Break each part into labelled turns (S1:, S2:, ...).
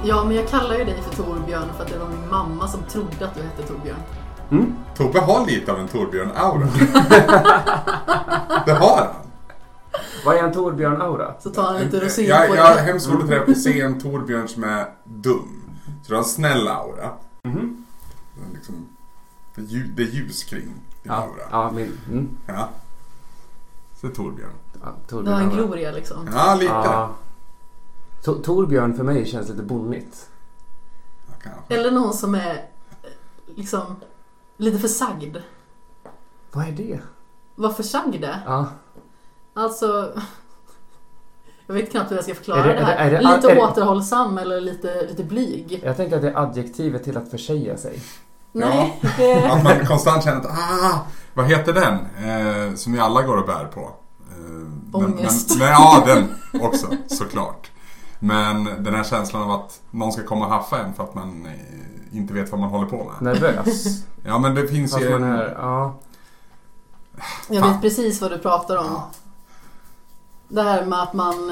S1: Ja, men jag kallar ju dig för Torbjörn för att det var min mamma som trodde att du hette Torbjörn.
S2: Tobbe har lite av en Torbjörn-aura. Det har han.
S3: Vad är en Torbjörn-aura?
S1: Så tar han lite rosé på
S2: Jag har hemskt svårt att se en Torbjörn som är dum. Så du har en snäll aura. Liksom, det är ljus kring din aura.
S3: Ja,
S2: Ja. Så Torbjörn.
S3: Ja,
S1: Du har en gloria liksom.
S2: Ja, lite.
S3: Ja. Torbjörn för mig känns lite bonnigt.
S2: Ja, kanske.
S1: Eller någon som är liksom lite för sagd.
S3: Vad är det?
S1: Vad för sagd är?
S3: Ja.
S1: Alltså, jag vet knappt hur jag ska förklara
S3: Är det-
S1: det här.
S3: är det-
S1: Lite
S3: är det-
S1: återhållsam eller lite blyg.
S3: Jag tänker att det är adjektivet till att försäga sig.
S1: Nej,
S2: Att man konstant känner att vad heter den? Som vi alla går och bär på.
S1: Ångest.
S2: Ja, den också, såklart. Men den här känslan av att någon ska komma och haffa en för att man inte vet vad man håller på med.
S3: Nervös.
S2: Ja, men det finns
S3: Fast
S2: ju...
S3: man är, ja.
S1: jag vet precis vad du pratar om.
S2: Ja.
S1: Det här med att man...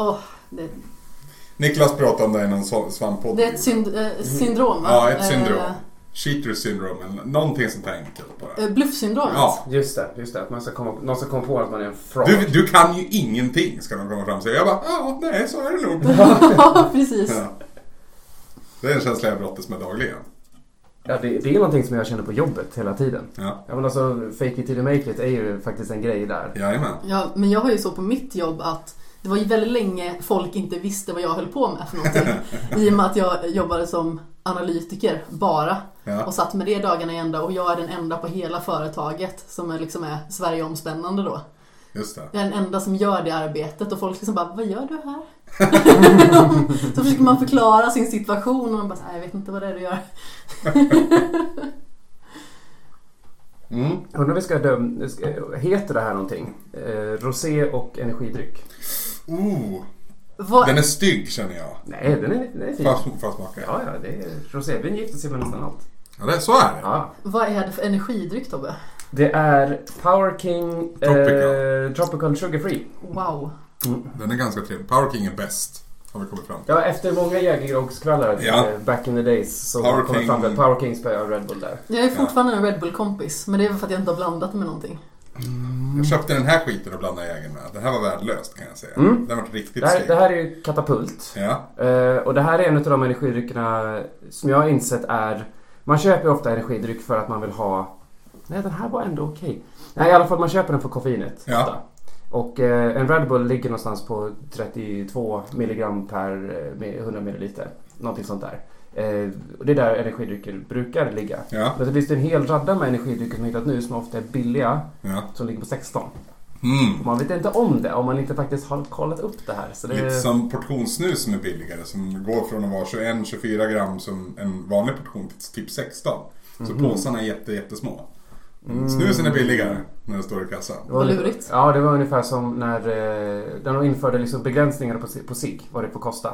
S2: Niklas pratade om det i någon svamppodd.
S1: det är ett syndrom, va?
S2: Ja, ett syndrom. Cheater syndrom eller någonting sånt här enkelt bara.
S1: Bluffsyndromet.
S2: Ja.
S3: Just det. Att någon ska komma på att man är en fraud.
S2: Du kan ju ingenting, ska de komma fram och säga. Jag bara, nej, så är det nog.
S1: Ja, precis.
S2: Ja. Det är en känsla jag brottas med dagligen.
S3: Ja, det är någonting som jag känner på jobbet hela tiden.
S2: Ja.
S3: Ja, men alltså, fake it till you make it är ju faktiskt en grej där.
S2: Jajamän.
S1: Ja, men jag har ju så på mitt jobb att det var ju väldigt länge folk inte visste vad jag höll på med för någonting. I och med att jag jobbade som analytiker bara.
S2: Ja.
S1: Och satt med det dagarna i ända. Och jag är den enda på hela företaget som är Sverige-omspännande då.
S2: Just det.
S1: Jag är den enda som gör det arbetet. Och folk liksom bara, vad gör du här? Så försöker man förklara sin situation. Och man bara, jag vet inte vad det är du gör.
S3: Undrar vi heter det här någonting? Rosé och energidryck.
S1: Vad...
S2: Den är stygg, känner jag.
S3: Nej, den är fin.
S2: Får smaka.
S3: Ja, det är rosévin gifter sig med nästan allt.
S2: Ja, så är det.
S3: Ja.
S1: Vad är det för energidryck, Tobbe?
S3: Det är Power King Tropical Sugar Free.
S1: Wow.
S2: Den är ganska trevlig. Power King är bäst, har vi kommit fram till.
S3: Ja, efter många jägergrogskvällar back in the days så
S2: Power
S3: kom det
S2: King.
S3: fram till Power King spöade Red Bull där.
S1: Jag är fortfarande en Red Bull-kompis. Men det är för att jag inte har blandat med någonting.
S2: Jag köpte den här skiten och blandade jägen med. Det här var värdelöst, kan jag säga. Den var riktigt
S3: Det här är ju katapult.
S2: Ja.
S3: Och det här är en av de energidryckerna som jag har insett är... Man köper ju ofta energidryck för att man vill ha... Nej, den här var ändå okej. Nej, i alla fall man köper den för koffeinet.
S2: Ja.
S3: Ofta. Och en Red Bull ligger någonstans på 32 milligram per 100 milliliter. Någonting sånt där. Och det är där energidrycker brukar ligga.
S2: Ja.
S3: Men så finns det en hel radda med energidrycker som jag hittat nu som ofta är billiga.
S2: Ja.
S3: Som ligger på 16.
S2: Mm.
S3: Man vet inte om det om man inte faktiskt har kollat upp det här. Så det...
S2: Lite som portionssnus som är billigare. Som går från att vara 21-24 gram som en vanlig portion till typ 16. Så påsarna är jättesmå. Snusen är billigare när det står i kassan.
S1: Vad lurigt.
S3: Ja, det var ungefär som när de införde liksom begränsningar på cigg, vad det får kosta.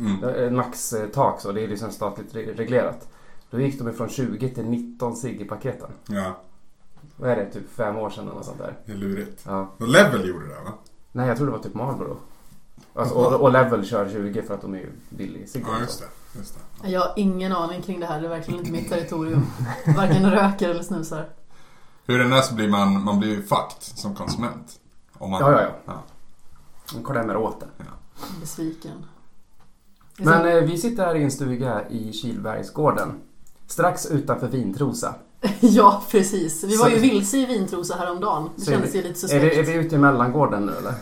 S3: Maxtak, så det är liksom statligt reglerat. Då gick de från 20 till 19 cigg i paketen.
S2: Ja,
S3: Vad är det? Typ 5 år sedan eller något sånt där.
S2: det är lurigt.
S3: Ja.
S2: Och Level gjorde det, va?
S3: Nej, jag tror det var typ Marlboro. Alltså, och Level kör 20 för att de är ju billig cigg.
S2: Ja, just det.
S1: Jag har ingen aning kring det här. Det är verkligen inte mitt territorium. Varken röker eller snusar.
S2: Hur den är så blir man blir ju fucked som konsument. Om man,
S3: Ja. De klämmer åt det.
S2: Ja.
S1: Besviken.
S3: Men vi sitter här i en stuga i Kilbergsgården. Strax utanför Vintrosa.
S1: Ja, precis. Vi var ju vilse i Vintrosa häromdagen. Det kändes ju lite suspekt.
S3: Är vi ute i mellangården nu eller?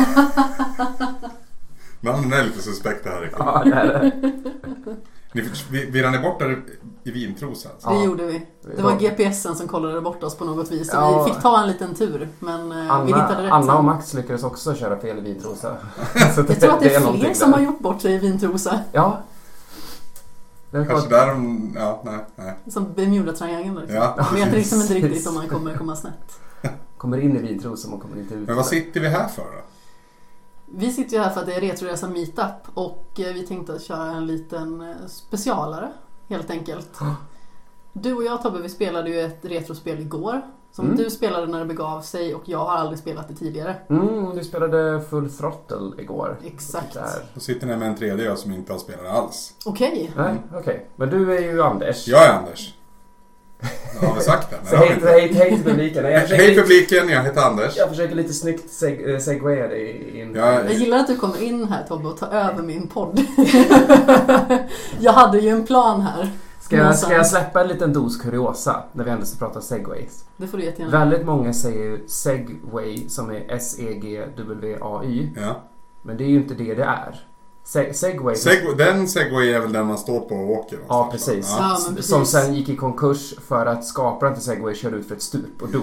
S2: Namnen är lite suspekta här.
S3: Ja, det är det.
S2: Vi rann bort där i Vintrosa. Alltså.
S1: Det gjorde vi. Det var GPSen som kollade bort oss på något vis. Så
S3: Ja.
S1: vi fick ta en liten tur. Men vi hittade rätt.
S3: Anna och Max lyckades också köra fel i Vintrosa. Så
S1: Jag tror att det är fler
S3: någonting
S1: som
S3: där.
S1: har gjort bort sig i Vintrosa.
S3: Ja. Det är
S2: Kanske där de... Ja, nej.
S1: Som Bermuda-triangeln. Liksom.
S2: Ja.
S1: Man vet liksom inte
S3: Precis.
S1: riktigt om man kommer komma snett.
S3: Kommer in i Vintrosa och kommer inte ut.
S2: Men vad sitter vi här för då?
S1: Vi sitter ju här för att det är Retroresa Meetup. Och vi tänkte att köra en liten specialare. Helt enkelt. Du och jag, Tobbe, vi spelade ju ett retrospel igår. Som du spelade när det begav sig och jag har aldrig spelat det tidigare.
S3: Du spelade Full Throttle igår.
S1: Exakt.
S2: Då sitter ni med en tredje som inte har spelat alls.
S1: Okej.
S3: Nej, okej. Men du är ju Anders.
S2: Jag är Anders. Jag har väl sagt det.
S3: Så hej till publiken.
S2: Hej publiken, jag heter Anders.
S3: Jag försöker lite snyggt segwaya dig in.
S1: Jag gillar att du kommer in här, Tobbe, och tar över min podd. Jag hade ju en plan här.
S3: Ska jag släppa en liten dos kuriosa när vi ändå ska prata segways?
S1: Det får du jättegärna.
S3: Väldigt många säger segway som är S-E-G-W-A-Y.
S2: Ja.
S3: Men det är ju inte det är. Segway.
S2: Den segway är väl den man står på och åker.
S3: Ja, precis.
S1: Ja, men precis.
S3: Som sen gick i konkurs för att skaparen till segway körde ut för ett stup och dog.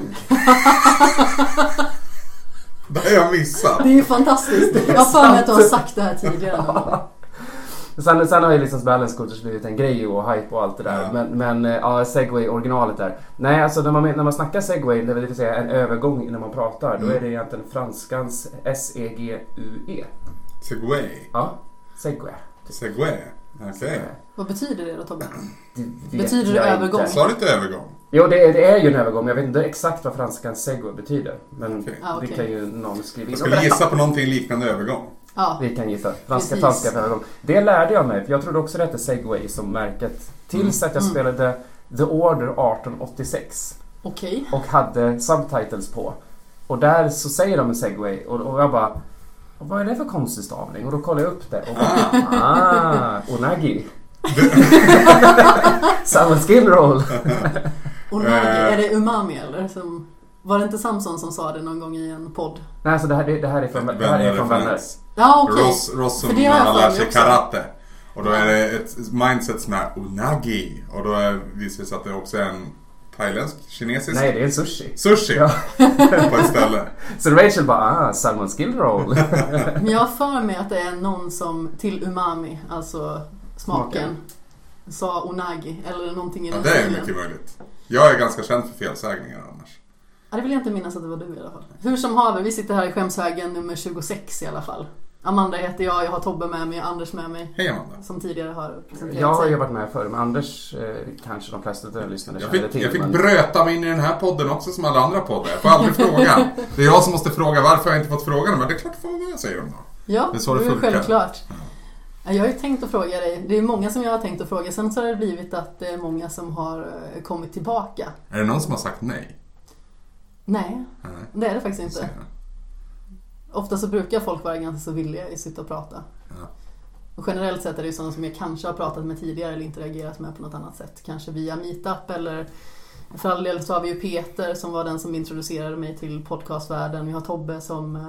S2: Det har jag missat.
S1: Det är ju fantastiskt. Jag har för mig att du har sagt det här tidigare.
S3: Ja. Sen har ju liksom balance scooters blivit en grej och hype och allt det där.
S2: Ja.
S3: Men ja, segway originalet där. Nej, alltså när man snackar segway, det vill säga en övergång när man pratar, då är det egentligen franskans S-E-G-U-E.
S2: Segway.
S3: Ja, segway.
S2: Segway. Okej.
S1: Vad betyder det då, Tobbe?
S3: Det
S1: Betyder det övergång?
S2: Sa du inte övergång?
S3: Jo, det är ju en övergång. Jag vet inte exakt vad franskans segway betyder. Men
S2: Okej.
S3: det kan ju någon skriva in.
S2: Ska vi gissa på någonting liknande övergång?
S1: Ja.
S3: Vi kan gissa.
S1: Precis.
S3: Franska för övergång. Det lärde jag mig. För jag trodde också det hette segway som märket. Tills att jag spelade The Order 1886.
S1: Okej.
S3: Och hade subtitles på. Och där så säger de en segway. Och jag bara, vad är det för konstig stavning? Och då kollar jag upp det. Och bara, onagi. Samma skill roll.
S1: Onagi, är det umami eller? Var det inte Samson som sa det någon gång i en podd?
S3: Nej, alltså det här är från vänner.
S1: Ja, okej.
S2: Ross som
S1: För det har jag
S2: har lärt sig
S1: också.
S2: karate. Och då är det ett mindset som är onagi. Och då visar det sig att det också är en thailändsk, kinesisk.
S3: Nej, det är en sushi.
S2: Sushi.
S3: Ja.
S2: På ett ställe.
S3: Så Rachel bara, salmon skill roll.
S1: Men jag har för mig att det är någon som till umami, alltså smaken, sa onagi eller någonting i
S2: Ja,
S1: den
S2: det är
S1: stilen.
S2: mycket möjligt. Jag är ganska känd för felsägningar annars.
S1: Ja, det vill jag inte minnas att det var du i alla fall. Hur som haver, vi sitter här i skämshögen nummer 26 i alla fall. Amanda heter jag har Tobbe med mig och Anders med mig.
S2: Hej Amanda.
S1: Som tidigare har presenterat
S3: Jag har
S1: sig.
S3: ju varit med förr, men Anders kanske de flesta av lyssnarna känner till.
S2: Jag fick bröta mig in i den här podden också som alla andra poddar. Jag får aldrig fråga. Det är jag som måste fråga varför jag inte fått frågan. Men det är klart får jag, säger de då.
S1: Ja,
S2: det är så det
S1: är
S2: funkar.
S1: självklart. Ja. Jag har ju tänkt att fråga dig. Det är många som jag har tänkt att fråga. Sen så har det blivit att det är många som har kommit tillbaka.
S2: Är det någon som har sagt nej?
S1: Nej,
S2: Nej.
S1: det är det faktiskt inte. Ofta så brukar folk vara ganska så villiga i sitt att prata.
S2: Ja.
S1: Och generellt sett är det ju sådana som jag kanske har pratat med tidigare eller interagerat med på något annat sätt. Kanske via Meetup eller för all del så har vi ju Peter som var den som introducerade mig till podcastvärlden. Vi har Tobbe som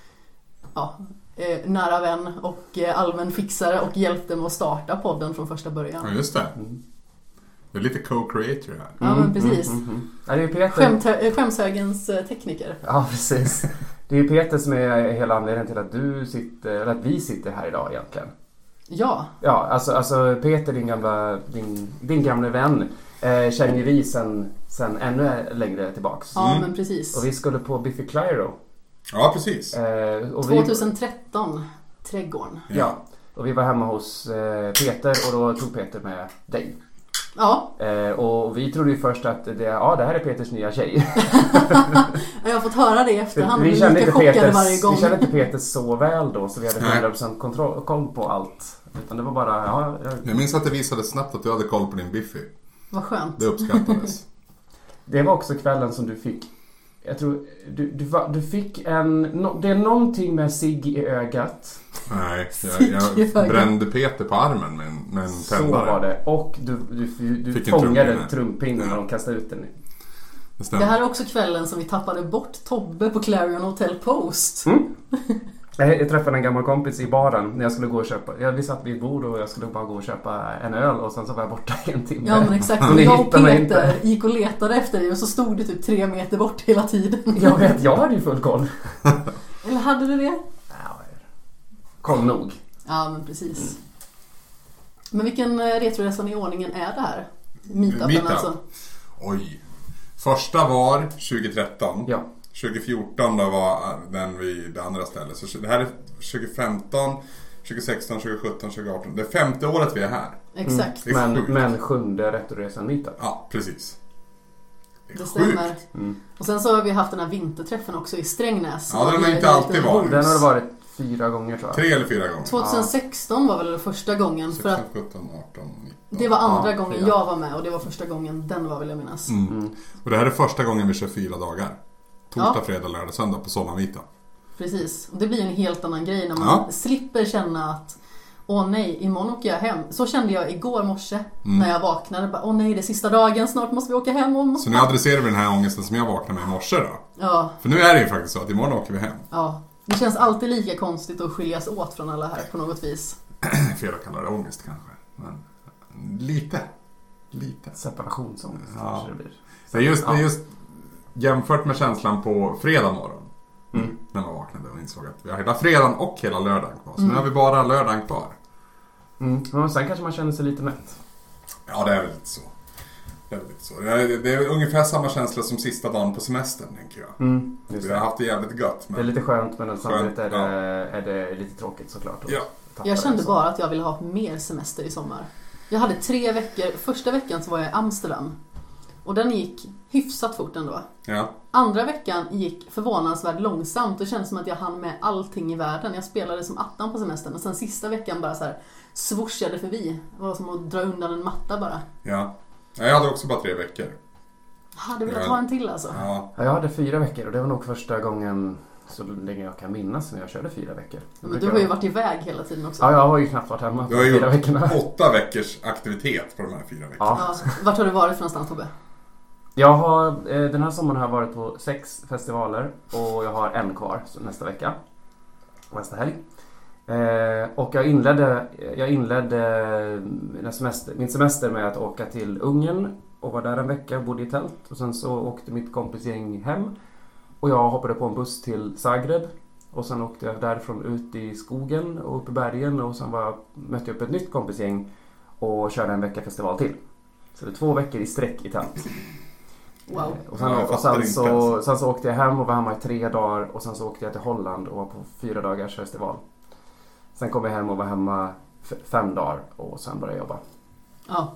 S1: nära vän och allmän fixare och hjälpte mig att starta podden från första början.
S2: Ja, just det. Det är lite co-creator här.
S1: Ja, men precis.
S3: Ja, det är Peter.
S1: Skämshögens tekniker.
S3: Ja, precis. Det är ju Peter som är hela anledningen till att vi sitter här idag egentligen.
S1: Ja.
S3: Ja, alltså Peter, din gamla vän, känner ju vi sen ännu längre tillbaks.
S1: Ja, men precis.
S3: Och vi skulle på Biffy Clyro.
S2: Ja, precis.
S1: 2013, trädgården.
S3: Ja, och vi var hemma hos Peter och då tog Peter med dig.
S1: Ja.
S3: Och vi trodde ju först att det här är Peters nya tjej.
S1: Jag har fått höra det i efterhand.
S3: Vi kände
S1: lika chockade varje gång.
S3: Vi kände inte Peter så väl då, så vi hade 100% koll på allt. Utan det var bara,
S2: Jag minns att det visade snabbt att du hade koll på din Biffy.
S1: Vad skönt.
S2: Det uppskattades.
S3: Det var också kvällen som du fick. Jag tror du fick det är någonting med cigg i ögat.
S2: Nej, jag brände Peter på armen med en tändare.
S3: Så var det. Och du fångade trumpinnen när de kastade ut den.
S1: Det här är också kvällen som vi tappade bort Tobbe på Clarion Hotel Post.
S3: Jag träffade en gammal kompis i baren när jag skulle gå och köpa. Vi satt vid ett bord och jag skulle bara gå och köpa en öl och sen så var jag borta i en timme.
S1: Ja, men exakt.
S3: Och
S1: jag och Peter gick och letade efter dig och så stod du typ 3 meter bort hela tiden.
S3: Jag vet, jag hade ju full koll.
S1: Eller hade du det?
S3: Ja, koll nog.
S1: Ja, men precis. Men vilken retroresan i ordningen är det här? Meetupen alltså?
S2: Oj. Första var 2013.
S3: Ja.
S2: 2014 då var den vid det andra stället. Så det här är 2015, 2016, 2017, 2018. Det är 5:e året vi är här.
S1: Exakt.
S3: Men 7:e retroresan Meetup.
S2: Ja, precis.
S1: Det stämmer. Och sen så har vi haft den här vinterträffen också i Strängnäs.
S2: Ja, den har inte alltid varit.
S3: Den har varit 4 gånger tror jag.
S2: 3 eller 4 gånger.
S1: 2016 var väl det första gången.
S2: 16,
S1: för att
S2: 17, 18, 19.
S1: det var andra gången jag var med och det var första gången den var, vill jag minnas.
S2: Och det här är första gången vi kör 4 dagar. Torsdag, fredag, lördag, söndag på Sommarvita.
S1: Precis, och det blir en helt annan grej när man slipper känna att åh nej, imorgon åker jag hem. Så kände jag igår morse när jag vaknade. Bara, åh nej, det är sista dagen, snart måste vi åka hem.
S2: Så nu adresserar vi den här ångesten som jag vaknade med i morse då.
S1: Ja.
S2: För nu är det ju faktiskt så att imorgon åker vi hem.
S1: Ja, det känns alltid lika konstigt att skiljas åt från alla här på något vis.
S2: Fel att kalla det ångest kanske. Men lite.
S3: Separationsångest
S2: ja.
S3: det blir.
S2: Det är just jämfört med känslan på fredag morgon. När man vaknade och insåg att vi har hela fredagen och hela lördagen kvar. Så nu har vi bara lördagen kvar.
S3: Men sen kanske man känner sig lite mätt.
S2: Ja, det är väl lite så. Det är ungefär samma känsla som sista dagen på semestern, tänker jag. Vi har haft det jävligt gött. Men...
S3: Det är lite skönt, men samtidigt är det lite tråkigt såklart.
S2: Ja.
S1: Jag kände bara att jag ville ha mer semester i sommar. Jag hade 3 veckor. Första veckan så var jag i Amsterdam. Och den gick hyfsat fort ändå.
S2: Ja.
S1: Andra veckan gick förvånansvärt långsamt. Det kändes som att jag hann med allting i världen. Jag spelade som attan på semestern. Och sen sista veckan bara så här swooshade förbi. Det var som att dra undan en matta bara.
S2: Ja. Jag hade också bara 3 veckor.
S1: Hade velat ha en till alltså.
S2: Ja.
S3: Jag hade 4 veckor och det var nog första gången så länge jag kan minnas när jag körde 4 veckor.
S1: Men du har ju varit iväg hela tiden också.
S3: Ja, jag har ju knappt varit hemma.
S2: Du har ju gjort 8 veckors aktivitet på de här 4 veckorna.
S1: Ja. Vart har du varit för någonstans, Tobbe?
S3: Jag har, den här sommaren har jag varit på 6 festivaler och jag har en kvar nästa vecka. Nästa helg. Och jag inledde min semester med att åka till Ungern och var där en vecka, bodde i tält. Och sen så åkte mitt kompisgäng hem och jag hoppade på en buss till Zagreb. Och sen åkte jag därifrån ut i skogen och upp i bergen och sen mötte jag upp ett nytt kompisgäng och körde en vecka festival till. Så det är 2 veckor i sträck i tält.
S1: Wow.
S3: Och sen så åkte jag hem och var hemma i 3 dagar och sen så åkte jag till Holland och var på 4 dagars festival. Sen kom jag hem och var hemma 5 dagar och sen började jag jobba.
S1: Ja.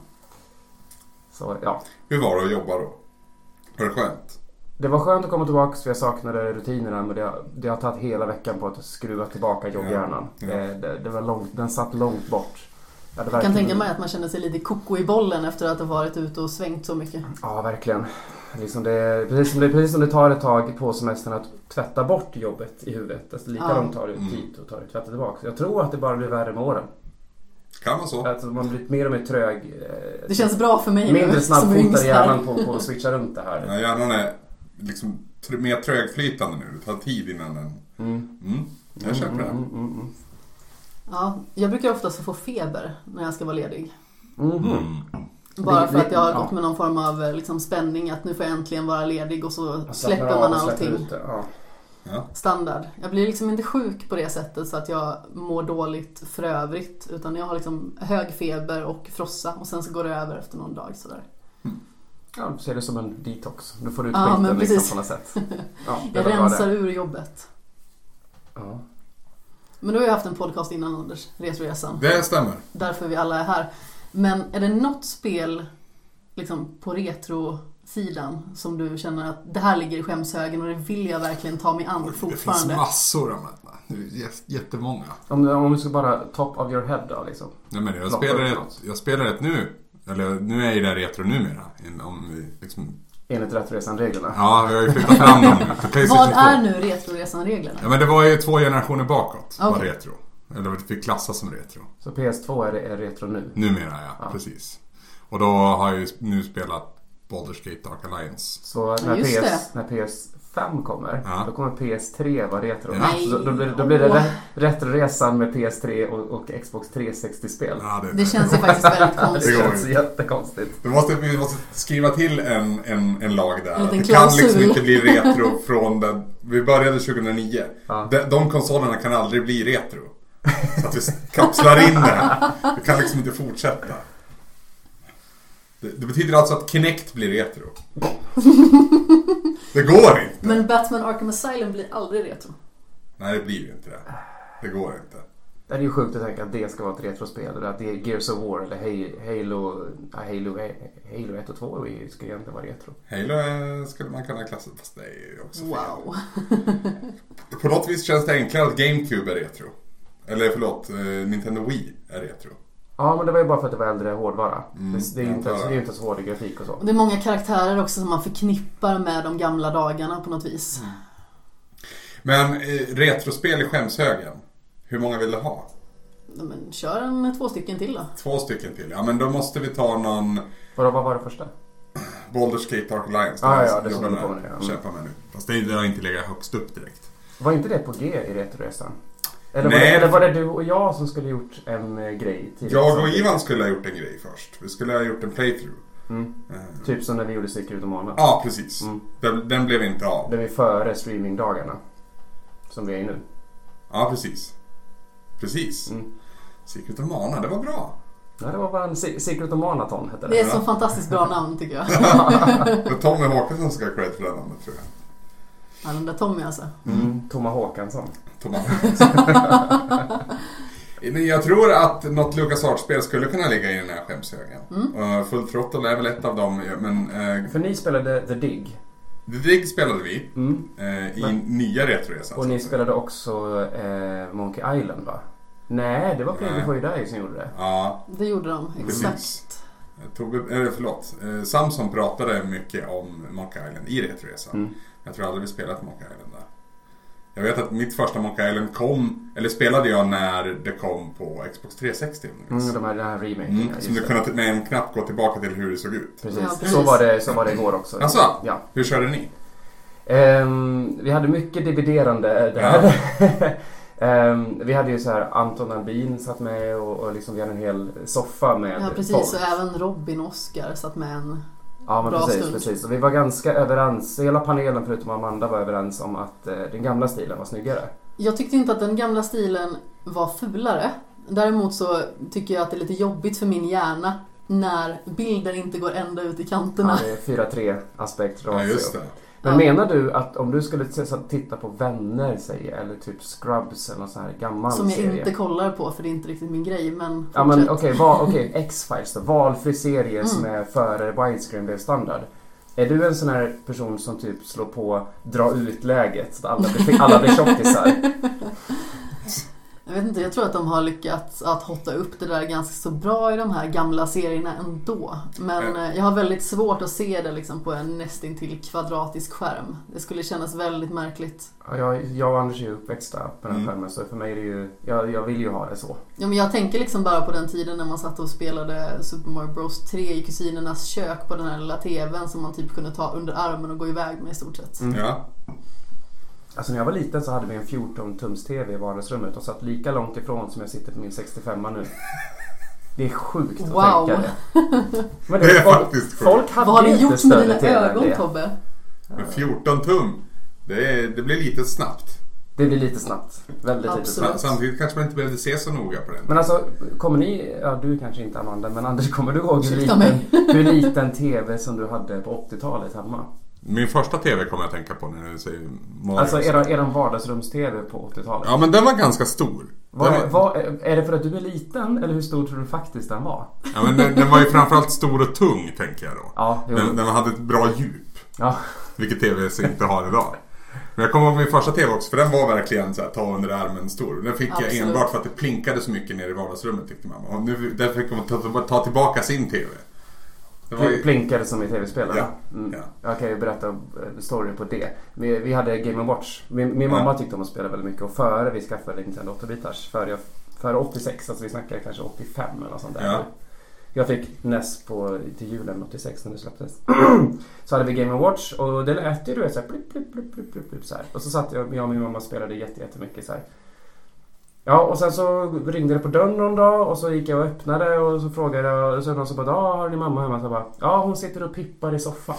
S3: Så ja.
S2: Hur var det att jobba då? Var det skönt?
S3: Det var skönt att komma tillbaka för jag saknade rutinerna, men det har tagit hela veckan på att skruva tillbaka jobbhjärnan.
S2: Ja.
S3: Det var långt, den satt långt bort.
S1: Jag kan tänka mig att man känner sig lite koko i bollen efter att ha varit ute och svängt så mycket.
S3: Ja, verkligen. Liksom precis som det tar ett tag på semestern att tvätta bort jobbet i huvudet. Alltså likadant tar det tid att tvätta tillbaka. Jag tror att det bara blir värre med åren.
S2: Kan man så?
S3: Att man blir mer och mer trög.
S1: Det känns bra för mig.
S3: Mindre snabbfotad hjärnan på att switcha runt det här.
S2: Ja, hjärnan är liksom mer trögflytande nu. Det tar tid innan den... Jag köper det.
S1: Ja, jag brukar oftast få feber när jag ska vara ledig. Bara för att jag har gått med någon form av liksom spänning att nu får jag äntligen vara ledig och så släpper man allting. Standard. Jag blir liksom inte sjuk på det sättet så att jag mår dåligt för övrigt, utan jag har liksom hög feber och frossa och sen så går det över efter någon dag sådär.
S3: Ja, du ser det som en detox. Du får ut skiten liksom på något sätt. Ja,
S1: jag rensar ur jobbet.
S3: Ja.
S1: Men då har jag haft en podcast innan, Anders, Retroresan.
S2: Det stämmer.
S1: Därför vi alla är här. Men är det något spel liksom på retrosidan som du känner att det här ligger i skämshögen och det vill jag verkligen ta mig an fortfarande?
S2: Det finns massor av jättemånga.
S3: Om du ska bara top of your head då liksom.
S2: Nej, men jag spelar ett nu. Eller nu är ju det retro numera. Om vi liksom...
S3: Enligt Retroresan-reglerna.
S2: Ja, vi har ju flyttat fram dem nu.
S1: Vad är nu Retroresan-reglerna?
S2: Ja, men det var ju 2 generationer bakåt var retro. Eller det fick klassas som retro.
S3: Så PS2 är retro nu?
S2: Numera, ja. Precis. Och då har jag ju nu spelat Baldur's Gate Dark Alliance.
S3: Så när PS5 kommer, då kommer PS3 vara retro.
S1: Ja.
S3: Så då blir det Retroresan med PS3 och Xbox 360-spel.
S2: Ja,
S1: det känns ju faktiskt väldigt konstigt.
S3: Det känns jättekonstigt.
S2: Vi måste skriva till en lag där.
S1: Det
S2: kan liksom inte bli retro från den. Vi började 2009. Ja. De konsolerna kan aldrig bli retro. Så att vi kapslar in det. Vi kan liksom inte fortsätta. Det betyder alltså att Kinect blir retro. Det går inte.
S1: Men Batman Arkham Asylum blir aldrig retro.
S2: Nej, det blir ju inte det. Det går inte.
S3: Det är ju sjukt att tänka att det ska vara ett retrospel. Eller att det är Gears of War eller Halo 1 och 2 ska egentligen vara retro.
S2: Halo skulle man kunna klassa, fast det är ju också fel.
S1: Wow.
S2: På något vis känns det enklare att GameCube är retro. Eller förlåt, Nintendo Wii är retro.
S3: Ja, men det var ju bara för att det var äldre hårdvara. Det är ju inte så hård grafik och så.
S1: Och det är många karaktärer också som man förknippar med de gamla dagarna på något vis.
S2: Men retrospel i skämshögen, hur många vill du ha?
S1: Men kör 2 stycken till då.
S2: 2 stycken till, ja men då måste vi ta någon...
S3: Vad var det första?
S2: Baldur's Gate Dark Alliance.
S3: Ja, det som du på med det.
S2: Kämpa med nu. Fast det har inte legat högst upp direkt.
S3: Var inte det på G i Retroresan? Eller var det du och jag som skulle gjort en grej tidigt?
S2: Jag och Ivan skulle ha gjort en grej först. Vi skulle ha gjort en playthrough.
S3: Typ som när vi gjorde Secret of Mana.
S2: Ja, precis. Den blev inte av.
S3: Det var före streamingdagarna. Som vi är i nu.
S2: Ja, precis. Secret of Mana, det var bra.
S3: Ja, det var bara en Secret of Manaton hette det.
S1: Det är så fantastiskt bra namn tycker jag.
S2: Tommy Håkansson ska ha cred för det namnet, tror jag.
S1: Ja, den där Tommy alltså.
S3: Thomas Håkansson.
S2: Men jag tror att något LucasArts-spel skulle kunna ligga i den här skämshögen. Full Throttle är väl ett av dem. Men,
S3: för ni spelade The Dig.
S2: The Dig spelade vi i nya Retroresan.
S3: Och ni spelade också Monkey Island, va? Nej, det var Playboy Day som gjorde det.
S2: Ja.
S1: Det gjorde de, exakt.
S2: Samson pratade mycket om Monkey Island i Retroresan. Jag tror aldrig vi spelat Monkey Island där. Jag vet att mitt första Monkey Island spelade jag när det kom på Xbox 360.
S3: Den här remaken.
S2: Som du kunde med en knapp gå tillbaka till hur det såg ut.
S3: Precis. Ja, så var det igår också.
S2: Alltså,
S3: ja.
S2: Hur körde ni?
S3: Vi hade mycket dividerande där. Vi hade ju så här Anton Albin satt med och liksom vi hade en hel soffa med.
S1: Ja, precis. Och även Robin och Oscar satt med en.
S3: Ja, men precis. Och vi var ganska överens, hela panelen förutom Amanda var överens om att den gamla stilen var snyggare. Jag
S1: tyckte inte att den gamla stilen var fulare. Däremot så tycker jag att det är lite jobbigt för min hjärna när bilden inte går ända ut i kanterna.
S3: Ja, det är 4:3 aspekt.
S2: Ja, just det.
S3: Men menar du att om du skulle titta på Vänner eller typ Scrubs eller någon sån här gammal
S1: som jag
S3: serie.
S1: inte kollar på för det är inte riktigt min grej, men
S3: ja, men okej, X-Files då, valfri serie som är före widescreen blev standard. Är du en sån här person som typ slår på dra ut läget så att alla blir tjockisar?
S1: Jag vet inte, jag tror att de har lyckats att hotta upp det där ganska så bra i de här gamla serierna ändå. Men jag har väldigt svårt att se det liksom på en nästintill kvadratisk skärm. Det skulle kännas väldigt märkligt.
S3: Ja, jag och Anders är ju uppväxta på den skärmen, så för mig är det ju, jag vill ju ha det så.
S1: Ja, men jag tänker liksom bara på den tiden när man satt och spelade Super Mario Bros 3 i kusinernas kök på den här lilla tvn som man typ kunde ta under armen och gå iväg med i stort sett.
S2: Ja.
S3: Alltså när jag var liten så hade vi en 14-tums tv i vardagsrummet och satt lika långt ifrån som jag sitter på min 65 nu. Det är sjukt att tänka det.
S2: Men det är faktiskt sjukt.
S1: Folk hade. Vad har du gjort med dina ögon, Tobbe?
S2: Med 14 tum. Det blir lite snabbt.
S3: Det blir lite snabbt. Väldigt lite snabbt.
S2: Samtidigt kanske man inte behövde se så noga på den.
S3: Men alltså, kommer ni... Ja, du kanske inte, Amanda. Men Anders, kommer du ihåg hur liten tv som du hade på 80-talet hemma?
S2: Min första tv kommer jag tänka på när du säger Mario.
S3: Alltså eran vardagsrums-tv på 80-talet.
S2: Ja, men den var ganska stor.
S3: Är det för att du är liten eller hur stor tror du faktiskt den var?
S2: Ja, men den var ju framförallt stor och tung, tänker jag då.
S3: Ja,
S2: den hade ett bra djup.
S3: Ja.
S2: Vilket tv inte har idag. Men jag kommer ihåg min första tv också, för den var verkligen så här, ta under armen stor. Den fick jag enbart för att det plinkade så mycket ner i vardagsrummet, tyckte mamma. Och nu där fick hon ta tillbaka sin tv.
S3: Plinkade som i tv-spelare.
S2: Ja.
S3: Jag kan ju berätta story på det. Vi hade Game & Watch. Min mamma tyckte om att spela väldigt mycket. Och före vi skaffade Nintendo 8-bitars. Före 86, alltså vi snackade kanske 85 eller något sånt där.
S2: Ja.
S3: Jag fick NES till julen 86 när det släpptes. Så hade vi Game & Watch. Och det lät ju så här, plip, plip, plip, plip, plip, plip, så här. Och så satt jag och min mamma spelade jättemycket så här. Ja, och sen så ringde det på dörren någon dag och så gick jag och öppnade och så frågade jag och så någon som bara, har ni mamma hemma? Så jag bara, ja, hon sitter och pippar i soffan.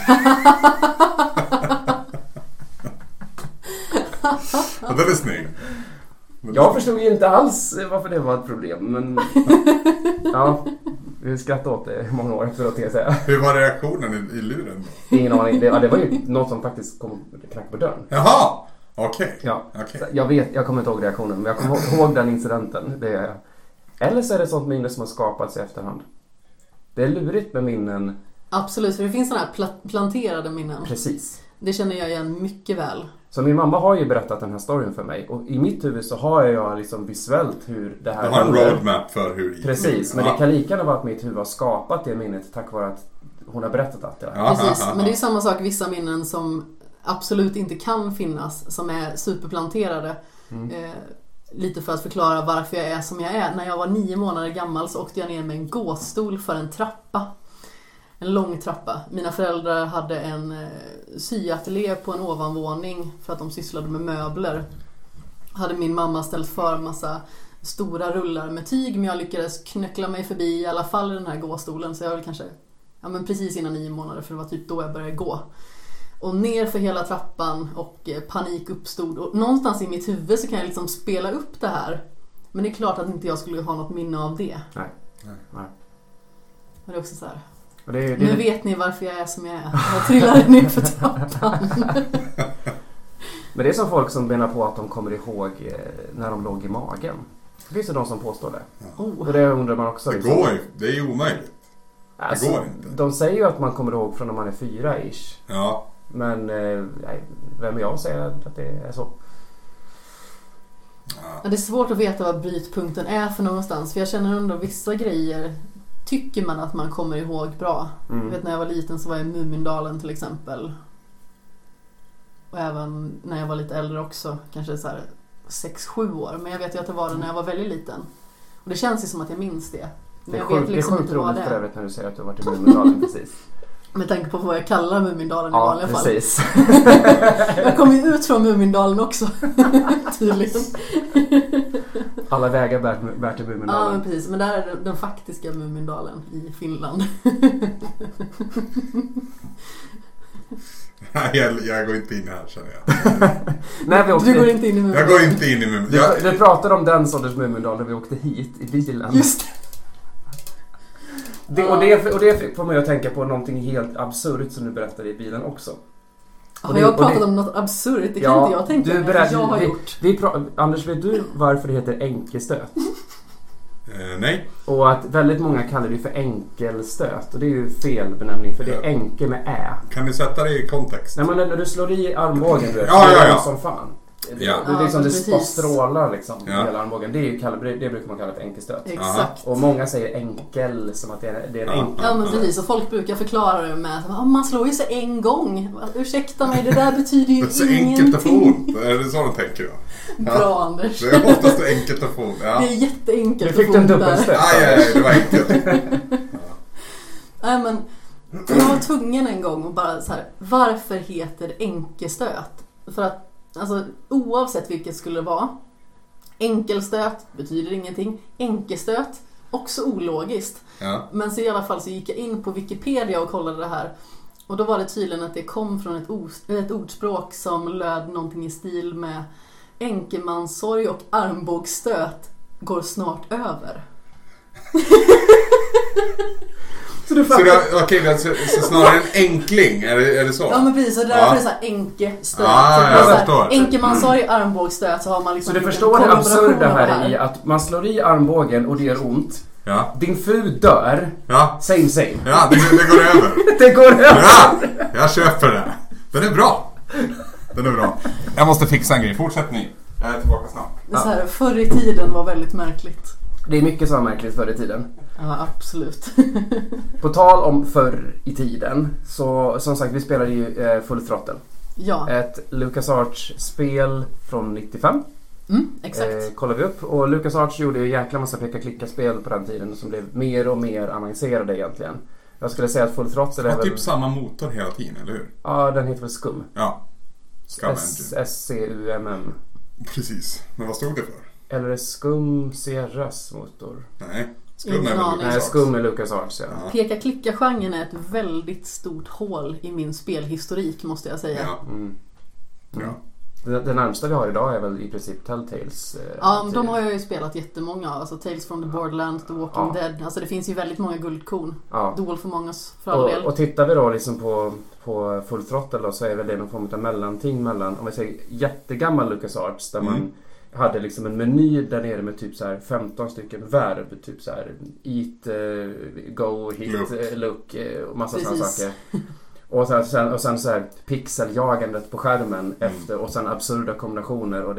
S2: Ja, det är snygg.
S3: Jag förstod ju inte alls varför det var ett problem, men ja, vi skrattade åt det i många år efteråt, jag säga.
S2: Hur var reaktionen i luren då?
S3: Ingen aning, det var ju något som faktiskt kom och knackade på dörren.
S2: Jaha! Okej.
S3: Ja. Jag kommer inte ihåg reaktionen, men jag kommer ihåg den incidenten. Det är, eller så är det ett sånt minne som har skapats i efterhand. Det är lurigt med minnen.
S1: Absolut, för det finns sådana här planterade minnen.
S3: Precis.
S1: Det känner jag igen mycket väl.
S3: Så min mamma har ju berättat den här storyn för mig. Och i mitt huvud så har jag liksom visuellt hur det här
S2: händer. Du har en roadmap för hur det gick.
S3: Precis, men det kan lika gärna vara att mitt huvud har skapat det minnet tack vare att hon har berättat att det är.
S1: Precis, men det är samma sak, vissa minnen som absolut inte kan finnas, som är superplanterade. Lite för att förklara varför jag är som jag är. När jag var 9 månader gammal så åkte jag ner med en gåstol för en trappa. En lång trappa. Mina föräldrar hade en syateljé på en ovanvåning för att de sysslade med möbler. Hade min mamma ställt för en massa stora rullar med tyg, men jag lyckades knöckla mig förbi i alla fall i den här gåstolen, så jag var kanske precis innan 9 månader, för det var typ då jag började gå. Och ner för hela trappan och panik uppstod. Och någonstans i mitt huvud så kan jag liksom spela upp det här. Men det är klart att inte jag skulle ha något minne av det.
S3: Nej.
S1: Men det är också så här.
S3: Nu
S1: vet ni varför jag är som jag är. Jag trillade ner för trappan.
S3: Men det är som folk som menar på att de kommer ihåg när de låg i magen. Det finns ju de som påstår det.
S2: Ja.
S3: Och det undrar man också.
S2: Det är ju omöjligt.
S3: Alltså,
S2: det går inte.
S3: De säger ju att man kommer ihåg från när man är 4-ish.
S2: Ja.
S3: Men vem är jag säger att det är så?
S1: Ja, det är svårt att veta vad brytpunkten är för någonstans. För jag känner ändå vissa grejer tycker man att man kommer ihåg bra. Jag vet när jag var liten så var jag i Mumindalen till exempel. Och även när jag var lite äldre också. Kanske så här 6-7 år. Men jag vet ju att det var det när jag var väldigt liten. Och det känns ju som att jag minns det. Men jag vet liksom inte vad det är.
S3: Det är sjukt roligt för övrigt när du säger att du har varit i Mumindalen precis.
S1: Med tanke på vad jag kallar Mumindalen i vanliga fall.
S3: Precis.
S1: Jag kom ju ut från Mumindalen också. Tydligen.
S3: Alla vägar bär till Mumindalen.
S1: Ja, men precis. Men där är den faktiska Mumindalen i Finland.
S2: Jag går inte in här, känner jag.
S1: Nej, du går inte in i Mumindalen.
S2: Jag går inte in i Mumindalen.
S3: Du pratade om den sortens Mumindalen när vi åkte hit i bilen.
S1: Just
S3: det. Och det får mig att tänka på någonting helt absurt som du berättade i bilen också.
S1: Har jag pratat om något absurt? Det kan inte jag tänka mig. Jag har gjort.
S3: Anders, vet du varför det heter enkelstöt?
S2: Nej.
S3: Och att väldigt många kallar det för enkelstöt. Och det är ju fel benämning, för det är enke med ä.
S2: Kan du sätta det i kontext?
S3: Nej, men när du slår i armbågen, du vet,
S2: ja.
S3: som fan.
S2: Ja.
S3: Det är liksom det bara
S1: precis.
S3: strålar liksom i hela armbågen. Det brukar man kalla för enkelstöt.
S1: Exakt.
S3: Och många säger enkel som att det är en enkel.
S1: Ja, men precis. Och folk brukar förklara det med att man slår ju sig en gång. Ursäkta mig, det där betyder ju
S2: så
S1: ingenting.
S2: Enkelt att få ont. Är det så de tänker då?
S1: Bra, Anders.
S2: Det är oftast enkelt att få ont. Ja.
S1: Det är jätteenkelt
S3: att få ont. Du fick en dubbelstöt.
S2: Nej, det var enkelt.
S1: Nej, men jag var tvungen en gång och bara så här, varför heter det enkelstöt? För att alltså, oavsett vilket skulle det vara, enkelstöt betyder ingenting, enkelstöt också ologiskt.
S2: Ja.
S1: Men så i alla fall så gick jag in på Wikipedia och kollade det här, och då var det tydligen att det kom från ett ordspråk som löd någonting i stil med enkemanssorg och armbågsstöt går snart över.
S2: Så snarare en enkling, är det så?
S1: Ja, men precis, så därför är det så här enkestöt. Enkemanssorg, armbågsstöt, så har man liksom.
S3: Så du förstår det absurda här i att man slår i armbågen och det gör ont.
S2: Ja.
S3: Din fru dör.
S2: Ja.
S3: Same.
S2: Ja, det går över.
S3: Det går över.
S2: Ja, jag köper det. Den är bra. Jag måste fixa en grej. Fortsätt ni. Jag är tillbaka snart.
S1: Det är så här, förr i tiden var väldigt märkligt.
S3: Det är mycket som var märkligt förr i tiden.
S1: Ja, absolut.
S3: På tal om förr i tiden, så som sagt, vi spelade ju Full Throttle.
S1: Ja.
S3: Ett LucasArts-spel från 95.
S1: Exakt.
S3: Kollade vi upp. Och LucasArts gjorde ju jäkla massa peka-klicka-spel på den tiden som blev mer och mer avancerade egentligen. Jag skulle säga att Full Throttle är väl
S2: typ samma motor hela tiden, eller hur?
S3: Ja, den heter väl SCUM.
S2: Ja. SCUM Engine.
S3: SCUMM.
S2: Precis. Men vad stod det för?
S3: Eller är SCUM Sierras motor?
S2: Nej. SCUM är
S3: Nej, SCUM är LucasArts, ja.
S1: Peka-klicka-genren är ett väldigt stort hål i min spelhistorik, måste jag säga.
S2: Ja.
S3: Det närmsta vi har idag är väl i princip Telltales.
S1: Ja, de har ju spelat jättemånga. Alltså Tales from the Borderlands, The Walking Dead. Alltså det finns ju väldigt många guldkorn. Ja. The Wolf Among Us för all del.
S3: Och tittar vi då liksom på Full Throttle då, så är väl det någon form av mellanting mellan, om vi säger jättegammal LucasArts där man hade liksom en meny där nere med typ så här 15 stycken verb, typ så här eat, go, hit, look och massa sådana saker. Och sen så här pixeljagandet på skärmen efter, och sen absurda kombinationer, och det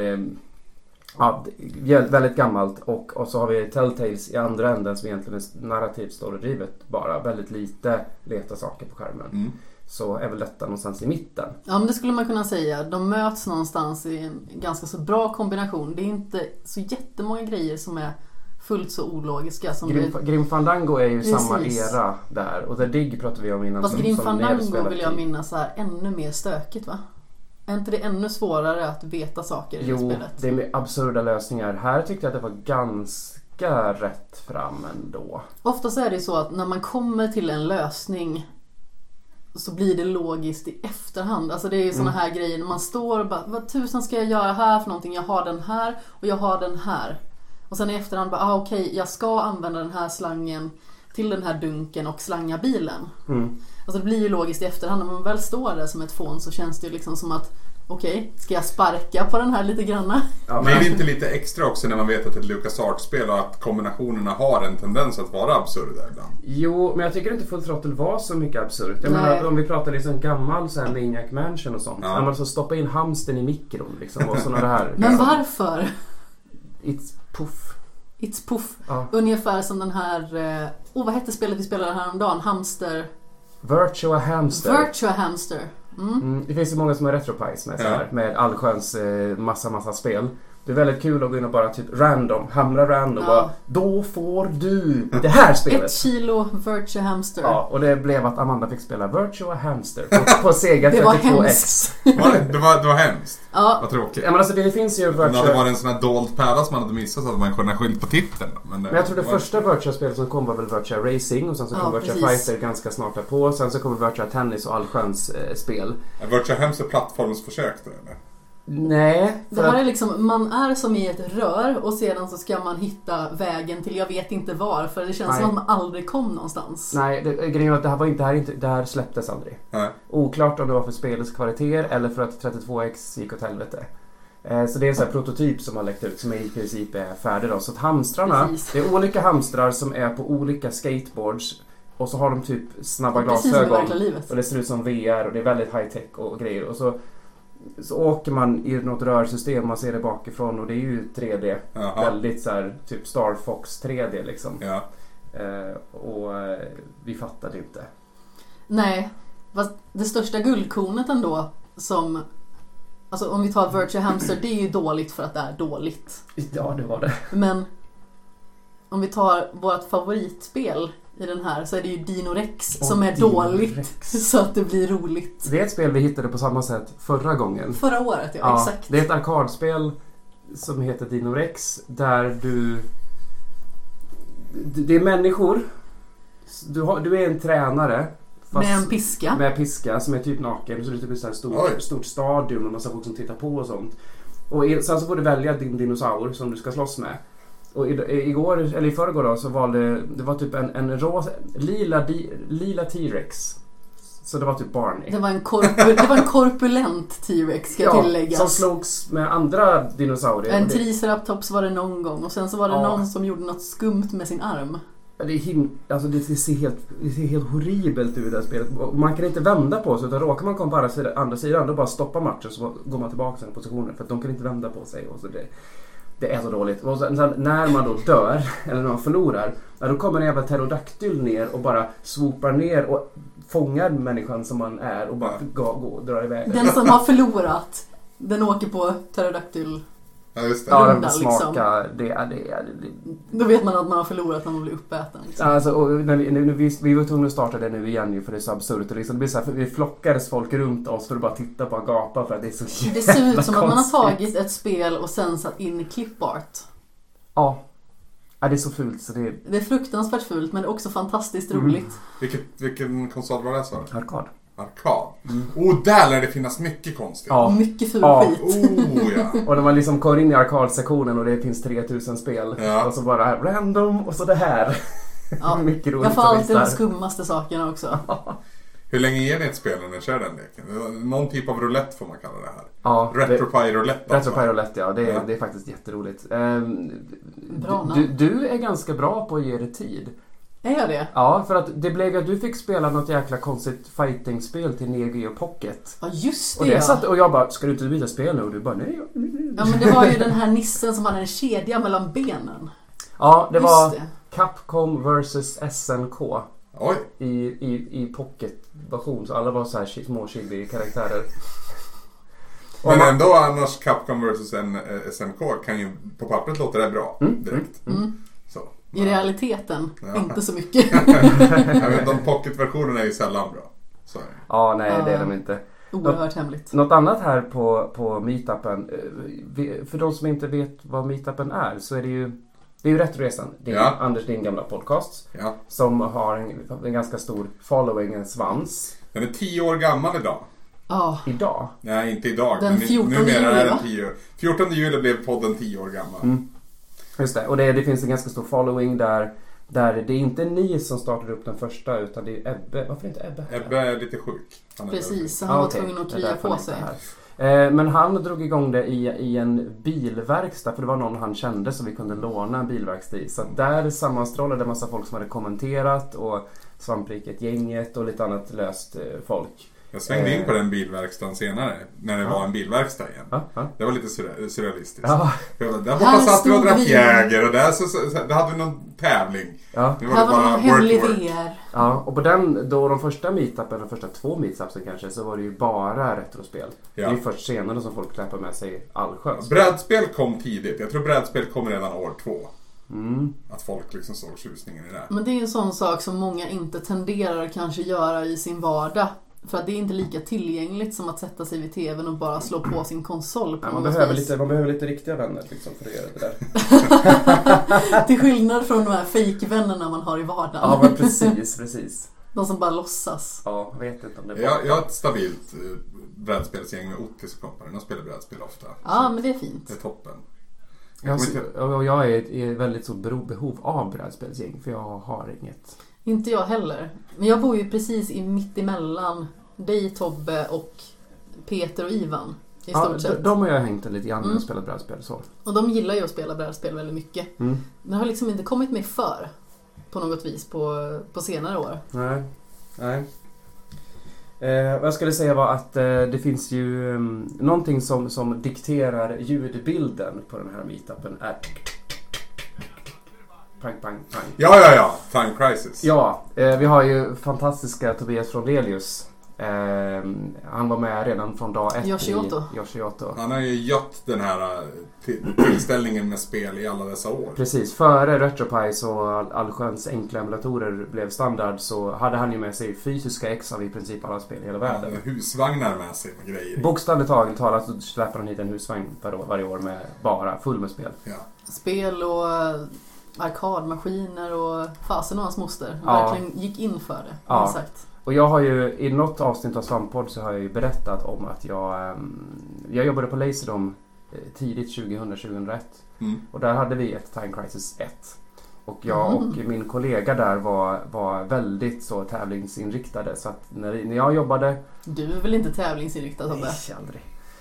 S3: är väldigt gammalt, och så har vi Telltales i andra änden som egentligen är narrativt storydrivet, bara väldigt lite leta saker på skärmen. Så är väl detta någonstans i mitten. Ja, men det skulle man kunna säga. De möts någonstans i en ganska så bra kombination. Det är inte så jättemånga grejer som är fullt så ologiska som Grim Fandango är ju samma era där. Och The Dig pratar vi om innan.
S1: Fast Grim Fandango vill jag minnas är ännu mer stökigt, va? Är inte det ännu svårare att veta saker i spelet?
S3: Jo, det är med absurda lösningar. Här tyckte jag att det var ganska rätt fram ändå.
S1: Ofta så är det så att när man kommer till en lösning så blir det logiskt i efterhand. Alltså det är ju såna här grejer när man står och bara, vad tusan ska jag göra här för någonting? Jag har den här och jag har den här. Och sen i efterhand bara, okej, jag ska använda den här slangen till den här dunken och slanga bilen. Alltså det blir ju logiskt i efterhand. När man väl står där som ett fån så känns det ju liksom som att okej, ska jag sparka på den här lite granna?
S2: Ja, men är det inte lite extra också när man vet att det är ett LucasArts-spel och att kombinationerna har en tendens att vara absurda ibland?
S3: Jo, men jag tycker inte Full Throttle var så mycket absurt. Jag menar, om vi pratar liksom gammal så här Maniac Mansion och sånt. Ja. Man alltså stoppa in hamsten i mikron liksom, och såna här.
S1: Men varför?
S3: It's puff.
S1: Ja. Ungefär som den här vad hette spelet vi spelade häromdagen? Hamster.
S3: Virtua Hamster.
S1: Mm.
S3: Det finns ju många som har RetroPies med, så här, med allsköns massa spel. Det är väldigt kul att gå in och bara typ hamra random och bara, då får du det här spelet.
S1: 1 kilo Virtua Hamster.
S3: Ja, och det blev att Amanda fick spela Virtua Hamster på Sega 32X.
S2: Det var hemskt.
S1: Ja.
S2: Vad tråkigt.
S3: Ja, men alltså det finns ju Virtua...
S2: Det var en sån här dold pärla som man hade missat så att man kunde skylta på titeln. Men
S3: jag tror det första Virtua-spelet som kom var väl Virtua Racing, och sen så kom Virtua Fighter ganska snart därpå. Sen så kom Virtua Tennis och allsköns spel.
S2: Virtua Hamster plattformsförsök då, eller?
S3: Nej.
S1: Det här är liksom, man är som i ett rör och sedan så ska man hitta vägen till jag vet inte var, för det känns som att man aldrig kom någonstans.
S3: Nej, grejen är att det här släpptes aldrig.
S2: Nej.
S3: Oklart om det var för spelets kvalitet eller för att 32X gick åt helvete. Så det är en sån här prototyp som har läckt ut som i princip är färdig då. Så att hamstrarna, det är olika hamstrar som är på olika skateboards. Och så har de typ snabba glasögon. Och det ser ut som VR och det är väldigt high tech och grejer. Och så åker man i något rörsystem, man ser det bakifrån och det är ju 3D. Jaha. Väldigt så här typ Star Fox 3D liksom.
S2: Ja.
S3: Och vi fattade inte.
S1: Nej, det största guldkornet ändå som, alltså om vi tar Virtua Hamster, det är ju dåligt för att det är dåligt.
S3: Ja, det var det.
S1: Men om vi tar vårt favoritspel i den här så är det ju Dino Rex som är dåligt så att det blir roligt.
S3: Det är ett spel vi hittade på samma sätt förra gången.
S1: Förra året, ja exakt.
S3: Det är ett arkadspel som heter Dino Rex där det är människor. Du är en tränare
S1: med en piska.
S3: Med piska som är typ naken. Så det är typ ett stort stadion och massa folk som tittar på och sånt. Och sen så får du välja din dinosaur som du ska slåss med. Och igår, eller i förrgår då, så det var typ en lila T-Rex. Så det var typ Barney.
S1: Det var en korpulent T-Rex, ska jag tillägga.
S3: Som slogs med andra dinosaurier.
S1: En Triceratops var det någon gång. Och sen så var det någon som gjorde något skumt med sin arm.
S3: Det ser helt horribelt ut det här spelet. Man kan inte vända på sig, utan råkar man komma på andra sidan, då bara stoppar matchen så går man tillbaka till positionen. För att de kan inte vända på sig. Och så det är så dåligt. Och sen när man då dör, eller när man förlorar, då kommer en jävla pterodaktyl ner och bara swoopar ner och fångar människan som man är och bara går och drar iväg.
S1: Den som har förlorat, den åker på pterodaktyl.
S2: Ja, just det.
S3: Ja, den smaka, liksom.
S1: Då vet man att man har förlorat när man blir uppäten. Liksom.
S3: Alltså, och när vi var tvungna att starta det nu igen för det är så absurt. Det blir så här, vi flockades folk runt oss för att bara titta på och gapa för att det är så jävla
S1: Det ser ut som
S3: konstigt.
S1: att man har tagit ett spel och sen satt in clipart.
S3: Ja. Det är så fult så
S1: det är fruktansvärt fult, men det är också fantastiskt roligt.
S2: Vilken konsol var det så?
S3: Arkad.
S2: Arkad. Där lär det finnas mycket konstigt.
S1: Ja. Mycket ful skit.
S2: Ja.
S3: Och när man liksom går in i arkadsektionen och det finns 3000 spel. Och så bara random och så det här.
S1: Ja.
S3: Mycket roligt.
S1: Jag får alltid de skummaste sakerna också.
S2: Hur länge ger ni ett spel när ni kör den leken? Någon typ av roulette får man kalla det här.
S3: Ja,
S2: RetroPie roulette.
S3: RetroPie roulette, ja. Det är faktiskt jätteroligt. Du är ganska bra på att ge det tid.
S1: Är jag det?
S3: Ja, för att det blev ju att du fick spela något jäkla konstigt fighting-spel till Neo Geo Pocket.
S1: Ja, just det.
S3: Och det satt, och jag bara, ska du inte byta spel nu? Och du bara, nej.
S1: Ja, men det var ju den här nissen som hade en kedja mellan benen.
S3: Ja, det var Capcom vs SNK.
S2: Oj.
S3: I Pocket-version. Så alla var så här små chibi-karaktärer.
S2: Men ändå annars Capcom vs SNK kan ju på pappret låta det bra direkt. Så.
S1: I realiteten inte så mycket.
S2: De Pocket-versionerna är ju sällan bra. Så.
S3: Ja, nej det är de inte.
S1: Oerhört hemligt.
S3: Något annat här på Meetupen. För de som inte vet vad Meetupen är, så är det ju Retroresan. Det är Anders, din gamla podcast.
S2: Ja.
S3: Som har en ganska stor following, en svans.
S2: Den är 10 år gammal idag.
S3: Idag?
S2: Nej, inte idag.
S1: Den 14
S2: numera
S1: juli,
S2: är den 10. 14 juli blev podden 10 år gammal.
S3: Just det. Och det finns en ganska stor following där det är inte ni som startade upp den första, utan det är Ebbe. Varför inte Ebbe?
S2: Ebbe är lite sjuk.
S1: Precis, så han var tvungen att krya på sig.
S3: Men han drog igång det i en bilverkstad, för det var någon han kände som vi kunde låna en bilverkstad i. Så där sammanstrålade en massa folk som hade kommenterat, och Svampriket-gänget och lite annat löst folk.
S2: Jag svängde in på den bilverkstaden senare, när det var en bilverkstad igen. Det var lite surrealistiskt. Där borta satt vi och drack Jäger, och där hade vi någon tävling.
S1: Nu var det bara hemlig VR.
S3: Ja, och på de första meetupen, de första 2 meetupsen kanske, så var det ju bara retrospel. Det är ju först senare som folk släpper med sig allsköns.
S2: Brädspel kom tidigt. Jag tror brädspel kom redan år 2. Att folk liksom såg tjusningen i det.
S1: Men det är en sån sak som många inte tenderar att kanske göra i sin vardag. För att det är inte lika tillgängligt som att sätta sig vid tvn och bara slå på sin konsol på
S3: man behöver lite riktiga vänner liksom för att göra det där.
S1: Till skillnad från de här fake-vännerna man har i vardagen.
S3: Ja, men precis.
S1: De som bara låtsas.
S3: Ja, jag vet inte om det
S2: jag har ett stabilt brädspelsgäng med Otis och kompani. De spelar brädspel ofta.
S1: Ja, men det är fint.
S2: Det är toppen.
S3: Jag är i väldigt stort behov av brädspelsgäng, för jag har inget.
S1: Inte jag heller. Men jag bor ju precis mitt emellan dig, Tobbe, och Peter och Ivan. I stort sett.
S3: De har jag hängt lite grann och spelat brädspel. Så.
S1: Och de gillar ju att spela brädspel väldigt mycket. Det har liksom inte kommit mig för på något vis på senare år.
S3: Nej. Vad jag skulle säga var att det finns ju någonting som dikterar ljudbilden på den här meetupen är pang.
S2: Ja. Time Crisis.
S3: Ja, vi har ju fantastiska Tobias Frondelius. Han var med redan från dag 1
S1: Yoshioto.
S2: Han har ju gött den här tillställningen med spel i alla dessa år.
S3: Precis, före RetroPie så allsköns enkla emulatorer blev standard, så hade han ju med sig fysiska ex av i princip alla spel i hela världen.
S2: Husvagnar med sig med grejer.
S3: Bokstavligt talat så släpper han hit en husvagn varje år med bara full med spel.
S2: Ja.
S1: Spel och arkadmaskiner och fasen och hans moster. Verkligen gick in för det. Exakt.
S3: Och jag har ju i något avsnitt av Svamppodd så har jag ju berättat om att jag jobbade på Laserdom tidigt 2001. Och där hade vi ett Time Crisis 1. Och jag och min kollega där var väldigt så tävlingsinriktade, så att när jag jobbade...
S1: Du är väl inte tävlingsinriktad, Tobbe?
S3: Nej, aldrig.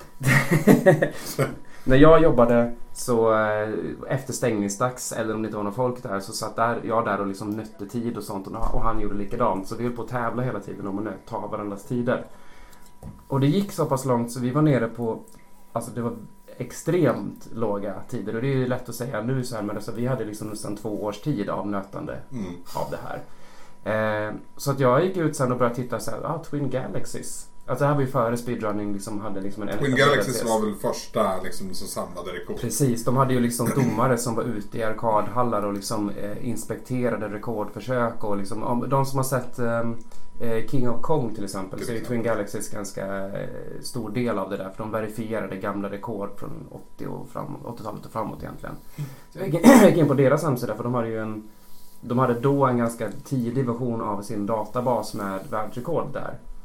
S3: När jag jobbade så efter stängningsdags, eller om det inte var någon folk där, så satt jag där och liksom nötte tid och sånt, och han gjorde likadant. Så vi höll på att tävla hela tiden om att ta varandras tider. Och det gick så pass långt så vi var nere på, alltså det var extremt låga tider, och det är ju lätt att säga nu så här, men alltså, vi hade liksom nästan 2 års tid av nötande av det här. Så att jag gick ut sen och började titta så här, Twin Galaxies. Alltså det här var ju före speedrunning hade liksom en
S2: Twin Galaxies var väl första liksom som samlade rekord.
S3: Precis, de hade ju liksom domare som var ute i arkadhallar och liksom inspekterade rekordförsök, och liksom de som har sett King of Kong till exempel, så är ju Twin Galaxies ganska stor del av det där, för de verifierade gamla rekord från 80-talet och framåt egentligen. Så jag gick in på deras hemsida, för de hade då en ganska tidig version av sin databas med världsrekord där.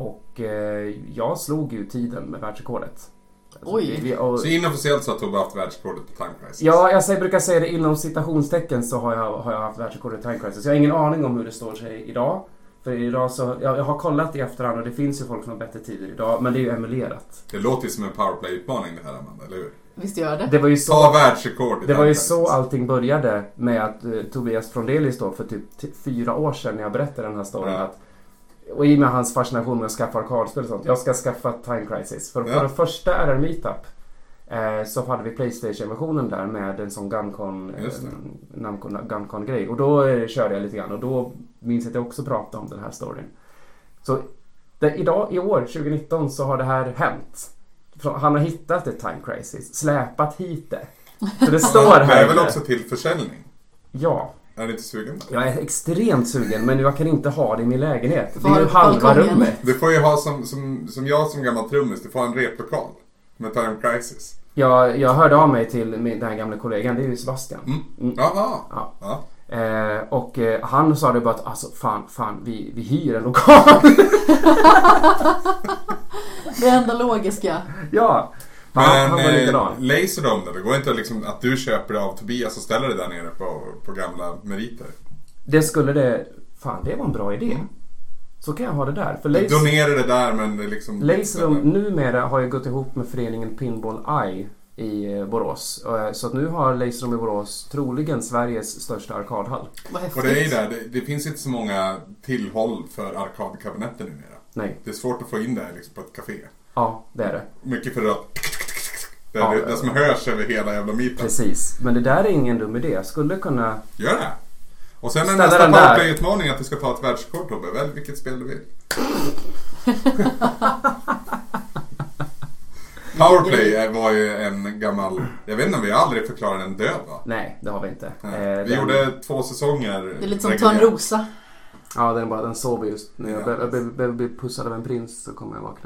S3: Och jag slog ju tiden med världsrekordet.
S1: Oj!
S2: Så inofficiellt så har Tobbe haft världsrekordet på Time Crisis?
S3: Ja, jag brukar säga det inom citationstecken, så har jag haft världsrekordet i Time Crisis. Jag har ingen aning om hur det står sig idag. För idag så, jag har kollat i efterhand och det finns ju folk som har bättre tider idag, men det är ju emulerat.
S2: Det låter ju som en powerplay-utmaning det här, Amanda, eller hur?
S1: Visst gör det.
S3: Det var ju så,
S2: ta världsrekord.
S3: Det var ju så allting började med att Tobias Frondelis då för typ 4 år sedan när jag berättade den här storyn att, och i och med hans fascination med att skaffa arkadspel och sånt, jag ska skaffa Time Crisis. För den första RR Meetup så hade vi PlayStation-versionen där med en sån Guncon-grej. Och då körde jag lite grann och då minns jag att jag också pratade om den här storyn. Så i år, 2019, så har det här hänt. Han har hittat ett Time Crisis, släpat hit det. Så det står här.
S2: Det är väl också till försäljning?
S3: Ja.
S2: Är du inte sugen?
S3: Jag är extremt sugen, men jag kan inte ha det i min lägenhet. Det är ju halva rummet.
S2: Du får ju ha som jag som gammal trummis, du får en replokal med Time Crisis.
S3: Jag hörde av mig till den här gamla kollegan, det är ju Sebastian.
S2: Ja.
S3: Och han sa det bara att alltså, fan, vi hyr en lokal.
S1: Det enda logiska.
S3: Ja.
S2: Men Laserdome då? Det går inte liksom att du köper det av Tobias och ställer det där nere på gamla meriter?
S3: Det skulle det... Fan, det var en bra idé. Så kan jag ha det där. För
S2: donera det där, men det liksom...
S3: Laserdome numera har ju gått ihop med föreningen Pinball Eye i Borås. Så att nu har Laserdome i Borås troligen Sveriges största arkadhall.
S2: Och det är där, det finns inte så många tillhåll för arkadkabinetter numera.
S3: Nej.
S2: Det är svårt att få in det liksom på ett café.
S3: Ja, det är det.
S2: Mycket för att det som hörs över hela jävla miten.
S3: Precis, men det där är ingen dum idé. Jag skulle kunna...
S2: Gör det. Och sen är nästa powerplay-utmaning att du ska ta ett världskort, Tobbe. Väl vilket spel du vill. Powerplay var ju en gammal... Jag vet inte om vi aldrig förklarar den död, va?
S3: Nej, det har vi inte.
S2: Vi gjorde 2 säsonger.
S1: Det är lite som Törnrosa.
S3: Ja, den sover just. När jag blev pussad av en prins så kommer jag vakna.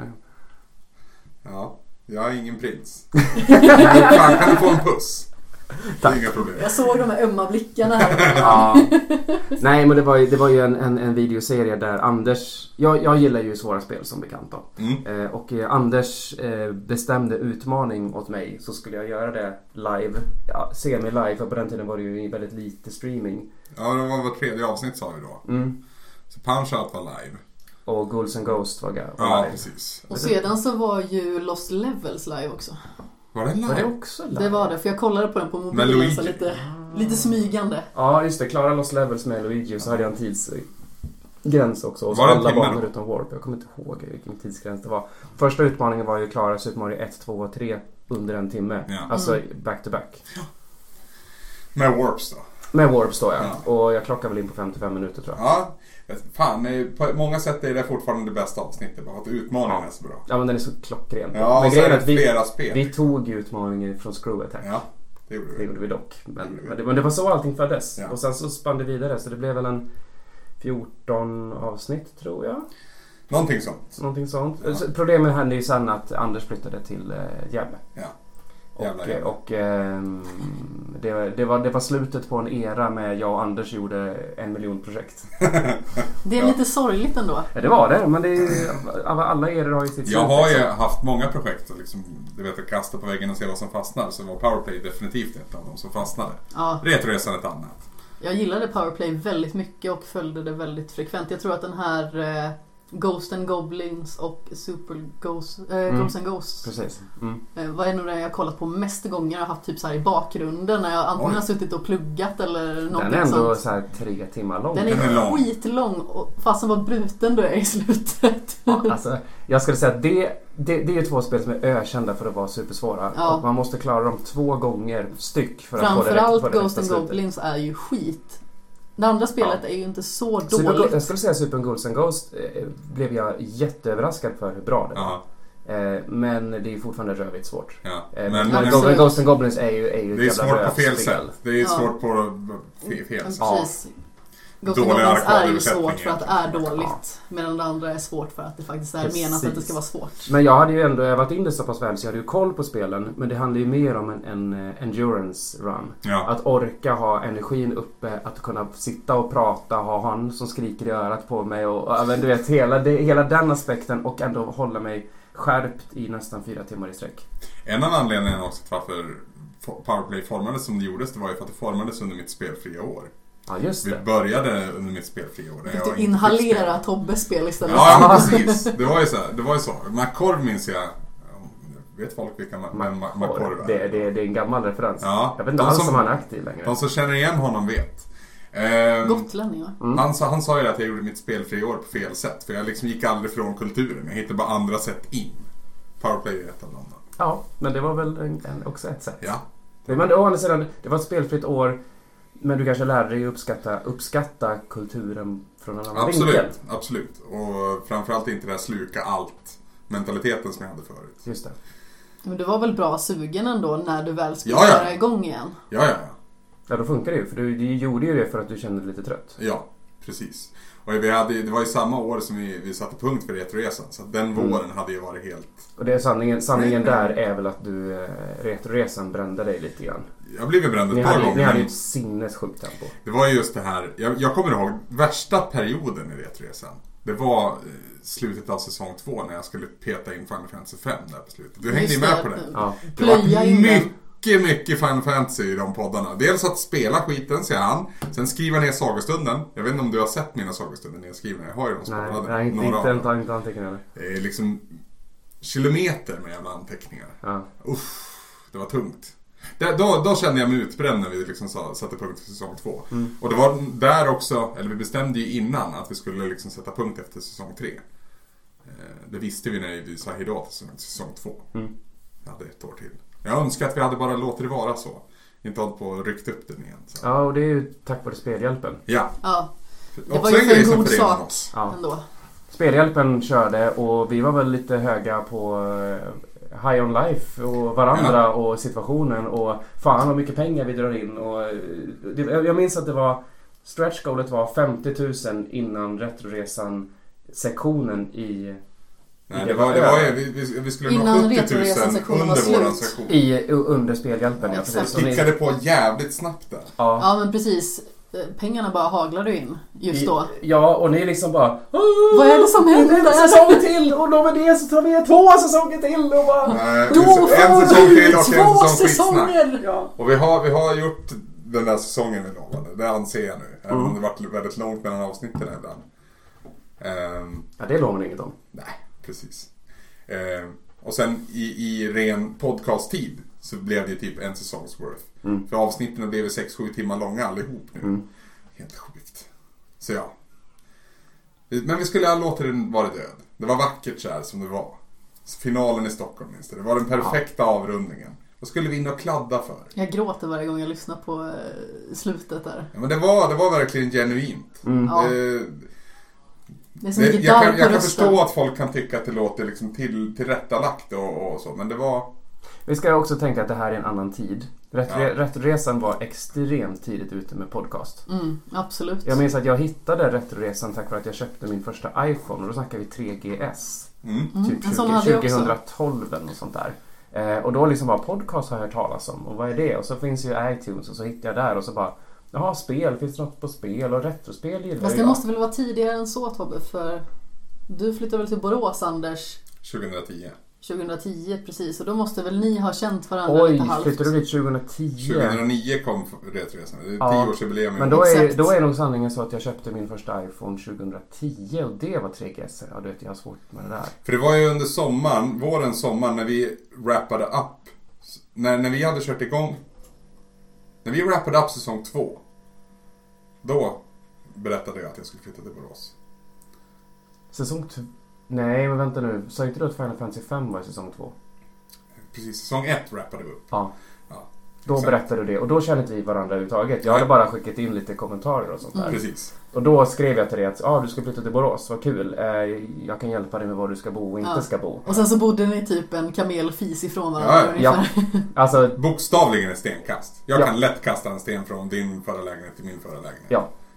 S2: Ja, jag är ingen prins. Fan, kan du få en puss?
S3: Tack.
S2: Inga problem.
S1: Jag såg de här ömma blickarna här.
S3: Ja. Nej, men det var ju en videoserie där Anders... Jag gillar ju svåra spel som bekant då. Och Anders bestämde utmaning åt mig. Så skulle jag göra det live. Ja, semi-live, för på den tiden var det ju väldigt lite streaming.
S2: Ja, det var 3:e avsnitt sa vi då. Så Punch-Out var live.
S3: Och Ghouls and Ghosts var live.
S2: Ja, precis.
S1: Och sedan så var ju Lost Levels live också.
S2: Var det live?
S3: Var det också live?
S1: Det var det, för jag kollade på den på mobilen så lite smygande.
S3: Ja, just det. Klara Lost Levels med Luigi, så hade jag en tidsgräns också. Och så
S2: var
S3: alla banor utom Warp. Jag kommer inte ihåg vilken tidsgräns det var. Första utmaningen var ju klara Super Mario 1, 2 och 3 under en timme. Ja. Alltså back to back.
S2: Med Warps då?
S3: Med Warps då, ja. Och jag klockade väl in på 55 minuter tror jag.
S2: Ja, fan, på många sätt är det fortfarande det bästa avsnittet. Bara att utmaningen är så bra.
S3: Ja, men den är så klockren.
S2: Ja, men grejen är att flera spel.
S3: Vi tog utmaningen från Screw Attack.
S2: Ja, det gjorde vi
S3: dock. Men det var så allting föddes. Ja. Och sen så spann det vidare. Så det blev väl en 14 avsnitt tror jag.
S2: Någonting sånt.
S3: Ja. Problemet hände ju sen att Anders flyttade till Gävle.
S2: Ja.
S3: Och det var slutet på en era med jag och Anders gjorde 1 miljon projekt.
S1: Det är lite sorgligt ändå.
S3: Ja, det var det, men det är, alla eror har ju sitt
S2: Jag har ju haft många projekt och liksom, du vet, att kasta på väggen och se vad som fastnar. Så var Powerplay definitivt ett av dem som fastnade. Ja. Retroresan ett annat.
S1: Jag gillade Powerplay väldigt mycket och följde det väldigt frekvent. Jag tror att den här Ghost and Goblins och Super Ghost, Ghosts and Ghosts.
S3: Precis.
S1: Vad är nog det jag har kollat på mest gånger. Jag har haft typ så här i bakgrunden när jag antingen har suttit och pluggat eller någonting sånt.
S3: Den är ändå så här 3 timmar lång.
S1: Den är skitlång och fast den var bruten då är i slutet.
S3: Ja, alltså, jag skulle säga att det är ju 2 spel som är ökända för att vara supersvåra. Ja. Och man måste klara dem 2 gånger styck för att få det rätt.
S1: Framförallt Ghost and Goblins är ju skit. Det andra spelet är ju inte så dåligt.
S3: Jag skulle säga Super Ghouls and Ghosts blev jag jätteöverraskad för hur bra det var. Men det är fortfarande rövigt svårt.
S2: Ja.
S3: Men Ghosts and Goblins är ju
S2: det är svårt på fel sätt. Det är svårt på fel sätt.
S1: Precis. Ghost and Goblins är ju svårt för att det är dåligt. Medan det andra är svårt för att det faktiskt är menat att det ska vara svårt.
S3: Men jag hade ju ändå övat in det så pass väl så jag hade ju koll på spelen. Men det handlar ju mer om en endurance run.
S2: Ja.
S3: Att orka ha energin uppe, att kunna sitta och prata, ha han som skriker i örat på mig. Och du vet, hela den aspekten och ändå hålla mig skärpt i nästan 4 timmar i sträck.
S2: En annan anledning också till varför Powerplay formades som det gjordes, det var ju för att det formades under mitt spelfria år.
S3: Ja, just det.
S2: Vi började under mitt spelfria år.
S1: Du inhalera Tobbes spel istället.
S2: Ja, precis. Det var ju så. McCorv minns jag. Vet folk vilka McCorv är?
S3: Det är en gammal referens.
S2: Ja,
S3: jag vet inte alls om han är aktiv längre.
S2: De som känner igen honom vet.
S1: Gotlänning, va?
S2: Han sa ju att jag gjorde mitt spelfria år på fel sätt. För jag liksom gick aldrig från kulturen. Jag hittade bara andra sätt in. Powerplay är ett av dem.
S3: Ja, men det var väl också ett sätt.
S2: Ja.
S3: Men å andra sidan, det var ett spelfritt år. Men du kanske lärde dig uppskatta kulturen från en annan vinkel.
S2: Absolut. Och framförallt inte det här sluka allt mentaliteten som jag hade förut.
S3: Just det.
S1: Men du var väl bra sugen ändå när du väl skulle köra igång igen?
S2: Ja.
S3: Ja, då funkar det ju. För du gjorde ju det för att du kände dig lite trött.
S2: Ja, precis. Och det var ju samma år som vi satte punkt för Retroresan. Så den våren hade ju varit helt...
S3: Och det är sanningen där är väl att du Retroresan brände dig lite grann.
S2: Jag blev bränd ett par gånger.
S3: Ni hade ju ett sinnessjukt tempo.
S2: Det var ju just det här... Jag kommer ihåg värsta perioden i Retroresan. Det var slutet av säsong 2 när jag skulle peta in Final Fantasy 5 där på slutet. Du hängde ju med på det.
S3: Ja.
S2: Det var mycket Final Fantasy i de poddarna. Dels att spela skiten, säger han. Sen skriva ner sagostunden. Jag vet inte om du har sett mina sagostunder när jag skriver. Jag har ju de sparade.
S3: Nej, inte anteckningar.
S2: Det är liksom kilometer med jävla anteckningar.
S3: Ja.
S2: Uff, det var tungt. Då kände jag mig utbränd när vi liksom satte punkt för säsong 2. Och det var där också, eller vi bestämde ju innan att vi skulle liksom sätta punkt efter säsong 3. Det visste vi när vi sa hejdå till säsong 2. Vi hade ett år till. Jag önskar att vi hade bara låtit det vara så. Inte hållit på och ryckt upp den igen. Så.
S3: Ja, och det är ju tack vare Spelhjälpen.
S2: Ja.
S1: Det var ju för en god sak ändå.
S3: Spelhjälpen körde och vi var väl lite höga på high on life och varandra och situationen och fan vad mycket pengar vi drar in. Och jag minns att det var stretchgoalet var 50 000 innan Retroresan sektionen i...
S2: Nej, det var ju, vi skulle nå 70 000 under våran sektion.
S3: Under Spelhjälpen, ja, precis.
S2: Det tickade på jävligt snabbt där.
S1: Ja, men precis. Pengarna bara haglade in just då.
S3: Ja, och ni liksom bara...
S1: Vad är det som händer?
S3: En säsong till och då med det så tar vi 2 säsonger till och bara...
S2: Nej,
S1: då
S2: en säsong till och en
S1: 2
S2: säsong
S1: säsonger!
S3: Ja.
S2: Och vi har gjort den där säsongen vi lovade. Det anser jag nu. Även om det varit väldigt långt mellan avsnitten ibland.
S3: Ja, det lovar man inget om.
S2: Nej, precis. Och sen i ren podcast-tid så blev det ju typ en säsongs worth. För avsnitten blev 6-7 timmar långa allihop nu. Helt sjukt. Så ja. Men vi skulle ha låtit den vara död. Det var vackert så här som det var. Finalen i Stockholm minst det. Det var den perfekta avrundningen. Vad skulle vi in och kladda för?
S1: Jag gråter varje gång jag lyssnar på slutet där.
S2: Ja, men det var verkligen genuint.
S1: Det är som
S2: jag kan förstå att folk kan tycka att det låter liksom tillrättalagt och så, men det var...
S3: Vi ska också tänka att det här är en annan tid. Retroresan var extremt tidigt ute med podcast.
S1: Absolut.
S3: Jag minns att jag hittade Retroresan tack vare att jag köpte min första iPhone och då snackade vi 3GS. Typ 2012 eller något sånt där. Och då liksom bara podcast har jag hört talas om. Och vad är det? Och så finns ju iTunes och så hittar jag där och så bara... Jaha, spel. Finns det något på spel? Och retrospel gillar jag.
S1: Fast det måste väl vara tidigare än så, Tobbe? För du flyttade väl till Borås, Anders? 2010, precis. Och då måste väl ni ha känt varandra lite halvt.
S3: Flyttade du dit 2010?
S2: 2009 kom Retroresan. Det är 10-årsjubileum.
S3: Men då är nog sanningen så att jag köpte min första iPhone 2010 och det var 3GS. Ja, du vet, jag har svårt med det där.
S2: För det var ju under sommaren, när vi wrappade upp. När vi hade kört igång. När vi wrappade upp säsong 2. Då berättade jag att jag skulle flytta till Borås.
S3: Säsong 2? Nej, men vänta nu. Sa inte du att Final Fantasy 5 var i säsong 2?
S2: Precis, säsong 1 wrappade vi upp.
S3: Ja. Då berättade du det. Och då kände vi varandra överhuvudtaget. Jag hade bara skickat in lite kommentarer och sånt där.
S2: Precis.
S3: Och då skrev jag till dig att du ska flytta till Borås. Vad kul. Jag kan hjälpa dig med var du ska bo och inte ska bo.
S1: Och sen så bodde ni typ en kamelfis ifrån varandra.
S3: Ja. Alltså,
S2: bokstavligen en stenkast. Jag kan lätt kasta en sten från din förra lägenhet till min förra lägenhet.
S3: Ja.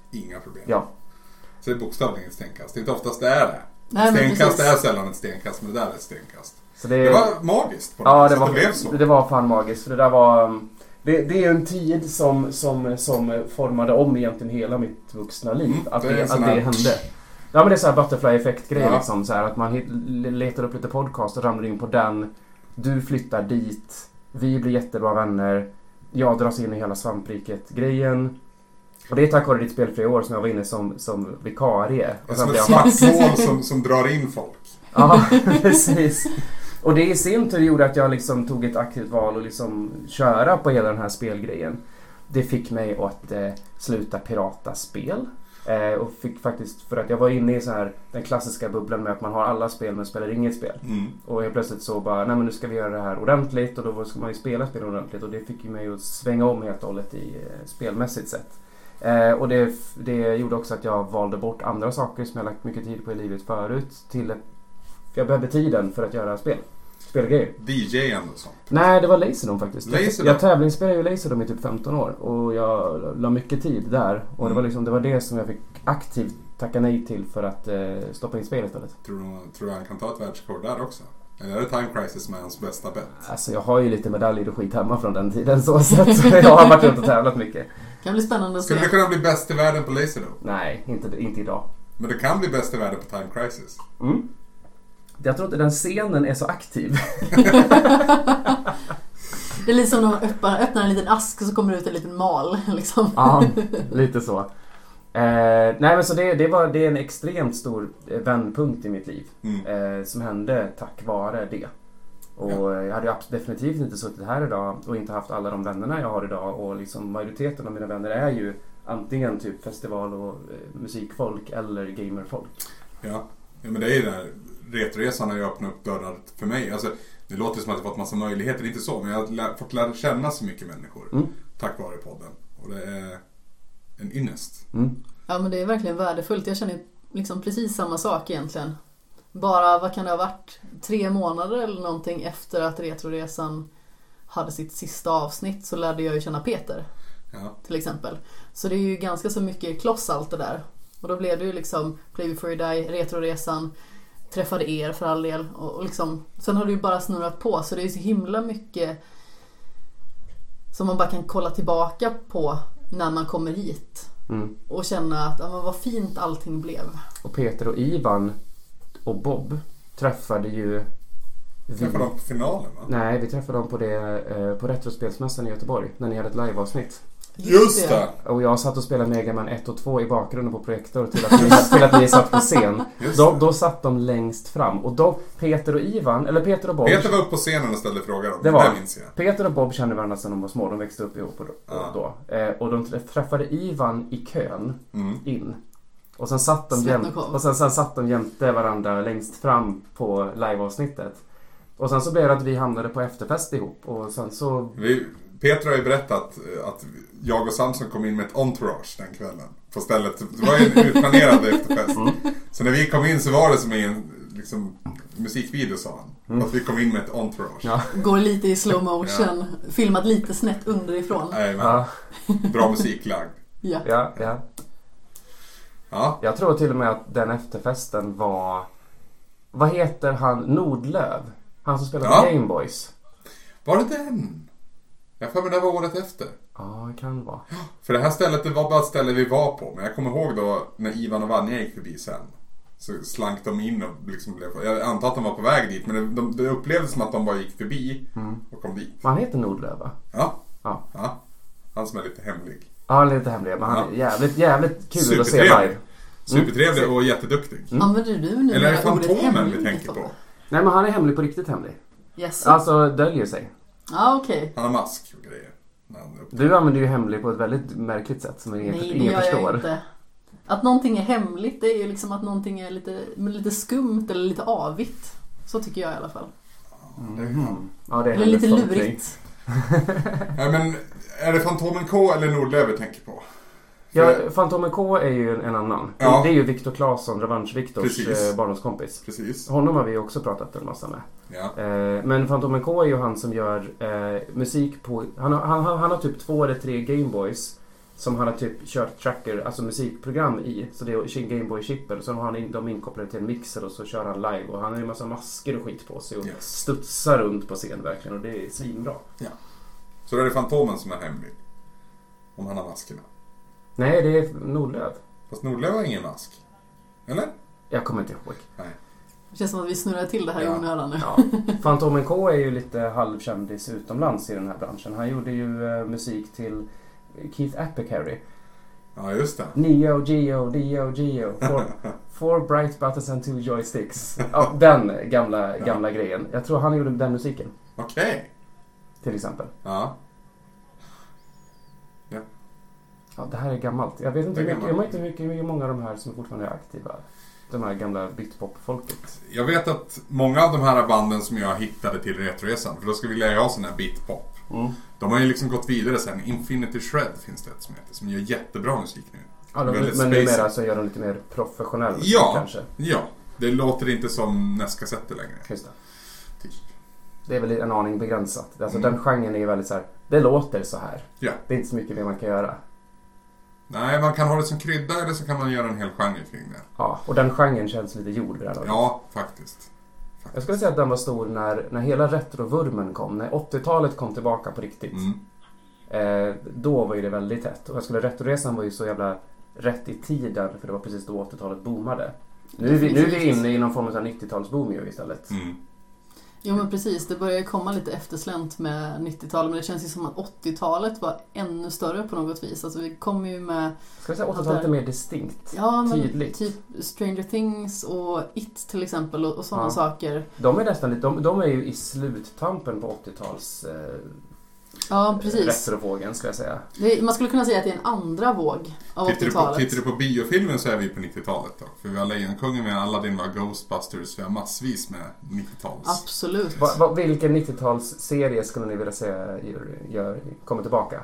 S2: inga problem.
S3: Ja.
S2: Så det är bokstavligen ett stenkast. Det är inte oftast det är det.
S1: Nej,
S2: Stenkast är sällan ett stenkast, men det där är ett stenkast.
S3: Så
S2: det var magiskt på
S3: ja,
S2: det blev så.
S3: Det var fan magiskt. För det där var... Det är en tid som formade om egentligen hela mitt vuxna liv. Att det hände. Ja, men det är så här butterfly-effekt-grejer liksom. Så här, att man letar upp lite podcast och ramlar in på den. Du flyttar dit. Vi blir jättebra vänner. Jag dras in i hela svampriket-grejen. Och det är tack vare ditt spelfria år som jag var inne som vikarie.
S2: Och som ett svarthål som drar in folk.
S3: Ja, precis. Och det i sin tur gjorde att jag liksom tog ett aktivt val och liksom köra på hela den här spelgrejen. Det fick mig att sluta pirata spel. Och fick faktiskt, för att jag var inne i så här den klassiska bubblan med att man har alla spel men spelar inget spel. Och helt plötsligt så bara, nej men nu ska vi göra det här ordentligt, och då ska man ju spela spel ordentligt, och det fick ju mig att svänga om helt och hållet i spelmässigt sätt. Och det gjorde också att jag valde bort andra saker som jag lagt mycket tid på i livet förut till jag behövde tiden för att göra spelgrejer.
S2: DJ och sånt?
S3: Nej, det var Laserdome faktiskt.
S2: Laserdome.
S3: Jag tävlingsspelade ju Laserdome i typ 15 år och jag la mycket tid där. Och det var det som jag fick aktivt tacka nej till för att stoppa in spel istället.
S2: Tror du han kan ta ett världsrekord där också? Eller är det Time Crisis som är hans bästa bet?
S3: Alltså jag har ju lite medaljer och skit hemma från den tiden så jag har varit runt och tävlat mycket.
S1: Kan bli spännande att se.
S2: Skulle du kunna bli bäst i världen på Laserdome?
S3: Nej, inte idag.
S2: Men det kan bli bäst i världen på Time Crisis.
S3: Jag tror inte den scenen är så aktiv.
S1: Det är lite som när man öppnar en liten ask och så kommer det ut en liten mal. Liksom.
S3: Ja, lite så. Nej, men så det är en extremt stor vändpunkt i mitt liv. Som hände tack vare det. Och jag hade definitivt inte suttit här idag och inte haft alla de vännerna jag har idag. Och liksom majoriteten av mina vänner är ju antingen typ festival- och musikfolk eller gamerfolk.
S2: Ja, men det är ju det här. Retroresan har ju öppnat upp dörrar för mig. Alltså, det låter som att jag fått massa möjligheter, inte så. Men jag har fått lära känna så mycket människor tack vare podden. Och det är en ynnest.
S1: Ja, men det är verkligen värdefullt. Jag känner liksom precis samma sak egentligen. Bara, vad kan det ha varit? 3 månader eller någonting efter att Retroresan hade sitt sista avsnitt så lärde jag ju känna Peter.
S2: Ja.
S1: Till exempel. Så det är ju ganska så mycket kloss allt det där. Och då blev det ju liksom Play Before You Die, Retroresan, träffade er för all del. Och liksom, sen har det ju bara snurrat på. Så det är ju så himla mycket som man bara kan kolla tillbaka på när man kommer hit. Och känna att men vad fint allting blev.
S3: Och Peter och Ivan och Bob träffade ju...
S2: Träffade de på finalen, va?
S3: Nej, vi träffade dem på Retrospelsmässan i Göteborg när ni hade ett liveavsnitt.
S2: Just det!
S3: Och jag satt och spelade Mega Man 1 och 2 i bakgrunden på projektor till att ni satt på scen. Då satt de längst fram. Och då Peter och Ivan, eller Peter och Bob...
S2: Peter var uppe på scenen och ställde frågor om
S3: det. Var,
S2: minns jag.
S3: Peter och Bob kände varandra sedan de var små. De växte upp ihop då. Och de träffade Ivan i kön in. Och sen satt de jämte varandra längst fram på liveavsnittet. Och sen så blev det att vi hamnade på efterfest ihop. Och sen så...
S2: Peter har ju berättat att jag och Samson kom in med ett entourage den kvällen på stället. Det var ju en utplanerad efterfest. Så när vi kom in så var det som i en liksom, musikvideo, sa han. Att vi kom in med ett entourage.
S3: Ja.
S1: Går lite i slow motion. Filmat lite snett underifrån.
S2: Nej, men bra musiklagd.
S3: Ja. Jag tror till och med att den efterfesten var... Vad heter han? Nordlöv. Han som spelade Game Boys.
S2: Var det den? Jag får mig det var året efter.
S3: Ja, det kan vara.
S2: För det här stället, det var bara ett ställe vi var på. Men jag kommer ihåg då när Ivan och Vanja gick förbi sen. Så slank de in och liksom blev... Jag antar att de var på väg dit. Men det upplevdes som att de bara gick förbi och kom dit.
S3: Han heter Nordlöv, va?
S2: Ja. Han som är lite hemlig.
S3: Ja, han är lite hemlig. Men han är jävligt kul att se live.
S2: Supertrevlig och jätteduktig.
S1: Använder du nu?
S2: Eller är det Fantomen vi tänker på?
S3: Nej, men han är hemlig på riktigt hemlig.
S1: Yes.
S3: Alltså döljer sig.
S1: Okej.
S2: Han har mask och grejer.
S3: Du använder ju hemlig på ett väldigt märkligt sätt som ingen förstår. Jag inte.
S1: Att någonting är hemligt, det är ju liksom att någonting är lite skumt eller lite avigt. Så tycker jag i alla fall.
S3: Ja, det är
S1: eller lite lurigt.
S2: Ja, men är det Fantomen K eller Nordlöv tänker på?
S3: Ja, Fantomen K är ju en annan. Ja. Det är ju Viktor Claesson, Revansch Viktors barndomskompis.
S2: Precis.
S3: Honom har vi också pratat en massa med.
S2: Ja.
S3: Men Fantomen K är ju han som gör musik på... Han har typ 2 eller 3 Gameboys som han har typ kört tracker, alltså musikprogram i. Så det är Game Boy chipper och så har han de inkopplade till en mixer och så kör han live. Och han har ju en massa masker och skit på sig och studsar runt på scen verkligen. Och det är svinbra.
S2: Ja. Så då är det Fantomen som är hemlig? Om han har maskerna?
S3: Nej, det är Nordlöf.
S2: Fast Nordlöf har ingen mask. Eller?
S3: Jag kommer inte ihåg.
S2: Nej.
S1: Det känns som att vi snurrar till det här i onödan nu.
S3: Ja. Fantomen K är ju lite halvkändis utomlands i den här branschen. Han gjorde ju musik till Keith Apicary.
S2: Ja, just det.
S3: Neo Geo. Four bright buttons and 2 joysticks. Ja, den gamla grejen. Jag tror han gjorde den musiken.
S2: Okej.
S3: Till exempel.
S2: Ja.
S3: Ja, det här är gammalt. Jag vet inte hur många av de här som fortfarande är aktiva. De här gamla beatpop-folket.
S2: Jag vet att många av de här banden som jag hittade till Retroresan, för då ska vi lära oss sån här beatpop. De har ju liksom gått vidare sen. Infinity Shred finns det ett som heter, som gör jättebra musik nu.
S3: Ja, men numera så gör de lite mer professionell musik kanske. Ja,
S2: det låter inte som nästkassetter längre.
S3: Just det. Typ. Det är väl en aning begränsat. Alltså den genren är ju väldigt så här, det låter så här.
S2: Ja.
S3: Det är inte så mycket det man kan göra.
S2: Nej, man kan ha det som krydda eller så kan man göra en hel genre kring det.
S3: Ja, och den genren känns lite gjord vid det här laget.
S2: Ja, faktiskt.
S3: Jag skulle säga att den var stor när hela retrovurmen kom. När 80-talet kom tillbaka på riktigt. Då var ju det väldigt tätt. Och jag skulle Retroresan var ju så jävla rätt i tiden. För det var precis då 80-talet boomade. Nu är vi inne i någon form av 90-talsboom ju istället.
S1: Jo men precis, det börjar komma lite efterslänt med 90-talet, men det känns ju som att 80-talet var ännu större på något vis. Alltså vi kommer ju med...
S3: Ska jag säga 80-talet är mer distinkt?
S1: Ja, men
S3: tydligt.
S1: Typ Stranger Things och It till exempel och sådana saker.
S3: De är nästan lite, de är ju i sluttampen på 80-tals...
S1: Ja, precis.
S3: Retrovågen ska jag säga.
S1: Man skulle kunna säga att det är en andra våg av 80-talet.
S2: Tittar du på biofilmen så är vi på 90-talet då. För vi har Lejonkungen med Aladdin, vi har Ghostbusters, vi har massvis med 90-tals.
S1: Absolut.
S3: Vilken 90-talsserie skulle ni vilja säga kommer tillbaka?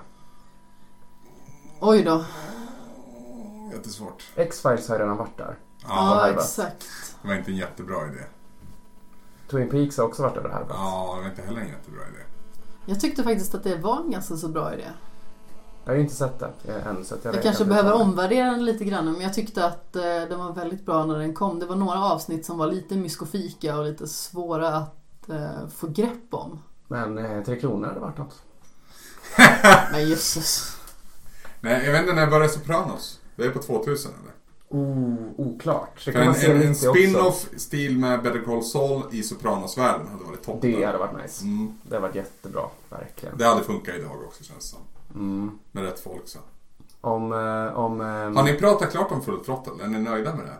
S1: Oj då.
S2: Jättesvårt.
S3: X-Files har redan varit där.
S1: Ja, exakt.
S2: Det var inte en jättebra idé.
S3: Twin Peaks har också varit över här.
S2: Ja, det var inte heller en jättebra idé.
S1: Jag tyckte faktiskt att det var en ganska så bra idé.
S3: Jag har ju inte sett det än. Så
S1: jag kanske behöver omvärdera den lite grann. Men jag tyckte att den var väldigt bra när den kom. Det var några avsnitt som var lite myskofika och lite svåra att få grepp om.
S3: Men 3 kronor hade varit något.
S1: Men Jesus.
S2: Nej, jag vet inte när började Sopranos. Det är på 2000 eller?
S3: Oklart.
S2: Så kan man se en spin-off-stil med Better Call Saul i Sopranos-världen hade varit toppen.
S3: Det hade varit nice. Det hade varit jättebra, verkligen.
S2: Det hade funkat idag också, känns det som. Med rätt folk så.
S3: Har
S2: ni pratat klart om Full Throttle? Är ni nöjda med det?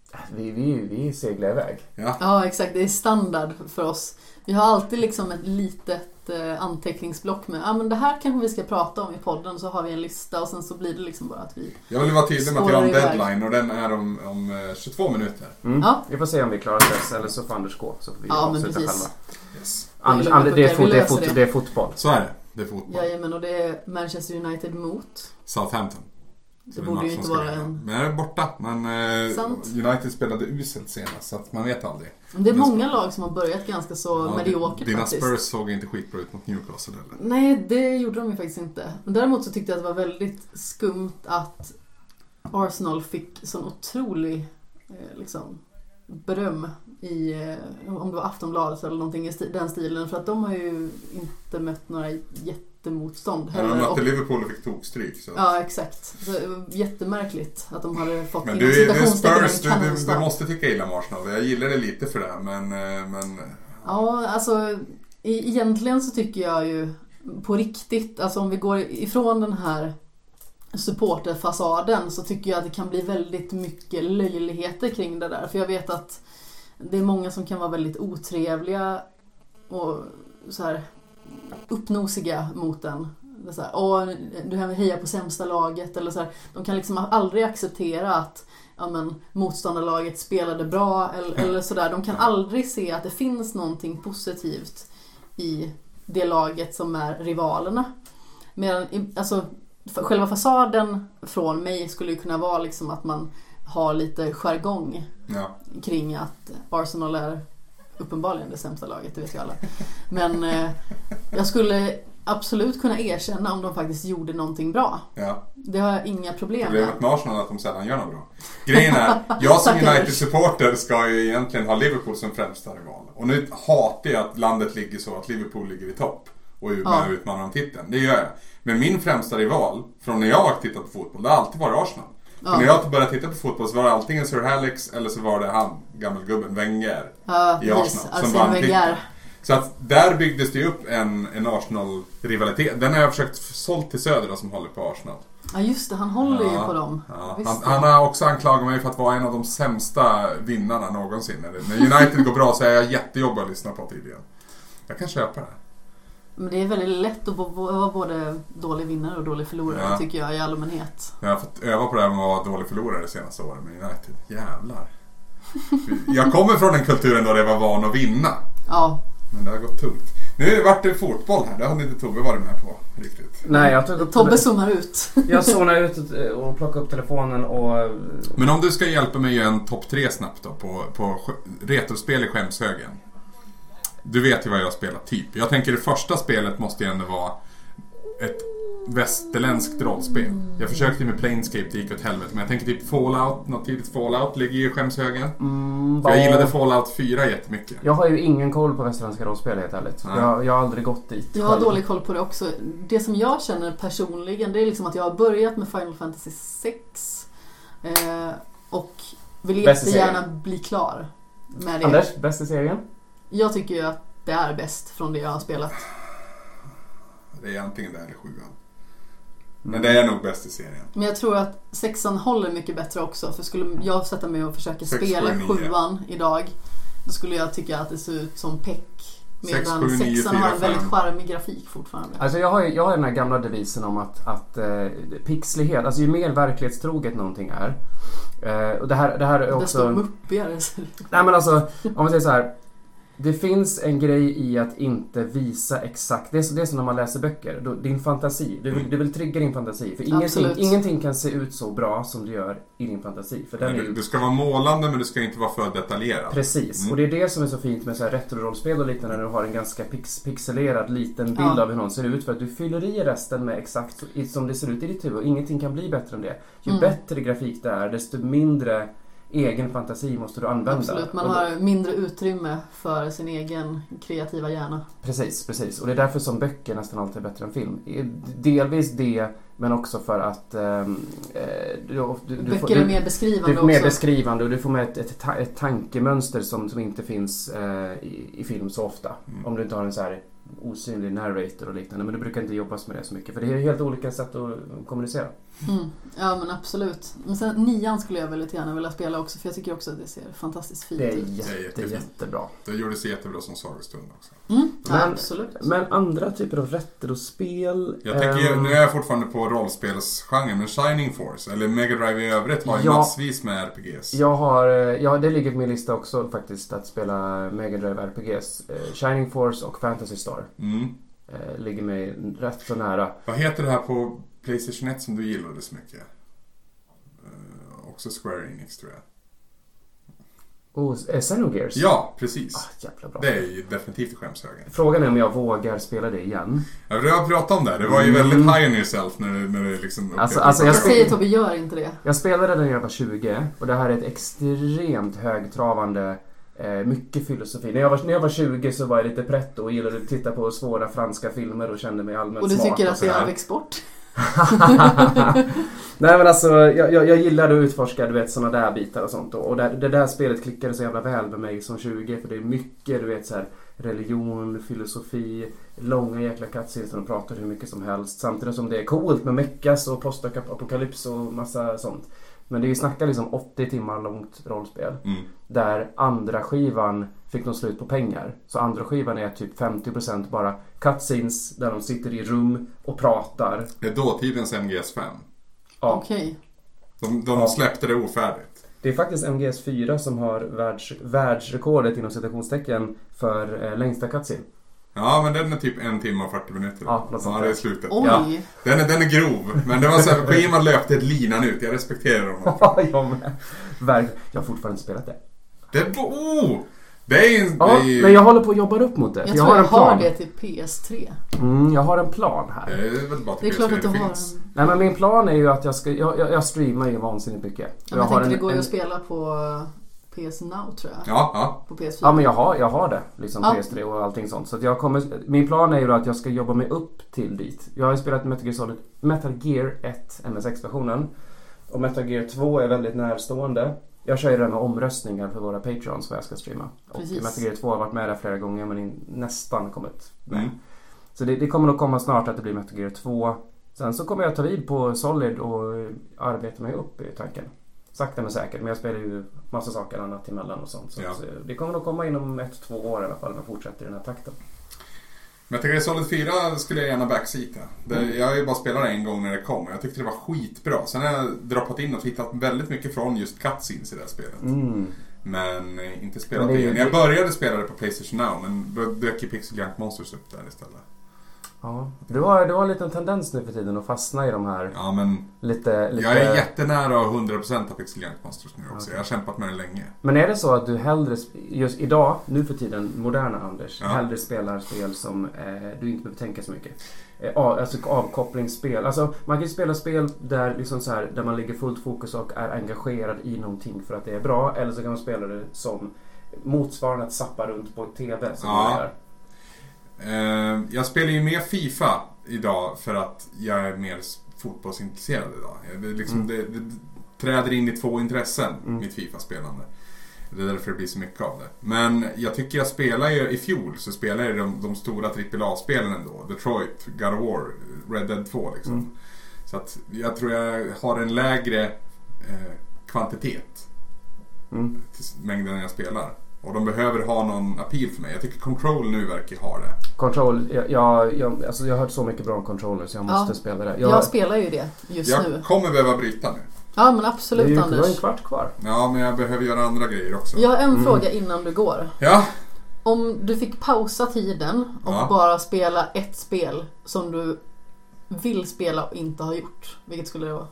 S3: Vi seglar iväg.
S1: Ja, exakt. Det är standard för oss. Vi har alltid liksom ett litet anteckningsblock med men det här kanske vi ska prata om i podden, så har vi en lista och sen så blir det liksom bara att vi...
S2: Jag vill vara tydlig med att vi har en deadline och den är om 22 minuter.
S3: Ja. Vi får se om vi klarar det eller så får Anders gå, så får vi avsluta själva.
S2: Yes.
S3: Det är fotboll.
S2: Så är det. Det är fotboll.
S1: Jajamän, och det är Manchester United mot
S2: Southampton.
S1: Det borde ju inte vara en...
S2: Men jag är borta. Men United spelade uselt senast, så att man vet aldrig.
S1: Det är många lag som har börjat ganska så mediokert
S2: dina
S1: faktiskt.
S2: Spurs såg inte skitbra ut mot Newcastle eller?
S1: Nej, det gjorde de ju faktiskt inte. Men däremot så tyckte jag att det var väldigt skumt att Arsenal fick sån otrolig liksom beröm i, om det var Aftonbladet eller någonting i den stilen, för att de har ju inte mött några jättemotstånd heller.
S2: Ja, de mötte Liverpool och fick tokstryk. Så.
S1: Ja, exakt. Så det var jättemärkligt att de hade fått
S2: men du måste tycka illa om Arsenal. Jag gillar det lite för det, men...
S1: Ja, alltså egentligen så tycker jag ju på riktigt, alltså om vi går ifrån den här supporterfasaden, så tycker jag att det kan bli väldigt mycket löjligheter kring det där. För jag vet att det är många som kan vara väldigt otrevliga och så här uppnosiga mot den. Så här, du hejar på sämsta laget eller så här. De kan liksom aldrig acceptera att motståndarlaget spelade bra eller sådär. De kan aldrig se att det finns någonting positivt i det laget som är rivalerna. Medan, alltså, själva fasaden från mig skulle ju kunna vara liksom att man har lite jargong kring att Arsenal är uppenbarligen det sämsta laget, det vet ju alla. Men jag skulle absolut kunna erkänna om de faktiskt gjorde någonting bra.
S2: Ja.
S1: Det har jag inga problem med.
S2: Problemet med Arsenal är att de sällan gör något bra. Grejen är, jag som United-supporter ska ju egentligen ha Liverpool som främsta rival. Och nu hatar jag att landet ligger så att Liverpool ligger i topp och utmanar om titeln. Det gör jag. Men min främsta rival, från när jag har tittat på fotboll, det har alltid varit Arsenal. För när jag började titta på fotboll så var det antingen Sir Alex eller så var det han, gammelgubben Wenger i Arsenal. Som vann titeln. Så att där byggdes det upp en Arsenal-rivalitet. Den har jag försökt sålt till Söder som håller på Arsenal.
S1: Ja just det, han håller ju på dem.
S2: Ja. Han har också anklagat mig för att vara en av de sämsta vinnarna någonsin. När United går bra så är jag jättejobbig att lyssna på tydligen. Jag kan köpa det.
S1: Men det är väldigt lätt att vara både dålig vinnare och dålig förlorare tycker jag i allmänhet. Jag
S2: har fått öva på det här med att vara dålig förlorare de senaste åren med United. Jävlar. Jag kommer från en kulturen då det var van att vinna.
S1: Ja.
S2: Men det har gått tungt. Nu vart det fotboll här. Det har inte Tobbe varit med på riktigt.
S3: Nej, jag tog upp
S1: Tobbe zoomar ut.
S3: Jag zonar ut och plockar upp telefonen och...
S2: Men om du ska hjälpa mig en topp 3 snabbt då på retrospel i skämshögen. Du vet ju vad jag spelar typ. Jag tänker det första spelet måste ju ändå vara ett västerländskt rollspel. Jag försökte med Planescape, det gick åt helvete. Men jag tänker typ Fallout, något tidigt Fallout ligger ju i skämshögen. Jag gillade Fallout 4 jättemycket.
S3: Jag har ju ingen koll på västerländska rollspel helt ärligt. Jag har aldrig gått dit.
S1: Jag har dålig koll på det också. Det som jag känner personligen, det är liksom att jag har börjat med Final Fantasy 6 och vill jättegärna bli klar med det.
S3: Anders, bästa serien?
S1: Jag tycker ju att det är bäst från det jag har spelat.
S2: Det är antingen det eller 7. Men det är nog bäst i serien.
S1: Men jag tror att 6:an håller mycket bättre också. För skulle jag sätta mig och försöka spela 7:an idag, då skulle jag tycka att det ser ut som peck. Medan 6:an har en väldigt charmig grafik fortfarande.
S3: Alltså jag har den här gamla devisen om att pixlighet, alltså ju mer verklighetstroget någonting är. Och det här är också...
S1: Desto muppigare.
S3: Nej men alltså, om man säger så här. Det finns en grej i att inte visa exakt. Det är som när man läser böcker. Din fantasi. Du vill trigga din fantasi. För ingenting kan se ut så bra som du gör i din fantasi. För
S2: du ska vara målande men du ska inte vara för detaljerad.
S3: Precis. Och det är det som är så fint med så här retro-rollspel och liknande. När du har en ganska pixelerad liten bild av hur någon ser ut. För att du fyller i resten med exakt som det ser ut i ditt huvud. Ingenting kan bli bättre än det. Ju bättre grafik det är, desto mindre egen fantasi måste du använda.
S1: Absolut, man har mindre utrymme för sin egen kreativa hjärna.
S3: Precis. Och det är därför som böcker nästan alltid är bättre än film. Delvis det, men också för att
S1: böcker är mer beskrivande också.
S3: Mer beskrivande och du får med ett tankemönster som inte finns i film så ofta. Om du inte har en så här osynlig narrator och liknande. Men du brukar inte jobbas med det så mycket. För det är helt olika sätt att kommunicera.
S1: Ja men absolut. Men sen 9:an skulle jag väldigt gärna vilja spela också. För jag tycker också att det ser fantastiskt fint ut.
S3: Det är jättebra.
S2: Det gjorde sig jättebra som sagostund också.
S1: Absolut.
S3: Men andra typer av retrospel...
S2: Jag tänker, nu är jag fortfarande på rollspelsgenren. Men Shining Force eller Mega Drive i övrigt har ju massvis med RPGs.
S3: Det ligger på min lista också faktiskt att spela Mega Drive RPGs. Shining Force och Phantasy Star. Ligger mig rätt så nära.
S2: Vad heter det här på PlayStation 1 som du gillade så mycket? Också Square Enix tror jag.
S3: Xenogears?
S2: Ja, precis.
S3: Jävla bra.
S2: Det är ju definitivt i skämshögen.
S3: Frågan är om jag vågar spela det igen.
S2: Ja, vi har pratat om det. Det var ju väldigt high on yourself när det liksom...
S1: Jag säger Tobbe, gör inte det.
S3: Jag spelade när jag var 20 och det här är ett extremt högtravande mycket filosofi. När jag var 20 så var jag lite pretto och gillade att titta på svåra franska filmer och kände mig allmänt smart.
S1: Och du tycker att det är export?
S3: Nej men alltså jag gillade att utforska, du vet, såna där bitar och sånt och det där spelet klickade så jävla väl med mig som 20 för det är mycket, du vet, så här religion, filosofi, långa jäkla cutscenes där de pratar hur mycket som helst samtidigt som det är coolt med mechas och postapokalyps och massa sånt. Men det är ju snacka liksom 80 timmar långt rollspel där andra skivan fick de slut på pengar. Så andra skivan är typ 50% bara cutscenes där de sitter i rum och pratar.
S2: Det är dåtidens MGS5.
S1: Ja. Okej.
S2: De släppte det ofärdigt.
S3: Det är faktiskt MGS4 som har världsrekordet inom citationstecken för längsta cutscene.
S2: Ja, men den är typ 1 timme och 40 minuter.
S3: Ja,
S2: det är slutet.
S1: Oj.
S2: Ja. Den är grov. Men det var så här, Kojima löpte ett linan ut. Jag respekterar dem.
S3: Jag med. Jag har fortfarande inte spelat det. Men jag håller på att jobba upp mot det.
S1: Jag tror jag har det till PS3.
S3: Jag har en plan här.
S2: Det är
S1: klart att du har en...
S3: Nej, men min plan är ju att jag streamar ju vansinnigt mycket.
S1: Ja, jag tänkte det går ju att spela på PS Now, tror jag.
S2: Ja.
S1: På PS4.
S3: Ja, men jag har det. Liksom PS3 och allting sånt. Så att min plan är ju att jag ska jobba mig upp till dit. Jag har ju spelat Metal Gear 1 MSX-versionen. Och Metal Gear 2 är väldigt närstående. Jag kör ju det med omröstningar för våra Patreons vad jag ska streama.
S1: Precis.
S3: Och Metal Gear 2 har varit med där flera gånger men nästan kommit med. Så det kommer nog komma snart att det blir Metal Gear 2. Sen så kommer jag ta vid på Solid och arbeta mig upp i tanken. Sakta men säkert. Men jag spelar ju massa saker annat emellan och sånt. Så det kommer nog komma inom 1-2 år i alla fall om jag fortsätter i den här takten.
S2: Metal Gear Solid 4 skulle jag gärna backseata. Jag har ju bara spelat det en gång när det kom. Jag tyckte det var skitbra. Sen har jag droppat in och hittat väldigt mycket från just cutscenes i det här spelet. Men inte spelat det igen. Jag började spela det på PlayStation Now, men då dök ju Pixel Junk Monsters upp där istället.
S3: Ja, du har en liten tendens nu för tiden att fastna i de här.
S2: Ja, men
S3: lite...
S2: jag är jättenära 100% av Pixel Junk Monsters nu också. Jag har kämpat med det länge.
S3: Men är det så att du hellre, just idag, nu för tiden, moderna Anders, hellre spelar spel som du inte behöver tänka så mycket? Alltså avkopplingsspel. Alltså man kan spela spel där, liksom så här, där man lägger fullt fokus och är engagerad i någonting för att det är bra. Eller så kan man spela det som motsvarande att zappa runt på TV som man gör.
S2: Jag spelar ju mer FIFA idag för att jag är mer fotbollsintresserad idag. Det träder in i 2 intressen, mitt FIFA-spelande. Det är därför det blir så mycket av det. Men jag tycker jag spelar ju i fjol så spelar jag de stora AAA-spelen ändå. Detroit, God of War, Red Dead 2 liksom. Så att jag tror jag har en lägre kvantitet till mängden jag spelar. Och de behöver ha någon appeal för mig. Jag tycker Control nu verkar ha det.
S3: Control, jag har hört så mycket bra om Controller så jag måste spela det.
S1: Jag spelar ju det just nu.
S2: Jag kommer behöva bryta nu.
S1: Ja, men absolut, Anders.
S3: Det är en kvart kvar.
S2: Ja, men jag behöver göra andra grejer också.
S1: Jag har en fråga innan du går.
S2: Ja.
S1: Om du fick pausa tiden och bara spela ett spel som du vill spela och inte har gjort, vilket skulle det vara?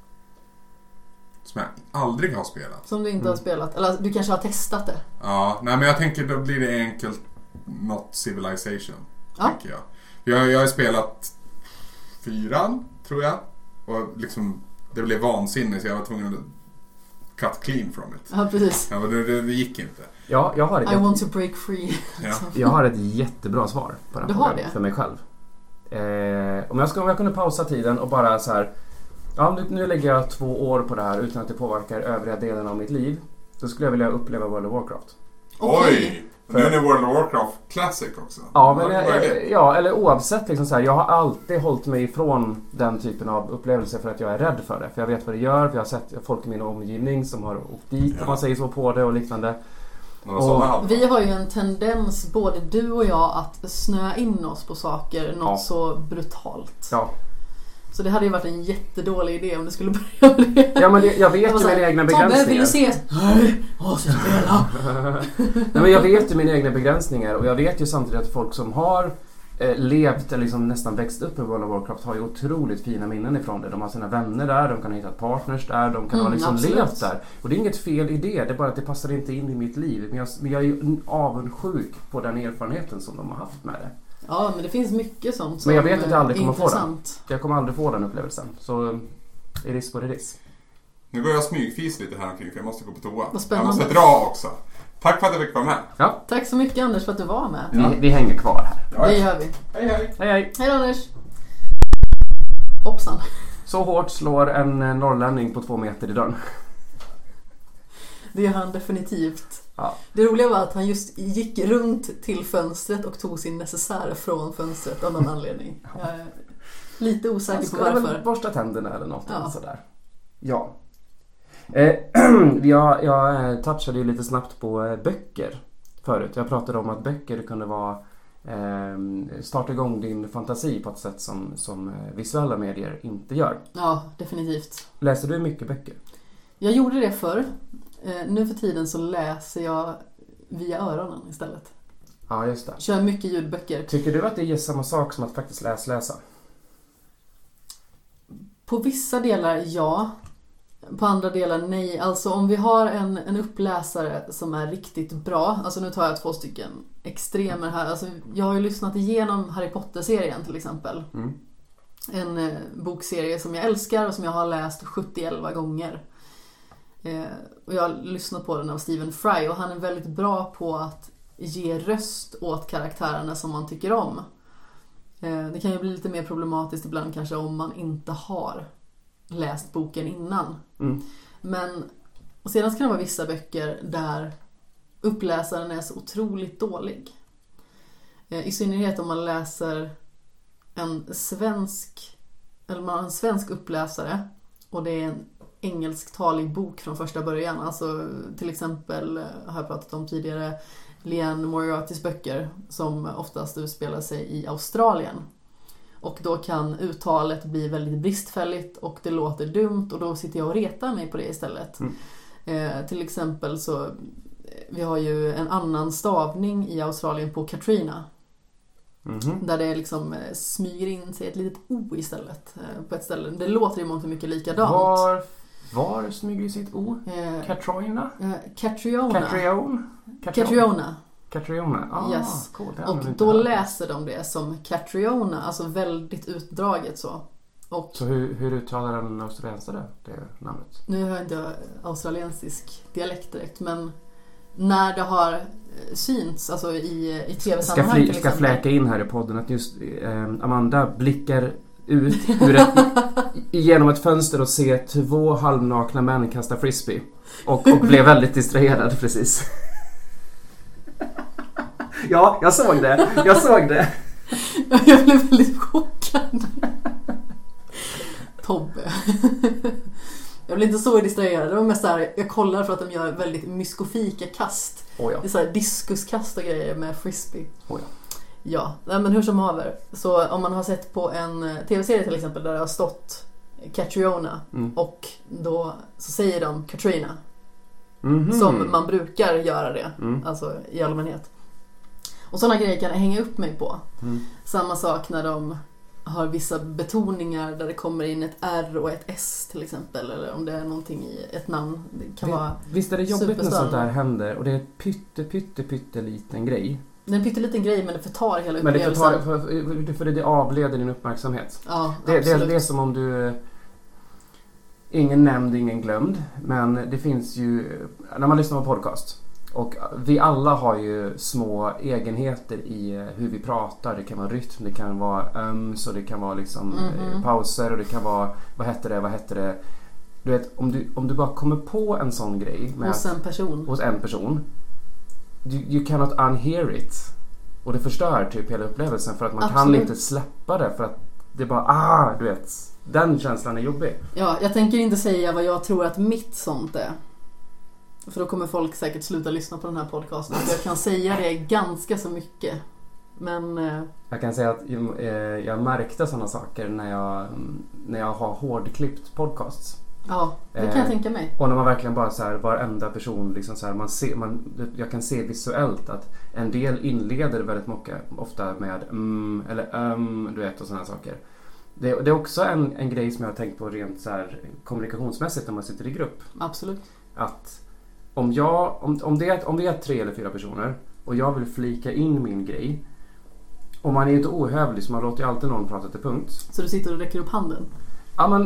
S2: Som jag aldrig har spelat.
S1: Som du inte har spelat. Eller du kanske har testat det.
S2: Ja, nej men jag tänker då blir det enkelt Not Civilization. Tänker jag. Jag har spelat 4, tror jag. Och liksom, det blev vansinne så jag var tvungen att cut clean from it.
S1: Ja, precis.
S2: Ja, men det gick inte.
S3: Ja, jag har
S1: I want to break free.
S3: Jag har ett jättebra svar på den frågan för mig själv. Om jag kunde pausa tiden och bara så här. Ja, nu lägger jag 2 år på det här utan att det påverkar övriga delen av mitt liv. Då skulle jag vilja uppleva World of Warcraft.
S2: Oj! Nu är det World of Warcraft Classic också.
S3: Ja, men eller oavsett liksom så här, jag har alltid hållit mig ifrån den typen av upplevelser för att jag är rädd för det. För jag vet vad det gör, för jag har sett folk i min omgivning som har åkt dit om man säger så på det och liknande.
S1: Och vi har ju en tendens, både du och jag, att snöa in oss på saker något så brutalt.
S3: Ja.
S1: Så det hade ju varit en jättedålig idé om du skulle börja med det.
S3: Ja, men jag vet ju mina egna begränsningar.
S1: Vill du se? Nej, spela.
S3: Nej, men jag vet ju mina egna begränsningar. Och jag vet ju samtidigt att folk som har levt eller liksom nästan växt upp med World of Warcraft har ju otroligt fina minnen ifrån det. De har sina vänner där, de kan ha hittat partners där, de kan ha liksom levt där. Och det är inget fel i det, det är bara att det passar inte in i mitt liv. Men jag är ju avundsjuk på den erfarenheten som de har haft med det.
S1: Ja, men det finns mycket sånt som
S3: men jag vet att jag aldrig kommer
S1: intressant.
S3: Få den. Jag kommer aldrig få den upplevelsen. Så är det what it is.
S2: Nu går jag smygfis lite här omkring för jag måste gå på toa.
S1: Vad spännande.
S2: Jag måste dra också. Tack för att jag fick vara med.
S3: Ja.
S1: Tack så mycket Anders för att du var med.
S3: Vi hänger kvar här.
S1: Ja, det gör vi.
S2: Hej.
S1: Hej då Anders. Hoppsan.
S3: Så hårt slår en norrlänning på 2 meter i dörren.
S1: Det gör han definitivt.
S3: Ja.
S1: Det roliga var att han just gick runt till fönstret och tog sin necessär från fönstret av någon anledning. Jag är lite osäker på varför.
S3: Väl borsta tänderna eller något sådär. Ja. Jag touchade ju lite snabbt på böcker förut. Jag pratade om att böcker kunde vara starta igång din fantasi på ett sätt som visuella medier inte gör.
S1: Ja, definitivt.
S3: Läser du mycket böcker?
S1: Jag gjorde det förr. Nu för tiden så läser jag via öronen istället.
S3: Ja, just det.
S1: Kör mycket ljudböcker.
S3: Tycker du att det ger samma sak som att faktiskt läsa?
S1: På vissa delar, ja. På andra delar, nej. Alltså om vi har en uppläsare som är riktigt bra. Alltså nu tar jag 2 stycken extremer här. Alltså jag har ju lyssnat igenom Harry Potter-serien till exempel. En bokserie som jag älskar och som jag har läst 71 gånger. Och jag har lyssnat på den av Stephen Fry. Och han är väldigt bra på att ge röst åt karaktärerna som man tycker om. Det kan ju bli lite mer problematiskt ibland kanske om man inte har läst boken innan. Men och sedan kan det vara vissa böcker där uppläsaren är så otroligt dålig. I synnerhet om man läser en svensk uppläsare och det är en engelsktalig bok från första början. Alltså till exempel har jag pratat om tidigare Liane Moriartys böcker som oftast utspelar sig i Australien. Och då kan uttalet bli väldigt bristfälligt och det låter dumt och då sitter jag och retar mig på det istället. Till exempel så vi har ju en annan stavning i Australien på Katrina. Där det liksom smyger in sig ett litet O istället på ett ställe. Det låter ju mångt och mycket likadant.
S3: Var smyger sig ett O? Katrina? Catriona.
S1: Yes.
S3: Cool.
S1: Och då läser de det som Catriona, alltså väldigt utdraget så. Och
S3: så hur uttalar den australiensare det namnet?
S1: Nu har jag inte australiensisk dialekt direkt, men när det har synts alltså i tv-sammanhang till exempel.
S3: Ska fläka in här i podden att just Amanda blickar ut genom ett fönster och ser 2 halvnakna män kasta frisbee och blev väldigt distraherad precis. Ja, jag såg det. Jag
S1: blev väldigt chockad. Tobbe. Jag blev inte så distraherad. Det var mest så här, jag kollar för att de gör väldigt myskofika kast.
S3: Ja.
S1: Det är så här diskuskast och grejer med frisbee.
S3: Ja,
S1: men hur som haver. Så om man har sett på en tv-serie till exempel där det har stått Catriona och då så säger de Katrina. Som man brukar göra det. Alltså i allmänhet. Och sådana grejer kan jag hänga upp mig på. Samma sak när de har vissa betoningar där det kommer in ett R och ett S till exempel. Eller om det är någonting i ett namn. Det kan vara
S3: visst är det jobbigt när sånt där händer. Och det är en pytteliten grej.
S1: Det är en pytteliten grej men det förtar hela
S3: upplevelsen. Men det för det avleder din uppmärksamhet.
S1: Ja,
S3: det är som om du... Ingen nämnd, ingen glömd. Men det finns ju... När man lyssnar på podcast... Och vi alla har ju små egenheter i hur vi pratar. Det kan vara rytm, det kan vara så det kan vara liksom pauser och det kan vara vad heter det. Du vet, om du bara kommer på en sån grej med hos en person. You cannot unhear it. Och det förstör typ hela upplevelsen för att man kan inte släppa det för att det bara du vet, den känslan är jobbig.
S1: Ja, jag tänker inte säga vad jag tror att mitt sånt är. För då kommer folk säkert sluta lyssna på den här podcasten. Jag kan säga det ganska så mycket. Men...
S3: Jag kan säga att jag märkte sådana saker när jag har hårdklippt podcasts.
S1: Ja, det kan jag tänka mig.
S3: Och när man verkligen bara så här, varenda person liksom så här, jag kan se visuellt att en del inleder väldigt mycket, ofta med eller du vet och sådana saker. Det är också en grej som jag har tänkt på rent så här kommunikationsmässigt när man sitter i grupp.
S1: Absolut.
S3: Att om vi är 3 eller 4 personer och jag vill flika in min grej och man är inte ohövlig så man låter ju alltid någon prata till punkt.
S1: Så du sitter och räcker upp handen?
S3: Ja men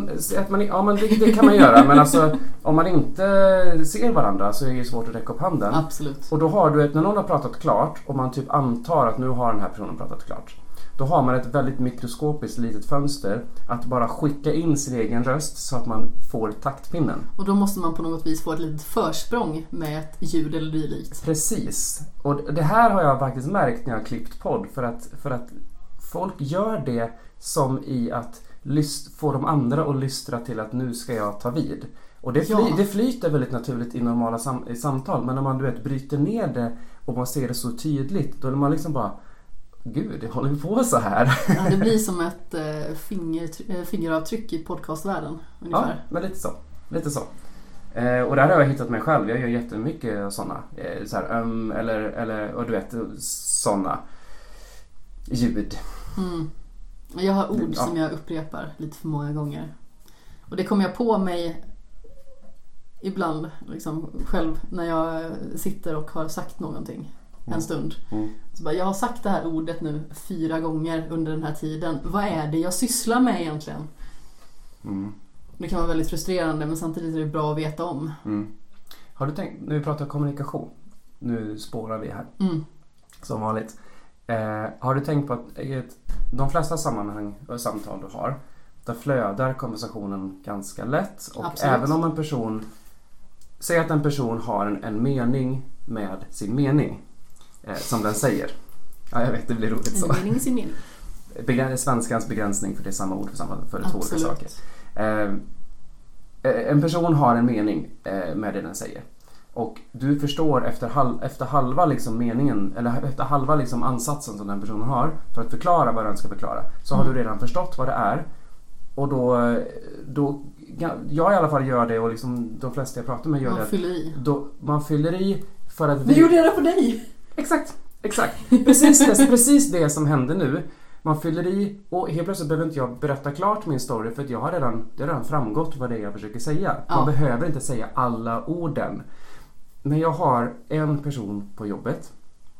S3: det kan man göra men alltså om man inte ser varandra så är det svårt att räcka upp handen.
S1: Absolut.
S3: Och då har du när någon har pratat klart och man typ antar att nu har den här personen pratat klart. Då har man ett väldigt mikroskopiskt litet fönster att bara skicka in sin egen röst så att man får taktpinnen.
S1: Och då måste man på något vis få ett litet försprång med ett ljud eller dylikt.
S3: Precis. Och det här har jag faktiskt märkt när jag har klippt podd. För att folk gör det som i att få de andra att lystra till att nu ska jag ta vid. Och det flyter väldigt naturligt i normala samtal. Men när man bryter ner det och man ser det så tydligt då är man liksom bara... Gud, det håller vi på så här.
S1: Ja, det blir som ett fingeravtryck i podcastvärlden ungefär.
S3: Ja, men lite så. Och där har jag hittat mig själv. Jag gör jättemycket sådana så här, eller och du vet sådana ljud.
S1: Jag har ord som jag upprepar lite för många gånger. Och det kom jag på mig ibland liksom själv när jag sitter och har sagt någonting en stund. Så bara, jag har sagt det här ordet nu 4 gånger under den här tiden. Vad är det jag sysslar med egentligen? Det kan vara väldigt frustrerande, men samtidigt är det bra att veta om.
S3: Har du tänkt, när vi pratar kommunikation, nu spårar vi här som vanligt. Har du tänkt på att de flesta sammanhang och samtal du har, där flödar konversationen ganska lätt. Och absolut. Även om en person, säg att en person har en mening med sin mening, som den säger. Ja, jag vet, det blir roligt så.
S1: En mening i sin mening.
S3: Svenskans begränsning, för det är samma ord för två olika saker. En person har en mening med det den säger. Och du förstår efter halva liksom meningen, eller efter halva liksom ansatsen som den personen har för att förklara vad den ska förklara, så har du redan förstått vad det är. Och då jag i alla fall gör det, och liksom de flesta jag pratar med gör
S1: man
S3: det.
S1: Fyller i.
S3: Man fyller i för att
S1: vi gjorde det på dig.
S3: Exakt. Precis det som händer nu. Man fyller i, och helt plötsligt behöver inte jag berätta klart min story, för att det har redan framgått vad det är jag försöker säga. Man behöver inte säga alla orden. Men jag har en person på jobbet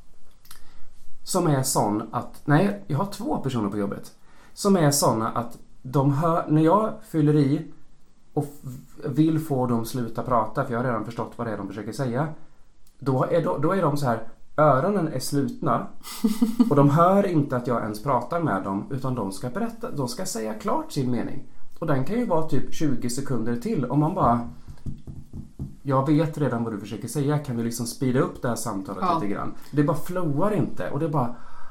S3: som är sån att, nej, jag har 2 personer på jobbet som är såna att de hör, när jag fyller i och vill få dem sluta prata, för jag har redan förstått vad det är de försöker säga, då är de så här, öronen är slutna och de hör inte att jag ens pratar med dem, utan de ska säga klart sin mening. Och den kan ju vara typ 20 sekunder till, om man bara, jag vet redan vad du försöker säga, kan du liksom speeda upp det här samtalet lite grann. Det bara flowar inte, och det bara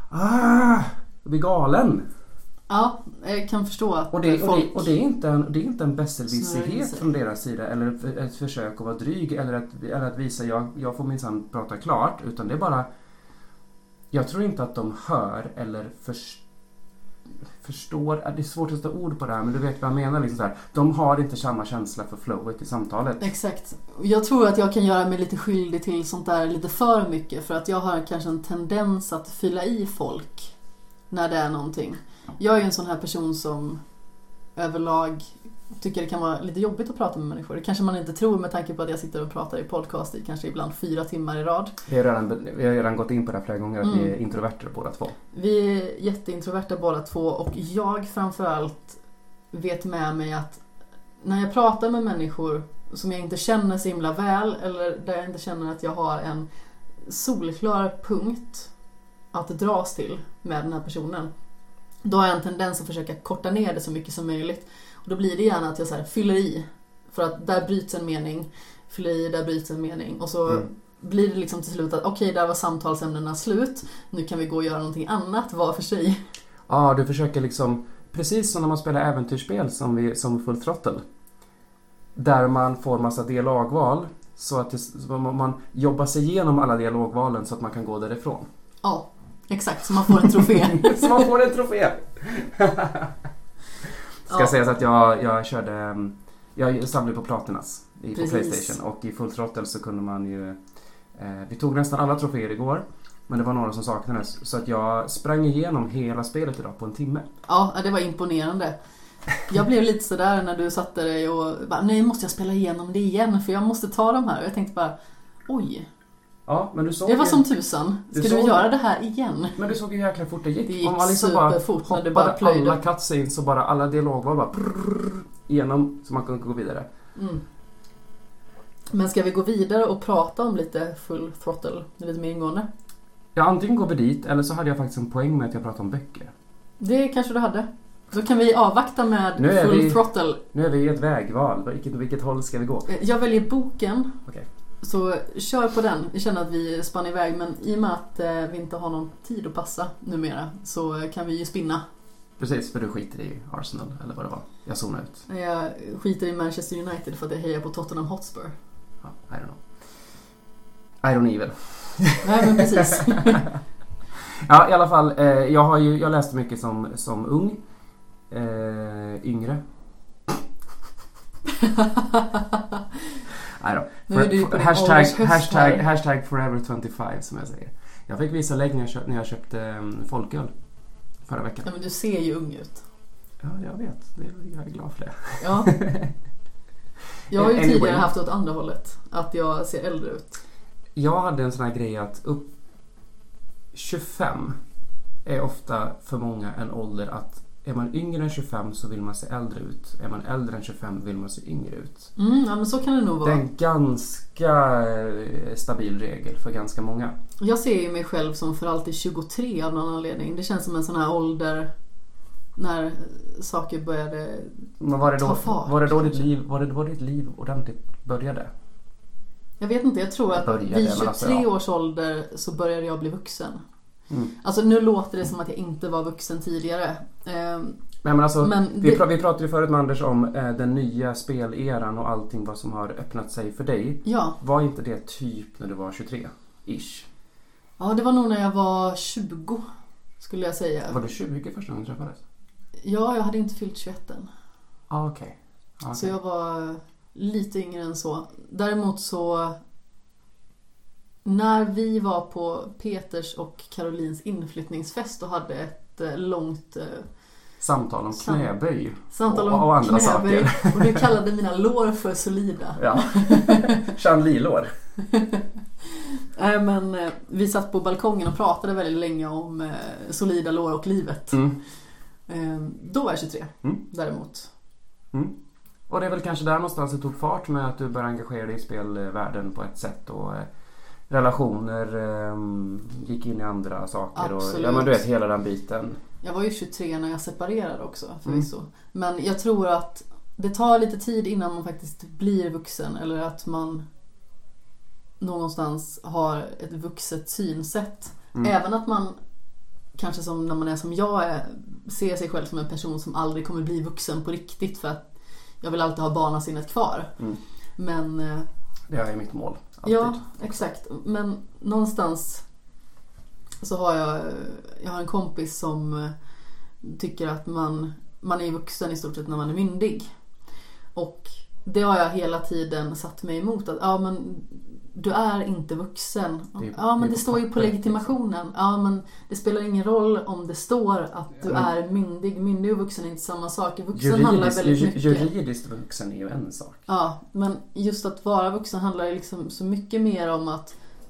S3: jag blir galen.
S1: Ja, jag kan förstå att
S3: och det är inte en besserwisserhet från deras sida, eller ett försök att vara dryg, eller att visa jag får minsann prata klart, utan det är bara, jag tror inte att de hör eller förstår, det är svårt att sätta ord på det här, men du vet vad jag menar liksom så här. De har inte samma känsla för flowet i samtalet.
S1: Exakt. Jag tror att jag kan göra mig lite skyldig till sånt där lite för mycket, för att jag har kanske en tendens att fylla i folk när det är någonting. Jag är ju en sån här person som överlag tycker det kan vara lite jobbigt att prata med människor. Det kanske man inte tror, med tanke på att jag sitter och pratar i podcast i kanske ibland 4 timmar i rad. Vi
S3: har redan gått in på det flera gånger, att vi är introverter båda 2.
S1: Vi är jätteintroverta båda 2, och jag framförallt vet med mig att när jag pratar med människor som jag inte känner så himla väl, eller där jag inte känner att jag har en solklar punkt att dras till med den här personen, då har jag en tendens att försöka korta ner det så mycket som möjligt. Och då blir det gärna att jag så här fyller i, för att där bryts en mening, fyller i, där bryts en mening, och så blir det liksom till slut att okej, där var samtalsämnena slut, nu kan vi gå och göra någonting annat var för sig.
S3: Ja, du försöker liksom, precis som när man spelar äventyrsspel som Full Throttle, där man får massa dialogval, så att man jobbar sig igenom alla dialogvalen så att man kan gå därifrån.
S1: Ja, exakt, så man får en trofé.
S3: Ska sägas att jag samlade på Platinas på PlayStation, och i Full Throttle så kunde man ju vi tog nästan alla troféer igår, men det var några som saknades, så att jag sprang igenom hela spelet idag på en timme.
S1: Ja, det var imponerande. Jag blev lite sådär när du satte dig och bara, nej, måste jag spela igenom det igen, för jag måste ta de här. Och jag tänkte bara, oj.
S3: Ja, men du såg
S1: det var som tusan. Ska du göra det här igen?
S3: Men du såg ju jäkla fort det gick.
S1: Det gick liksom superfort när du bara plöjde.
S3: Alla cutscenes, så bara alla dialogvar bara igenom, så man kunde gå vidare.
S1: Men ska vi gå vidare och prata om lite Full Throttle lite mer ingående?
S3: Ja, antingen går vi dit, eller så hade jag faktiskt en poäng med att jag pratade om böcker.
S1: Det kanske du hade. Då kan vi avvakta med Full Throttle.
S3: Nu är vi i ett vägval. Vilket håll ska vi gå?
S1: Jag väljer boken.
S3: Okej.
S1: Så kör på den. Jag känner att vi spann iväg, men i och med att vi inte har någon tid att passa numera, så kan vi ju spinna.
S3: Precis, för du skiter i Arsenal, eller vad det var. Jag zonar ut.
S1: Jag skiter i Manchester United för att jag hejar på Tottenham Hotspur.
S3: Ja, I don't know. I don't even.
S1: Nej, men precis.
S3: Ja, i alla fall. Jag läste mycket som ung. Yngre. Hashtag forever 25, som jag säger. Jag fick visa lägg när jag köpte folköl förra veckan.
S1: Ja, men du ser ju ung ut.
S3: Ja, jag vet. Jag är glad för det.
S1: Ja. Jag har ju tidigare haft åt andra hållet. Att jag ser äldre ut.
S3: Jag hade en sån här grej att upp 25 är ofta för många en ålder att är man yngre än 25 så vill man se äldre ut. Är man äldre än 25 vill man se yngre ut.
S1: Ja, men så kan det nog vara.
S3: Det är en ganska stabil regel för ganska många.
S1: Jag ser ju mig själv som för alltid 23 av någon anledning. Det känns som en sån här ålder när saker började ta fart.
S3: Var det då ditt liv ordentligt började?
S1: Jag vet inte, jag tror att vid 23 års ålder så började jag bli vuxen. Alltså nu låter det som att jag inte var vuxen tidigare.
S3: Vi pratade ju förut med Anders om den nya speleran och allting vad som har öppnat sig för dig.
S1: Ja.
S3: Var inte det typ när du var 23-ish?
S1: Ja, det var nog när jag var 20 skulle jag säga.
S3: Var du 20 första gången du träffades?
S1: Ja, jag hade inte fyllt 21 än.
S3: Okej.
S1: Så jag var lite yngre än så. Däremot så när vi var på Peters och Karolins inflyttningsfest och hade ett långt
S3: samtal om knäböj
S1: samtal om
S3: och andra
S1: knäböj,
S3: saker.
S1: Och du kallade mina lår för solida.
S3: Ja. Chanli-lår.
S1: Nej, men vi satt på balkongen och pratade väldigt länge om solida lår och livet. Då var jag 23 däremot.
S3: Och det är väl kanske där någonstans det tog fart med att du började engagera dig i spelvärlden på ett sätt och relationer gick in i andra saker.
S1: Absolut.
S3: Och men du vet hela den biten.
S1: Jag var ju 23 när jag separerade också förvisso. Men jag tror att det tar lite tid innan man faktiskt blir vuxen eller att man någonstans har ett vuxet synsätt. Även att man kanske som när man är som jag är, ser sig själv som en person som aldrig kommer bli vuxen på riktigt för att jag vill alltid ha barnasinnet kvar. Men
S3: det är mitt mål. Alltid.
S1: Ja, exakt. Men någonstans så har jag har en kompis som tycker att man är vuxen i stort sett när man är myndig. Och det har jag hela tiden satt mig emot att men du är inte vuxen. Det står ju på legitimationen. Ja, men det spelar ingen roll om det står att du är myndig. Myndig och vuxen är inte samma sak. Vuxen handlar väldigt mycket.
S3: Juridiskt vuxen är ju en sak.
S1: Ja, men just att vara vuxen handlar liksom så mycket mer om att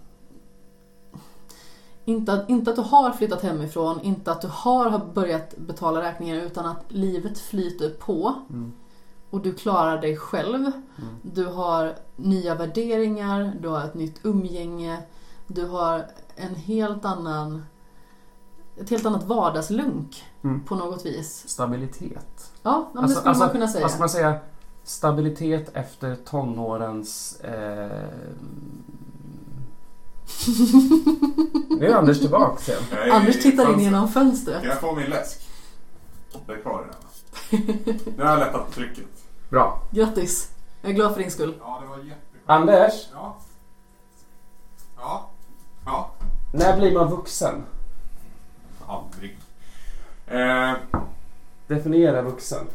S1: inte att du har flyttat hemifrån, inte att du har börjat betala räkningar, utan att livet flyter på. Och du klarar dig själv. Du har nya värderingar. Du har ett nytt umgänge. Du har ett helt annat vardagslunk på något vis.
S3: Stabilitet.
S1: Ja, det skulle man kunna säga.
S3: Vad ska man säga? Stabilitet efter tonårens... Nu är Anders tillbaka sen.
S1: Anders tittar in genom fönstret.
S2: Kan jag få min läsk? Det är kvar i den. Nu har jag lättat på trycket.
S3: Bra.
S1: Grattis. Jag är glad för din skull.
S2: Ja, det var jättebra.
S3: Anders?
S2: Ja.
S3: När blir man vuxen?
S2: Aldrig.
S3: Definiera vuxen.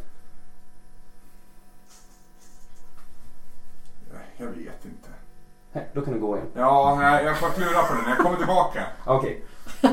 S2: Jag vet inte.
S3: Då kan du gå igen.
S2: Ja, jag får klura på den. Jag kommer tillbaka.
S3: Okej.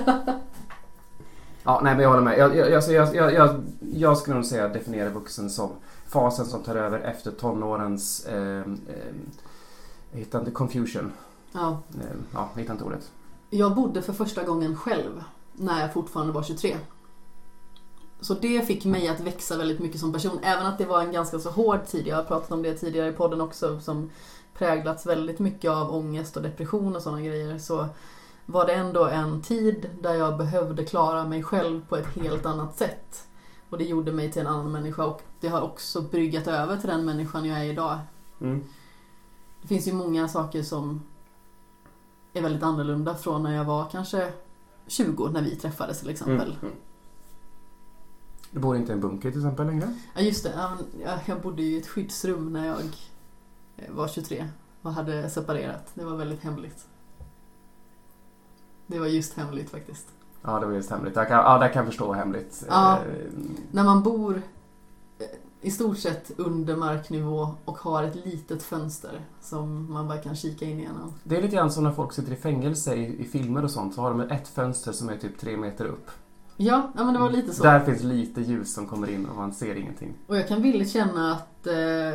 S3: Ja, nej, men jag håller med. Jag skulle nog säga definiera vuxen som fasen som tar över efter tonårens hittar inte confusion.
S1: Ja.
S3: Hittar inte ordet.
S1: Jag bodde för första gången själv när jag fortfarande var 23. Så det fick mig att växa väldigt mycket som person. Även att det var en ganska så hård tid. Jag har pratat om det tidigare i podden också, som präglats väldigt mycket av ångest och depression och sådana grejer. Så var det ändå en tid där jag behövde klara mig själv på ett helt annat sätt. Och det gjorde mig till en annan människa. Och det har också bryggat över till den människan jag är idag. Det finns ju många saker som är väldigt annorlunda från när jag var kanske 20 när vi träffades till exempel.
S3: Du bor inte i en bunker till exempel längre?
S1: Ja, just det. Jag bodde i ett skyddsrum när jag var 23 och hade separerat. Det var väldigt hemligt. Det var just hemligt faktiskt.
S3: Ja, det var just hemligt. Där kan jag förstå hemligt.
S1: Ja, när man bor i stort sett under marknivå och har ett litet fönster som man bara kan kika in igenom.
S3: Det är lite grann som när folk sitter i fängelse i filmer och sånt, så har de ett fönster som är typ 3 meter upp.
S1: Ja, men det var lite så.
S3: Där finns lite ljus som kommer in och man ser ingenting.
S1: Och jag kan vilja känna att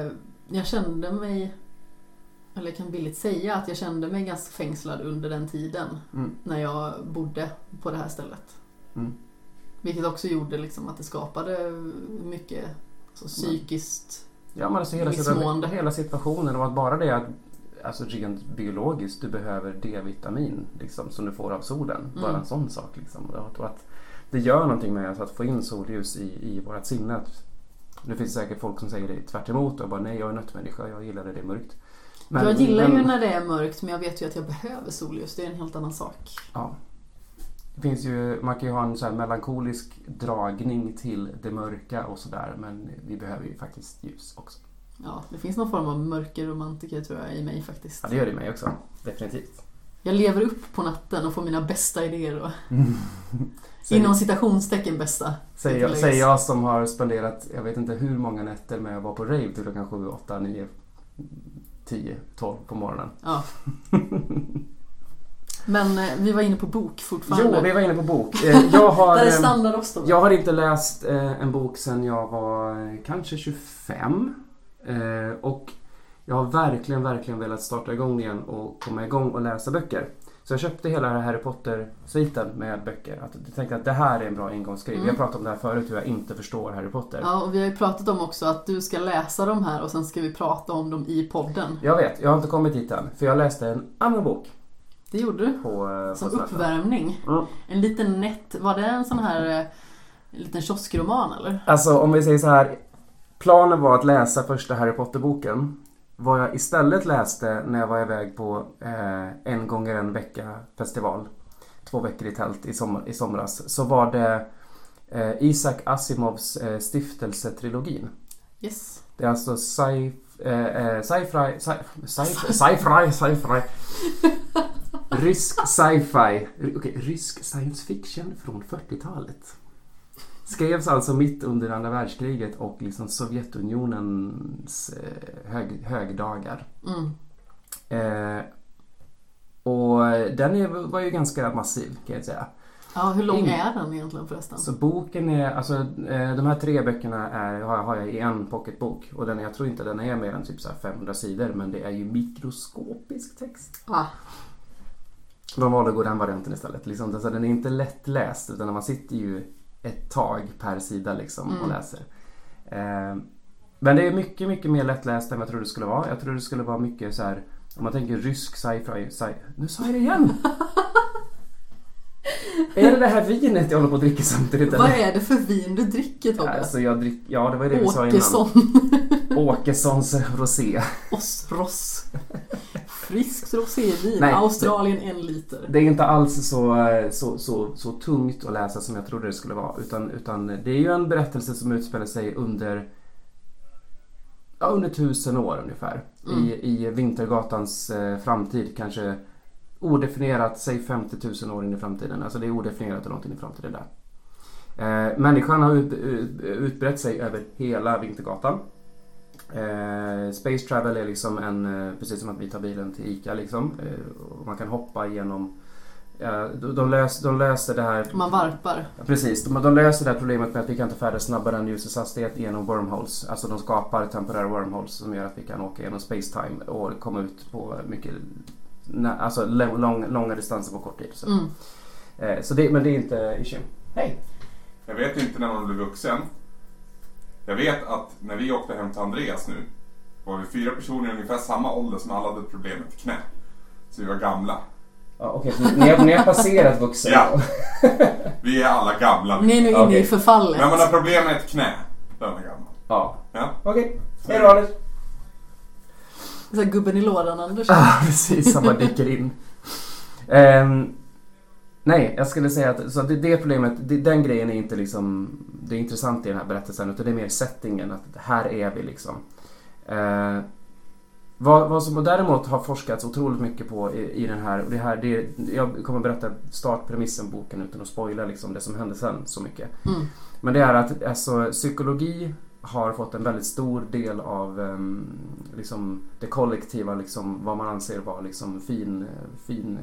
S1: jag kände mig, eller jag kan billigt säga att jag kände mig ganska fängslad under den tiden när jag bodde på det här stället. Vilket också gjorde liksom att det skapade mycket så psykiskt
S3: men alltså hela situationen, och att bara det att alltså rent biologiskt du behöver D-vitamin liksom, som du får av solen. Bara en sån sak liksom. Och att det gör någonting med att få in solljus i vårat sinne. Det finns säkert folk som säger det tvärt emot och bara nej, jag är nötmänniska, jag gillar det är mörkt.
S1: Men, jag gillar ju när det är mörkt, men jag vet ju att jag behöver solljus. Det är en helt annan sak.
S3: Ja. Det finns ju, man kan ju ha en så här melankolisk dragning till det mörka och sådär, men vi behöver ju faktiskt ljus också.
S1: Ja, det finns någon form av mörkerromantiker tror jag i mig faktiskt.
S3: Ja, det gör det i mig också. Definitivt.
S1: Jag lever upp på natten och får mina bästa idéer då. Inom citationstecken bästa.
S3: Säger jag som har spenderat, jag vet inte hur många nätter med att vara på rave till klockan 7, 8, 9, 10, 12 på morgonen.
S1: Ja. Men vi var inne på bok fortfarande.
S3: Jo, vi var inne på bok. Jag har inte läst en bok sedan jag var kanske 25. Och jag har verkligen velat starta igång igen och komma igång och läsa böcker. Så jag köpte hela Harry Potter-sviten med böcker. Jag tänkte att det här är en bra ingångsgrej. Vi har pratat om det här förut, hur jag inte förstår Harry Potter.
S1: Ja, och vi har ju pratat om också att du ska läsa de här och sen ska vi prata om dem i podden.
S3: Jag vet, jag har inte kommit dit än. För jag läste en annan bok.
S1: Det gjorde du? Som uppvärmning. En liten var det en sån här en liten kioskroman eller?
S3: Alltså om vi säger så här. Planen var att läsa första Harry Potter-boken. Vad jag istället läste när jag var iväg på en gånger en vecka festival. 2 veckor i tält i somras. Så var det Isaac Asimovs stiftelsetrilogin.
S1: Yes.
S3: Det är alltså rysk sci-fi. Rysk science fiction från 40-talet. Skrevs alltså mitt under andra världskriget och liksom Sovjetunionens högdagar. Och den var ju ganska massiv kan jag säga.
S1: Ja, hur lång är den egentligen förresten?
S3: Så boken är, alltså de här 3 böckerna har jag i en pocketbok. Och jag tror inte den är mer än typ så här 500 sidor, men det är ju mikroskopisk text. De valde att gå den varianten istället. Liksom, alltså, den är inte lättläst, utan man sitter ju ett tag per sida liksom och läser. Men det är mycket, mycket mer lättläst än vad jag trodde det skulle vara. Jag trodde det skulle vara mycket så här, om man tänker rysk sci-fi. Nu sa jag det igen! Är det här vinet jag håller på att dricka samtidigt?
S1: Vad är det för vin du dricker, Tobbe?
S3: Alltså det var det vi sa innan. Åkessons rosé.
S1: Ross. Friskt rosévin. Nej, Australien 1 liter.
S3: Det är inte alls så tungt att läsa som jag trodde det skulle vara. Utan det är ju en berättelse som utspelar sig under 1000 år ungefär. I Vintergatans framtid, kanske odefinierat, säg 50 000 år in i framtiden. Alltså det är odefinierat hur långt in i framtiden där. Människan har utbrett sig över hela Vintergatan. Space travel är liksom precis som att vi tar bilen till Ica liksom. Man kan hoppa igenom. De löser det här.
S1: Man varpar.
S3: Precis, de löser det här problemet med att vi kan inte färdas snabbare än ljusets hastighet genom wormholes. Alltså de skapar temporära wormholes som gör att vi kan åka genom space-time och komma ut på mycket långa distanser på kort tid. Men det är inte issue. Hej!
S2: Jag vet inte när man blir vuxen. Jag vet att när vi åkte hem till Andreas nu var vi 4 personer i ungefär samma ålder som alla hade problem med knä. Så vi var gamla.
S3: Ja, okej, ni har passerat vuxen.
S2: Ja, vi är alla gamla.
S1: Ni är nu inne i förfallet.
S2: Men man har problem med ett knä, då är man gammal.
S3: Ja.
S2: Okej.
S3: Hej då, Anders.
S1: Så här, gubben i lådan, Anders.
S3: Ja, precis, han bara dyker in. Nej, jag skulle säga att så det problemet, den grejen är inte liksom det är intressant i den här berättelsen, utan det är mer settingen, att här är vi liksom. Vad som däremot har forskats otroligt mycket på i den här, och jag kommer berätta startpremissen boken utan att spoila liksom det som hände sen så mycket. Men det är att alltså, psykologi har fått en väldigt stor del av liksom det kollektiva, liksom vad man anser vara liksom fin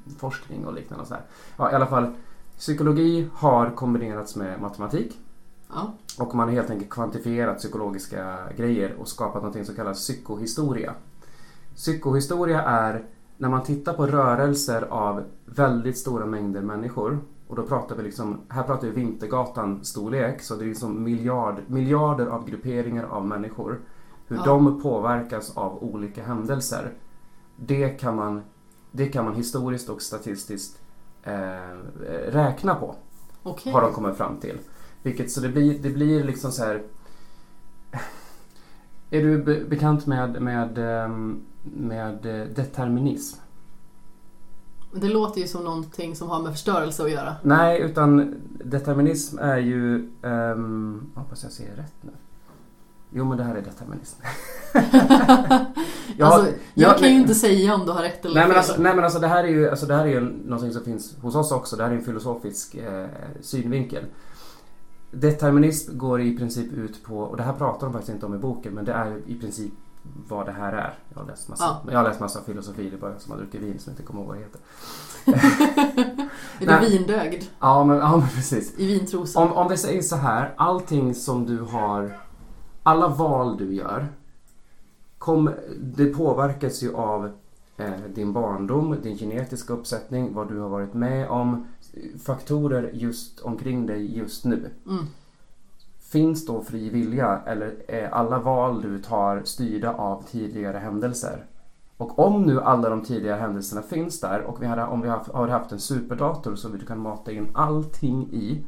S3: forskning och liknande och så här. Ja, i alla fall psykologi har kombinerats med matematik.
S1: Ja.
S3: Och man har helt enkelt kvantifierat psykologiska grejer och skapat något som kallas psykohistoria. Psykohistoria är när man tittar på rörelser av väldigt stora mängder människor. Och då pratar vi liksom, här pratar vi Vintergatan storlek, så det är liksom miljarder av grupperingar av människor. Hur de påverkas av olika händelser. Det kan man historiskt och statistiskt räkna på.
S1: Okay.
S3: Har de kommit fram till. Så det blir liksom så här. Är du bekant med determinism?
S1: Det låter ju som någonting som har med förstörelse att göra.
S3: Nej, utan determinism är ju hoppas jag säger rätt nu. Jo, men det här är determinism.
S1: Jag kan ju inte säga om du har rätt eller fel.
S3: Nej, men det här är ju någonting som finns hos oss också. Det här är en filosofisk synvinkel. Determinism går i princip ut på, och det här pratar de faktiskt inte om i boken, men det är i princip vad det här är. Jag har läst massa filosofi, det är bara som man dricker vin som inte kommer ihåg vad det heter.
S1: Är du vindögd?
S3: Ja, men precis.
S1: I vintrosen.
S3: Om vi säger så här, allting som du har, alla val du gör, det påverkas ju av din barndom, din genetiska uppsättning, vad du har varit med om, faktorer just omkring dig just nu. Finns då fri vilja, eller är alla val du tar styrda av tidigare händelser? Och om nu alla de tidigare händelserna finns där, och om vi har haft en superdator som du kan mata in allting i,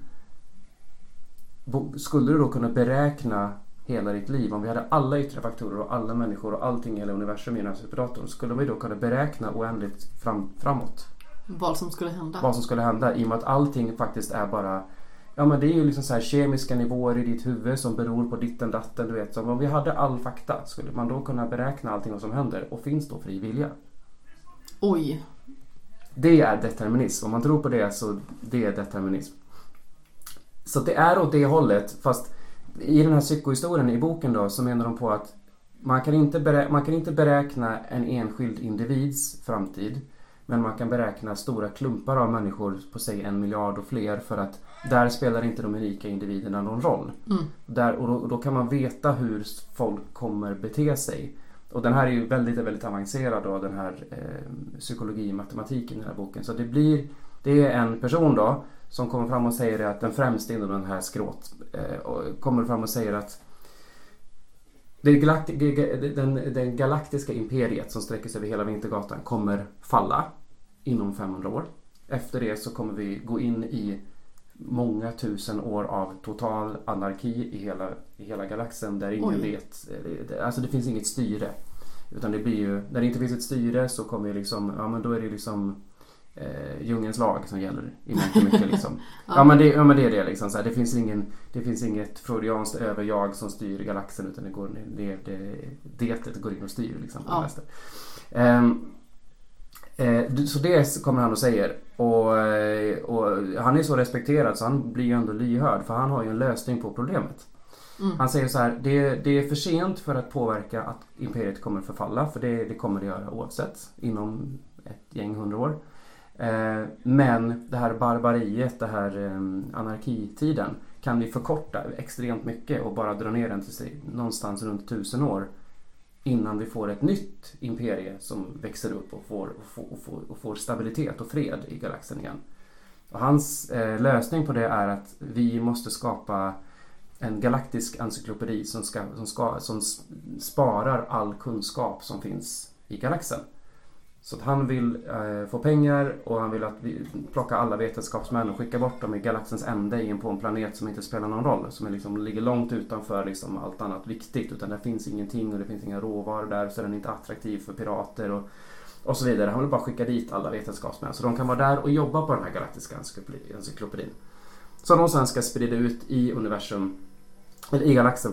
S3: skulle du då kunna beräkna hela ditt liv? Om vi hade alla yttre faktorer och alla människor och allting i hela universum i den här superdatorn, skulle vi då kunna beräkna oändligt framåt?
S1: Vad som skulle hända?
S3: Vad som skulle hända, i och med att allting faktiskt är bara, ja men det är ju liksom så här kemiska nivåer i ditt huvud som beror på ditten datten, du vet. Så om vi hade all fakta, skulle man då kunna beräkna allting vad som händer, och finns då fri vilja?
S1: Oj.
S3: Det är determinism. Om man tror på det, så det är determinism. Så det är åt det hållet, fast i den här psykohistorien i boken då, så menar de på att man kan inte beräkna en enskild individs framtid, men man kan beräkna stora klumpar av människor på sig 1 miljard och fler, för att där spelar inte de unika individerna någon roll. Och då kan man veta hur folk kommer bete sig. Och den här är ju väldigt, väldigt avancerad då, den här psykologi och matematiken i den här boken. Så det är en person då som kommer fram och säger att den främste inom den här kommer fram och säger att den galaktiska imperiet som sträcker sig över hela Vintergatan kommer falla inom 500 år. Efter det så kommer vi gå in i många tusen år av total anarki i hela galaxen, där ingen vet, alltså det finns inget styre, utan det blir ju, när det inte finns ett styre så kommer liksom, ja men då är det liksom djungelns lag som gäller i mycket liksom. Ja men det är det liksom så här, det finns inget freudianskt överjag som styr galaxen, utan det går in och styr liksom på det mesta. Så det kommer han och säger, och han är så respekterad så han blir ju ändå lyhörd, för han har ju en lösning på problemet. Han säger så här, det är för sent för att påverka att imperiet kommer förfalla, för det kommer det göra oavsett inom ett gäng 100 år. Men det här barbariet, det här anarkitiden, kan vi förkorta extremt mycket och bara dra ner den till någonstans runt 1000 år, innan vi får ett nytt imperie som växer upp och får stabilitet och fred i galaxen igen. Och hans lösning på det är att vi måste skapa en galaktisk encyklopedi som sparar all kunskap som finns i galaxen. Så att han vill få pengar, och han vill att vi plockar alla vetenskapsmän och skicka bort dem i galaxens ände på en planet som inte spelar någon roll, som liksom ligger långt utanför liksom allt annat viktigt, utan där finns ingenting och det finns inga råvaror där, så den är inte attraktiv för pirater och så vidare. Han vill bara skicka dit alla vetenskapsmän så de kan vara där och jobba på den här galaktiska encyklopedin, så de sen ska sprida ut i universum, eller i galaxen,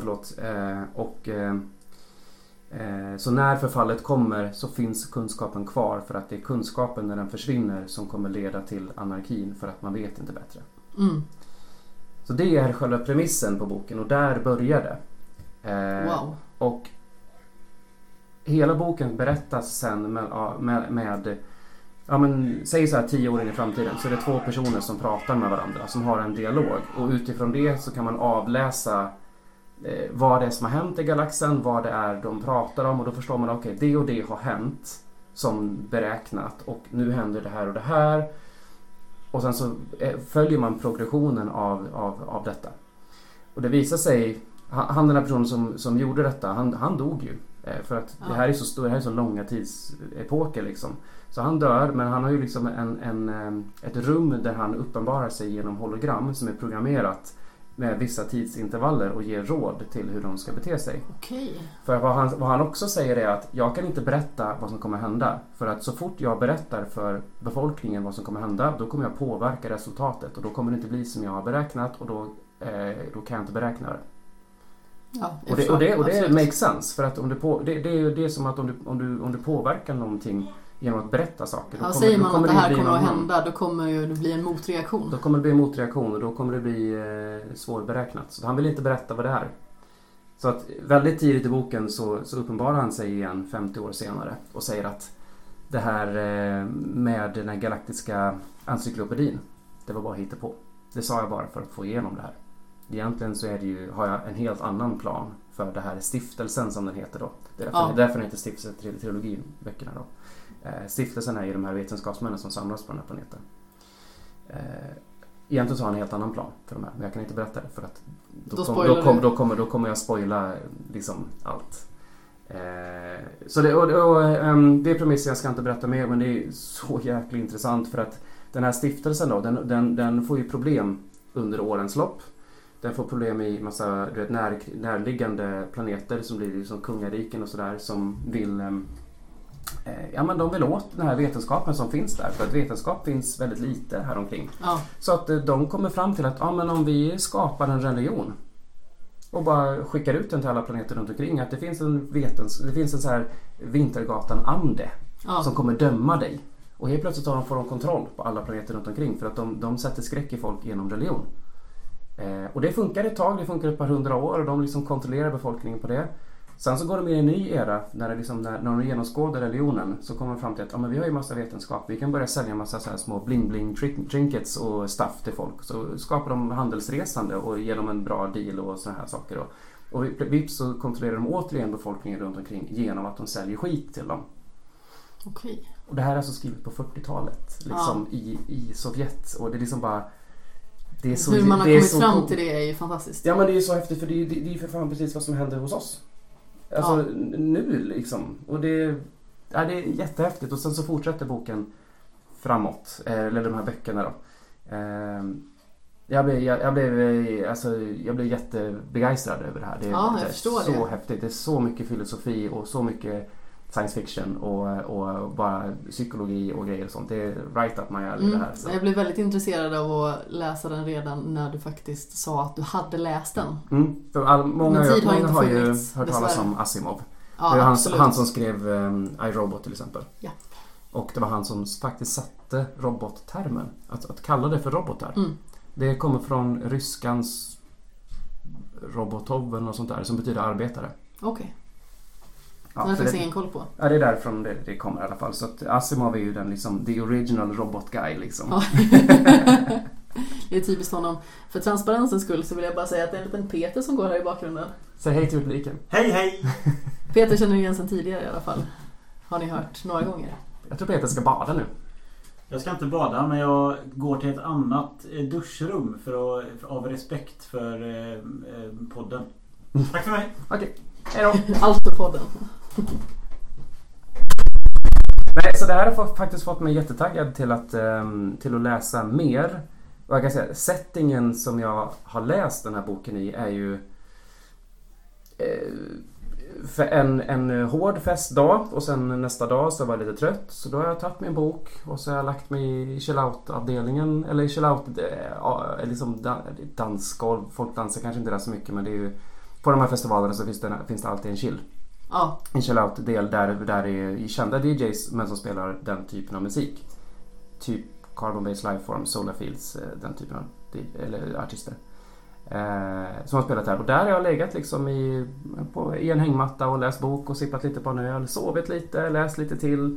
S3: så när förfallet kommer så finns kunskapen kvar, för att det är kunskapen när den försvinner som kommer leda till anarkin, för att man vet inte bättre. Så det är själva premissen på boken, och där börjar det.
S1: Wow.
S3: Och hela boken berättas sen med ja men säg så här 10 år in i framtiden, så är det 2 personer som pratar med varandra, som har en dialog, och utifrån det så kan man avläsa vad det är som har hänt i galaxen, vad det är de pratar om, och då förstår man okej, det och det har hänt som beräknat, och nu händer det här och det här, och sen så följer man progressionen av detta. Och det visar sig, han den här personen som gjorde detta, han dog ju. För att det här är så stor, det här är så långa tidsepoker liksom. Så han dör, men han har ju liksom ett rum där han uppenbarar sig genom hologram som är programmerat med vissa tidsintervaller och ger råd till hur de ska bete sig.
S1: Okej.
S3: För vad han också säger är att jag kan inte berätta vad som kommer hända. För att så fort jag berättar för befolkningen vad som kommer hända, då kommer jag påverka resultatet. Och då kommer det inte bli som jag har beräknat, och då kan jag inte beräkna det.
S1: Ja,
S3: och det makes sense, för att det är ju det som att om du påverkar någonting genom att berätta saker,
S1: då säger man att det här kommer att hända, då kommer ju det bli en motreaktion.
S3: Då kommer det bli en motreaktion, och då kommer det bli svårberäknat. Så han vill inte berätta vad det är. Så att väldigt tidigt i boken så uppenbarar han sig igen 50 år senare och säger att det här med den här galaktiska encyklopedin, det var bara hittepå. Det sa jag bara för att få igenom det här. Egentligen så har jag en helt annan plan för det här stiftelsen som den heter då. Det är därför den heter stiftelsetrilogiböckerna då. Stiftelsen är ju de här vetenskapsmännen som samlas på den här planeten. Egentligen så har han en helt annan plan för de här, men jag kan inte berätta det, för att då kommer jag spoila liksom allt. Så det är premissen, jag ska inte berätta mer, men det är så jäkla intressant, för att den här stiftelsen då, den får ju problem under årens lopp. Den får problem i massa närliggande planeter som blir liksom kungariken och sådär, som vill de vill åt den här vetenskapen som finns där, för att vetenskap finns väldigt lite här omkring. Ja. Så att de kommer fram till att men om vi skapar en religion och bara skickar ut den till alla planeter runt omkring, att det finns en så här Vintergatan-ande som kommer döma dig. Och helt plötsligt får de kontroll på alla planeter runt omkring, för att de sätter skräck i folk genom religion. Och det funkar ett tag, det funkar ett par 100 år, och de liksom kontrollerar befolkningen på det. Sen så går de in i en ny era när de genomskådar religionen, så kommer de fram till att vi har ju massa vetenskap, vi kan börja sälja massa så här små bling-bling trinkets och stuff till folk. Så skapar de handelsresande och ger dem en bra deal och såna här saker då. Och vips så kontrollerar de återigen befolkningen runt omkring genom att de säljer skit till dem.
S1: Okej.
S3: Och det här är alltså skrivet på 40-talet liksom i Sovjet, och det är liksom bara
S1: hur man har kommit fram till det är ju fantastiskt.
S3: Ja, men det är ju så häftigt, för det är ju för fan precis vad som händer hos oss. Alltså nu liksom. Och det är jättehäftigt. Och sen så fortsätter boken framåt. Eller de här böckerna då. Jag blev jättebegeistrad över det här. Det är så häftigt. Det är så mycket filosofi och så mycket science fiction och bara psykologi och grejer och sånt. Det är right up my alley det här. Så.
S1: Jag blev väldigt intresserad av att läsa den redan när du faktiskt sa att du hade läst den.
S3: För många har ju hört talas om Asimov. Ja, det är han som skrev iRobot till exempel. Ja. Och det var han som faktiskt satte robottermen. Att kalla det för robotar. Det kommer från ryskans robotov och sånt där, som betyder arbetare.
S1: Okej. Ja, det finns ingen koll på.
S3: Ja, det är därifrån det kommer i alla fall. Så att Asimov är ju den liksom, the original robot guy liksom.
S1: Ja. Det är typiskt honom. För transparensens skull så vill jag bara säga att det är en liten Peter som går här i bakgrunden.
S3: Säg hej till publiken.
S4: Hej!
S1: Peter känner igen sedan tidigare i alla fall. Har ni hört några gånger?
S3: Jag tror Peter ska bada nu.
S4: Jag ska inte bada, men jag går till ett annat duschrum av respekt för podden. Tack för mig.
S3: Okej. Hej då.
S1: Allt för podden.
S3: Nej, så det här har faktiskt fått mig jättetaggad till att läsa mer. Och jag kan säga, settingen som jag har läst den här boken i är ju för en hård festdag, och sen nästa dag så var jag lite trött, så då har jag tagit min bok och så har jag lagt mig i chill-out-avdelningen, eller i chill-out liksom dansgolv. Folk dansar kanske inte där så mycket, men det är ju på de här festivalerna så finns det alltid en chill. Ja. En chill-out-del där det är kända DJs men som spelar den typen av musik. Typ Carbon Based Lifeform, Solar Fields, den typen av eller artister. Som har spelat här. Och där har jag legat liksom i en hängmatta och läst bok och sippat lite på en öl, sovit lite, läst lite till.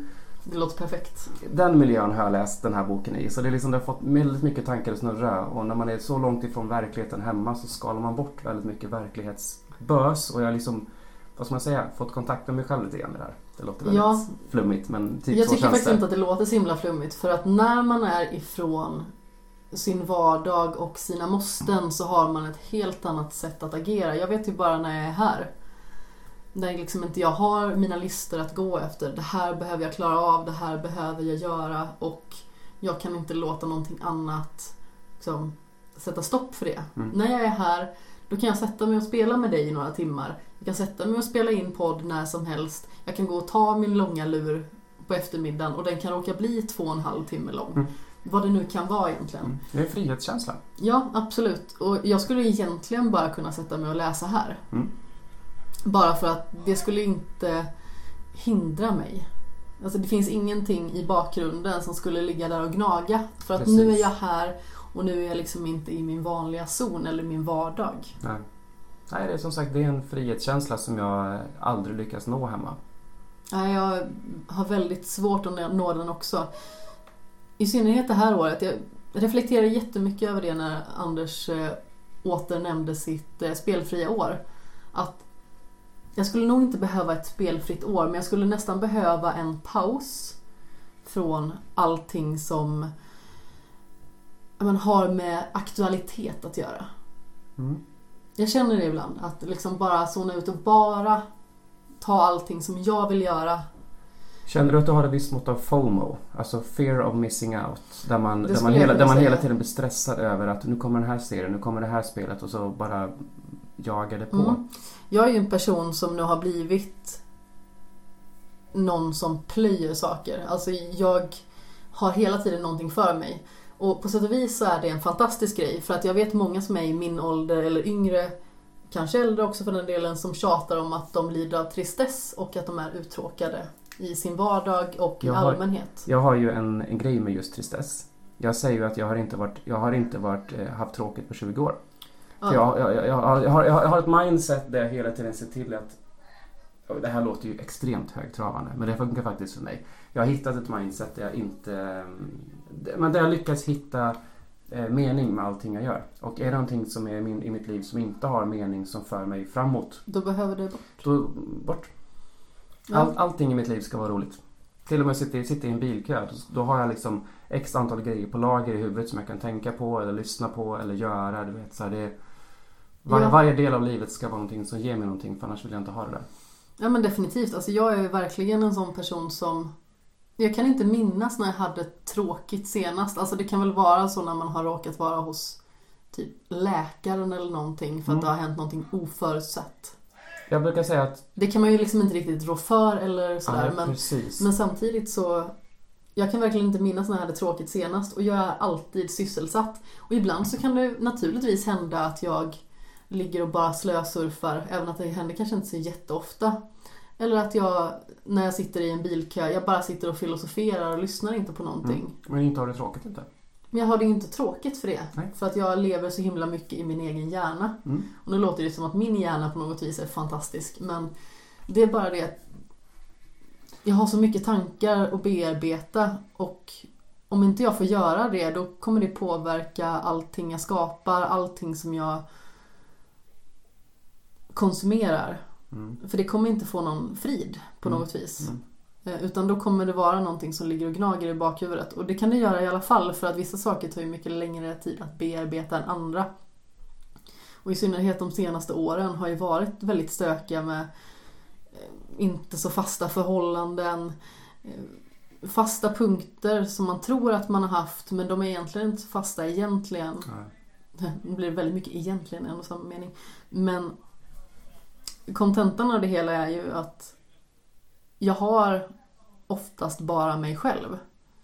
S1: Det låter perfekt.
S3: Den miljön har jag läst den här boken i. Så det är liksom, det har fått väldigt mycket tankar att snurra. Och när man är så långt ifrån verkligheten hemma så skalar man bort väldigt mycket verklighetsbös. Och jag har liksom, vad ska man säga, fått kontakt med mig själv lite grann i det här. Det låter väldigt flummigt, men typ
S1: jag
S3: så
S1: tycker
S3: känns
S1: faktiskt inte att det låter så himla flummigt. För att när man är ifrån sin vardag och sina måsten så har man ett helt annat sätt att agera. Jag vet ju bara när jag är här. Där liksom inte jag har mina listor att gå efter. Det här behöver jag klara av, det här behöver jag göra. Och jag kan inte låta någonting annat liksom, sätta stopp för det. När jag är här, då kan jag sätta mig och spela med dig i några timmar. Jag kan sätta mig och spela in podd när som helst. Jag kan gå och ta min långa lur på eftermiddagen och den kan råka bli 2,5 timme lång. Vad det nu kan vara egentligen.
S3: Det är en frihetskänsla.
S1: Ja, absolut. Och jag skulle egentligen bara kunna sätta mig och läsa här. Bara för att det skulle inte hindra mig. Alltså det finns ingenting i bakgrunden som skulle ligga där och gnaga. För att nu är jag här och nu är jag liksom inte i min vanliga zon eller min vardag.
S3: Nej, det är som sagt, det är en frihetskänsla som jag aldrig lyckas nå hemma.
S1: Nej, jag har väldigt svårt att nå den också. I synnerhet det här året. Jag reflekterar jättemycket över det när Anders åternämnde sitt spelfria år. Att jag skulle nog inte behöva ett spelfritt år, men jag skulle nästan behöva en paus från allting som har med aktualitet att göra. Jag känner det ibland, att liksom bara zona ut och bara ta allting som jag vill göra.
S3: Känner du att du har ett visst mått av FOMO? Alltså fear of missing out. Där man hela tiden blir stressad över att nu kommer den här serien, nu kommer det här spelet och så bara jagar det på.
S1: Jag är ju en person som nu har blivit någon som plöjer saker. Alltså jag har hela tiden någonting för mig. Och på sätt och vis så är det en fantastisk grej. För att jag vet många som är i min ålder eller yngre, kanske äldre också för den delen, som tjatar om att de lider av tristess och att de är uttråkade i sin vardag och i allmänhet. Jag har ju en grej med just tristess. Jag säger ju att jag har inte haft tråkigt på 20 år. Jag har ett mindset där jag hela tiden ser till att, det här låter ju extremt högtravande, men det funkar faktiskt för mig. Jag har hittat ett mindset där jag lyckas hitta mening med allting jag gör. Och är det någonting som är i mitt liv som inte har mening som för mig framåt, då behöver det bort.
S3: Då bort. Allting i mitt liv ska vara roligt. Till och med sitta i en bilkö, då har jag liksom x antal grejer på lager i huvudet som jag kan tänka på eller lyssna på eller göra. Du vet, så här, varje del av livet ska vara någonting som ger mig någonting, för annars vill jag inte ha det där. Ja, men definitivt. Alltså, jag är verkligen en sån person som... Jag kan inte minnas när jag hade tråkigt senast. Alltså det kan väl vara så när man har råkat vara hos typ läkaren eller någonting för att det har hänt någonting oförutsett. Jag brukar säga att... Det kan man ju liksom inte riktigt rå för eller sådär. Men samtidigt så... Jag kan verkligen inte minnas när jag hade tråkigt senast. Och jag är alltid sysselsatt. Och ibland så kan det naturligtvis hända att jag ligger och bara slösurfar. Även att det händer kanske inte så jätteofta. Eller att jag, när jag sitter i en bilkö, jag bara sitter och filosoferar och lyssnar inte på någonting. Men inte har det tråkigt inte? Men jag har det inte tråkigt för det. Nej. För att jag lever så himla mycket i min egen hjärna. Och nu låter det som att min hjärna på något vis är fantastisk. Men det är bara det att jag har så mycket tankar att bearbeta. Och om inte jag får göra det, då kommer det påverka allting jag skapar. Allting som jag konsumerar. För det kommer inte få någon frid på något vis. Utan då kommer det vara någonting som ligger och gnager i bakhuvudet. Och det kan det göra i alla fall, för att vissa saker tar ju mycket längre tid att bearbeta än andra. Och i synnerhet de senaste åren har ju varit väldigt stökiga med inte så fasta förhållanden. Fasta punkter som man tror att man har haft, men de är egentligen inte fasta egentligen. Det blir väldigt mycket egentligen i en och samma mening. Men kontentan av det hela är ju att jag har oftast bara mig själv.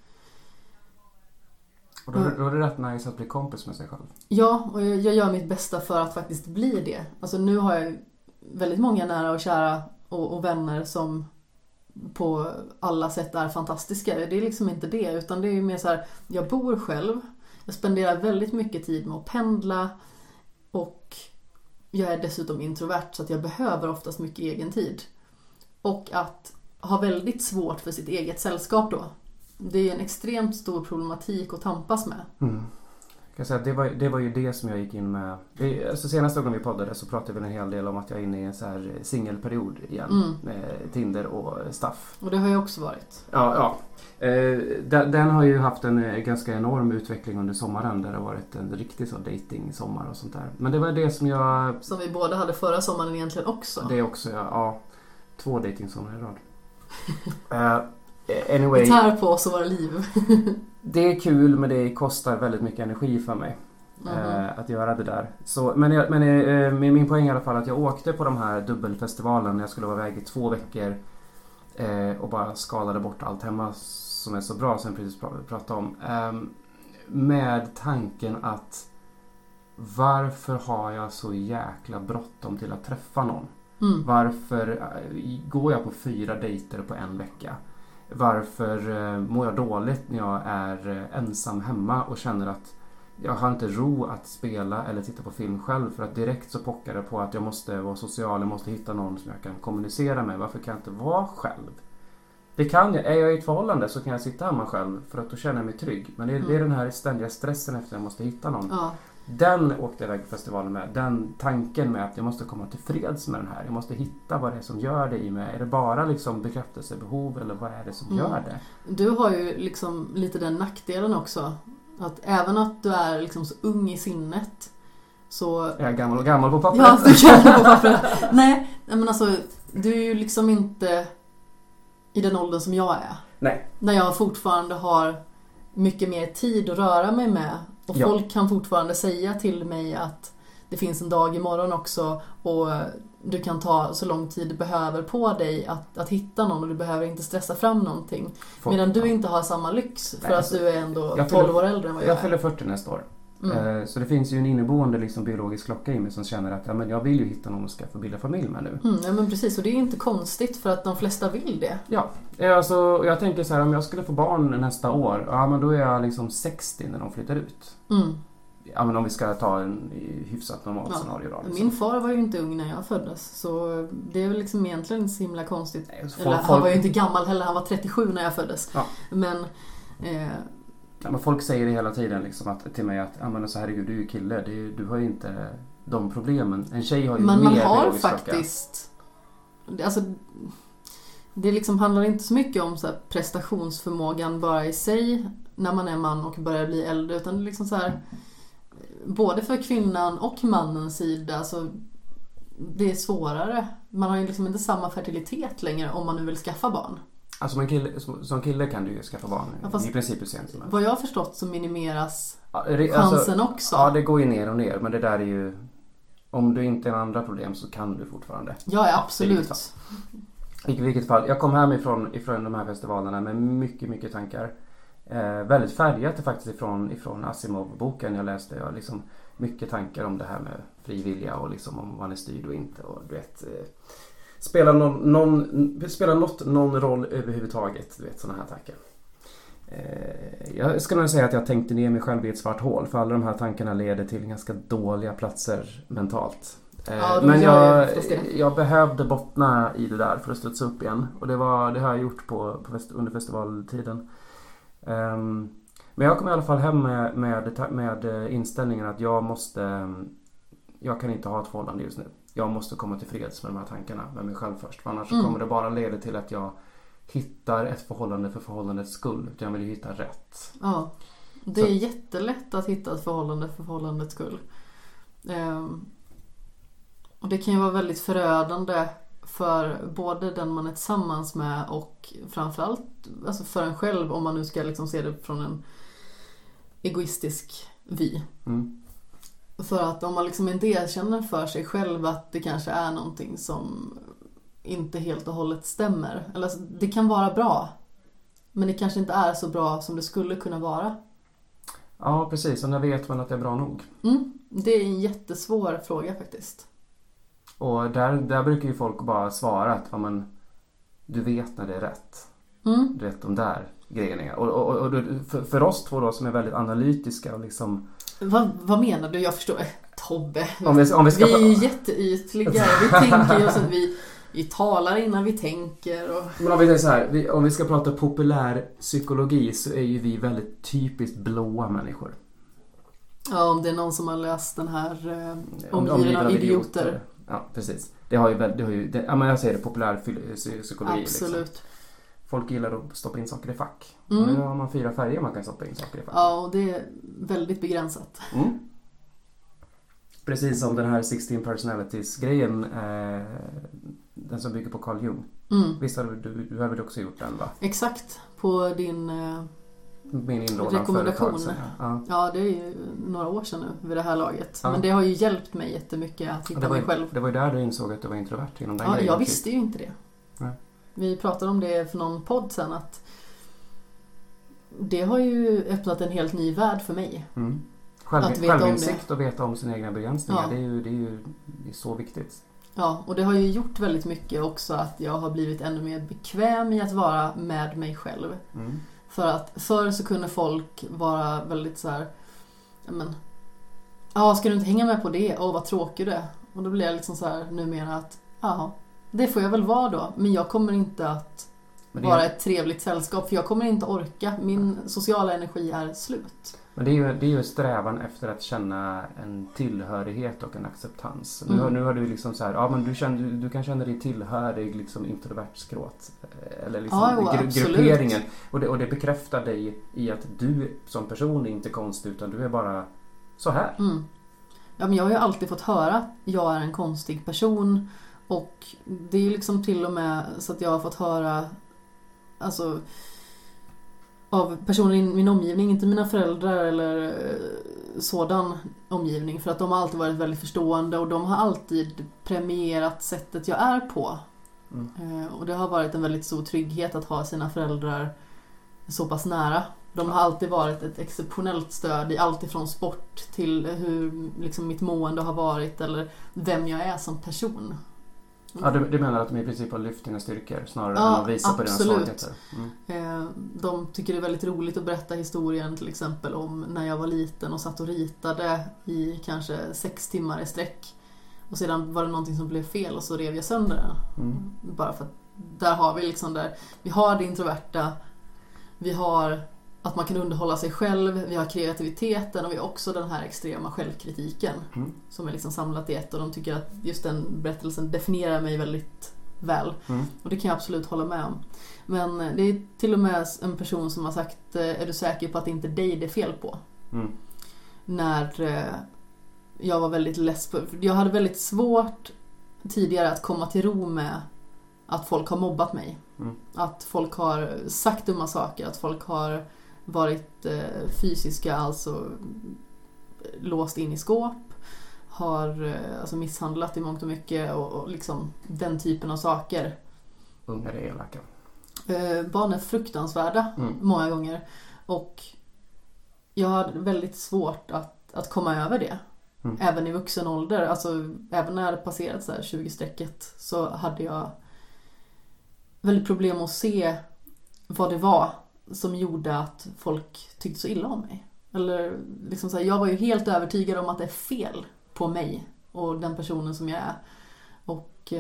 S3: Och då är det rätt nice att bli kompis med sig själv. Ja, och jag gör mitt bästa för att faktiskt bli det. Alltså nu har jag väldigt många nära och kära och vänner som på alla sätt är fantastiska. Det är liksom inte det, utan det är ju mer så här, jag bor själv. Jag spenderar väldigt mycket tid med att pendla och jag är dessutom introvert, så att jag behöver oftast mycket egen tid. Och att
S1: har väldigt svårt för sitt eget sällskap då. Det är en extremt stor problematik att tampas med.
S3: Jag kan säga att det var ju det som jag gick in med. Alltså senaste gången vi poddade så pratade vi en hel del om att jag är inne i en så här singelperiod igen. Med Tinder och Staff.
S1: Och det har jag också varit.
S3: Ja. Den har ju haft en ganska enorm utveckling under sommaren. Där det har varit en riktig så dating-sommar och sånt där. Men det var det som jag...
S1: Som vi båda hade förra sommaren egentligen också.
S3: Det också, ja. 2 dating-sommar i rad. Anyway.
S1: Det tär på oss och våra liv.
S3: Det är kul, men det kostar väldigt mycket energi för mig att göra det där. Så, men min poäng är i alla fall att jag åkte på de här dubbelfestivalen när jag skulle vara iväg i 2 veckor och bara skalade bort allt hemma som är så bra som jag precis pratade om. Med tanken att varför har jag så jäkla bråttom till att träffa någon? Varför går jag på 4 dejter på en vecka? Varför mår jag dåligt när jag är ensam hemma och känner att jag har inte ro att spela eller titta på film själv, för att direkt så pockar det på att jag måste vara social, jag måste hitta någon som jag kan kommunicera med. Varför kan jag inte vara själv? Det kan jag. Är jag i ett förhållande så kan jag sitta hemma själv för att då känner jag mig trygg. Men det är den här ständiga stressen efter att jag måste hitta någon.
S1: Ja.
S3: Den åkte jag iväg på festivalen med. Den tanken med att jag måste komma till freds med den här. Jag måste hitta vad det är som gör det i mig. Är det bara liksom bekräftelsebehov eller vad är det som gör det?
S1: Du har ju liksom lite den nackdelen också. Att även att du är liksom så ung i sinnet så...
S3: Är jag gammal på pappret?
S1: Ja, du är gammal på pappret. Nej, men alltså du är ju liksom inte i den åldern som jag är.
S3: Nej.
S1: När jag fortfarande har mycket mer tid att röra mig med. Och folk kan fortfarande säga till mig att det finns en dag imorgon också och du kan ta så lång tid du behöver på dig att hitta någon och du behöver inte stressa fram någonting. Medan du inte har samma lyx för att du är ändå 12 år äldre än vad jag är.
S3: Jag fyller 40 nästa år. Så det finns ju en inneboende liksom biologisk klocka i mig som känner att men jag vill ju hitta någon och skaffa bilda familj med nu.
S1: Ja men precis, och det är inte konstigt för att de flesta vill det.
S3: Ja, alltså jag tänker så här, om jag skulle få barn nästa år, ja men då är jag liksom 60 när de flyttar ut. Ja men om vi ska ta en hyfsat normalt scenario då. Liksom.
S1: Min far var ju inte ung när jag föddes, så det är väl liksom egentligen så himla konstigt.
S3: Nej,
S1: han var ju inte gammal heller, han var 37 när jag föddes. Ja. Men...
S3: Ja, men folk säger det hela tiden liksom till mig att men så herregud, du är ju kille, du har ju inte de problemen. En tjej har ju
S1: men
S3: mer
S1: man har faktiskt alltså, det liksom handlar inte så mycket om så här prestationsförmågan bara i sig när man är man och börjar bli äldre, utan det är liksom så här både för kvinnan och mannens sida så det är svårare. Man har ju liksom inte samma fertilitet längre om man nu vill skaffa barn.
S3: Alltså som kille kan du ju skaffa barn i princip hur sent som helst.
S1: Vad jag har förstått så minimeras chansen också.
S3: Ja, det går ju ner och ner, men det där är ju... Om du inte har andra problem så kan du fortfarande.
S1: Ja, absolut.
S3: I vilket fall. Jag kom hem ifrån de här festivalerna med mycket, mycket tankar. Väldigt färgat faktiskt ifrån Asimov-boken jag läste. Jag liksom mycket tankar om det här med frivilliga och liksom om man är styrd och inte. Och du vet... Spelar någon roll överhuvudtaget, du vet, sådana här tankar. Jag ska nog säga att jag tänkte ner mig själv i ett svart hål, för alla de här tankarna leder till ganska dåliga platser mentalt. Men jag behövde bottna i det där för att studsa upp igen, och det har jag gjort under festivaltiden. Men jag kom i alla fall hem med inställningen att jag kan inte ha ett förhållande just nu. Jag måste komma till freds med de här tankarna med mig själv först. För annars kommer det bara leda till att jag hittar ett förhållande för förhållandets skull. Jag vill ju hitta rätt.
S1: Ja, det är jättelätt att hitta ett förhållande för förhållandets skull. Och det kan ju vara väldigt förödande för både den man är tillsammans med och framförallt alltså för en själv, om man nu ska liksom se det från en egoistisk vy. För att om man liksom inte erkänner för sig själv att det kanske är någonting som inte helt och hållet stämmer. Eller alltså, det kan vara bra, men det kanske inte är så bra som det skulle kunna vara.
S3: Ja, precis. Och när vet man att det är bra nog?
S1: Det är en jättesvår fråga faktiskt. Och
S3: där brukar ju folk bara svara att du vet när det är rätt. Du vet de där grejerna. Och för oss två då som är väldigt analytiska och liksom...
S1: Vad menar du? Jag förstår. Tobbe.
S3: Om vi
S1: är jätteytliga. Vi tänker ju så att Vi talar innan vi tänker. Och...
S3: Men om vi säger så här, om vi ska prata populär psykologi så är ju vi väldigt typiskt blåa människor.
S1: Ja, om det är någon som har läst den här Omgiven av idioter.
S3: Ja, precis. Det har ju men jag säger det, populär psykologi.
S1: Absolut.
S3: Liksom. Folk gillar att stoppa in saker i fack. Nu har man 4 färger man kan stoppa in saker i fack.
S1: Ja, och det är väldigt begränsat.
S3: Precis som den här 16 personalities-grejen, den som bygger på Carl Jung. Visst har du har väl också gjort den, va?
S1: Exakt, på din
S3: min inlådan
S1: rekommendation.
S3: Ja.
S1: Ja, det är ju några år sedan nu vid det här laget. Ja. Men det har ju hjälpt mig jättemycket att hitta mig själv.
S3: Det var ju där du insåg att du var introvert inom den grejen.
S1: Jag visste ju inte det.
S3: Nej.
S1: Vi pratade om det för någon podd sen, att det har ju öppnat en helt ny värld för mig.
S3: Självinsikt och veta om sina egna begränsningar, det är så viktigt.
S1: Ja, och det har ju gjort väldigt mycket också att jag har blivit ännu mer bekväm i att vara med mig själv. För att förr så kunde folk vara väldigt så här, ska du inte hänga med på det? Vad tråkigt det är. Och då blir jag liksom så här numera att, det får jag väl vara då. Men jag kommer inte att vara ett trevligt sällskap, för jag kommer inte orka. Min sociala energi är slut.
S3: Men det är ju strävan efter att känna en tillhörighet och en acceptans. Nu har du liksom så här, men du kan känna dig tillhörig, liksom introvert skråt. Eller liksom grupperingen. Och det bekräftar dig i att du som person är inte konstig, utan du är bara så här.
S1: Ja, men jag har ju alltid fått höra att jag är en konstig person. Och det är liksom till och med så att jag har fått höra, alltså, av personer i min omgivning, inte mina föräldrar eller sådan omgivning, för att de har alltid varit väldigt förstående och de har alltid premierat sättet jag är på. Och det har varit en väldigt stor trygghet att ha sina föräldrar så pass nära. De har alltid varit ett exceptionellt stöd i allt ifrån sport till hur liksom mitt mående har varit eller vem jag är som person.
S3: Ja, du menar att de i princip har lyft dina styrkor snarare än att visa på dina svagheter?
S1: De tycker det är väldigt roligt att berätta historien till exempel om när jag var liten och satt och ritade i kanske 6 timmar i sträck. Och sedan var det någonting som blev fel och så rev jag sönder det. Bara för att där har vi liksom vi har det introverta, vi har att man kan underhålla sig själv, vi har kreativiteten och vi har också den här extrema självkritiken som är liksom samlat i ett, och de tycker att just den berättelsen definierar mig väldigt väl. Och det kan jag absolut hålla med om. Men det är till och med en person som har sagt, är du säker på att det inte är dig det är fel på? När jag var väldigt less på, jag hade väldigt svårt tidigare att komma till ro med att folk har mobbat mig. Att folk har sagt dumma saker, att folk har varit fysiska, alltså låst in i skåp, har alltså misshandlat i mångt och mycket och liksom den typen av saker.
S3: Ungar är elaka.
S1: Barn är fruktansvärda många gånger, och jag hade väldigt svårt att komma över det. Även i vuxen ålder, alltså även när jag hade passerat så här 20-strecket, så hade jag väldigt problem att se vad det var som gjorde att folk tyckte så illa om mig. Eller liksom så här, jag var ju helt övertygad om att det är fel på mig och den personen som jag är. Och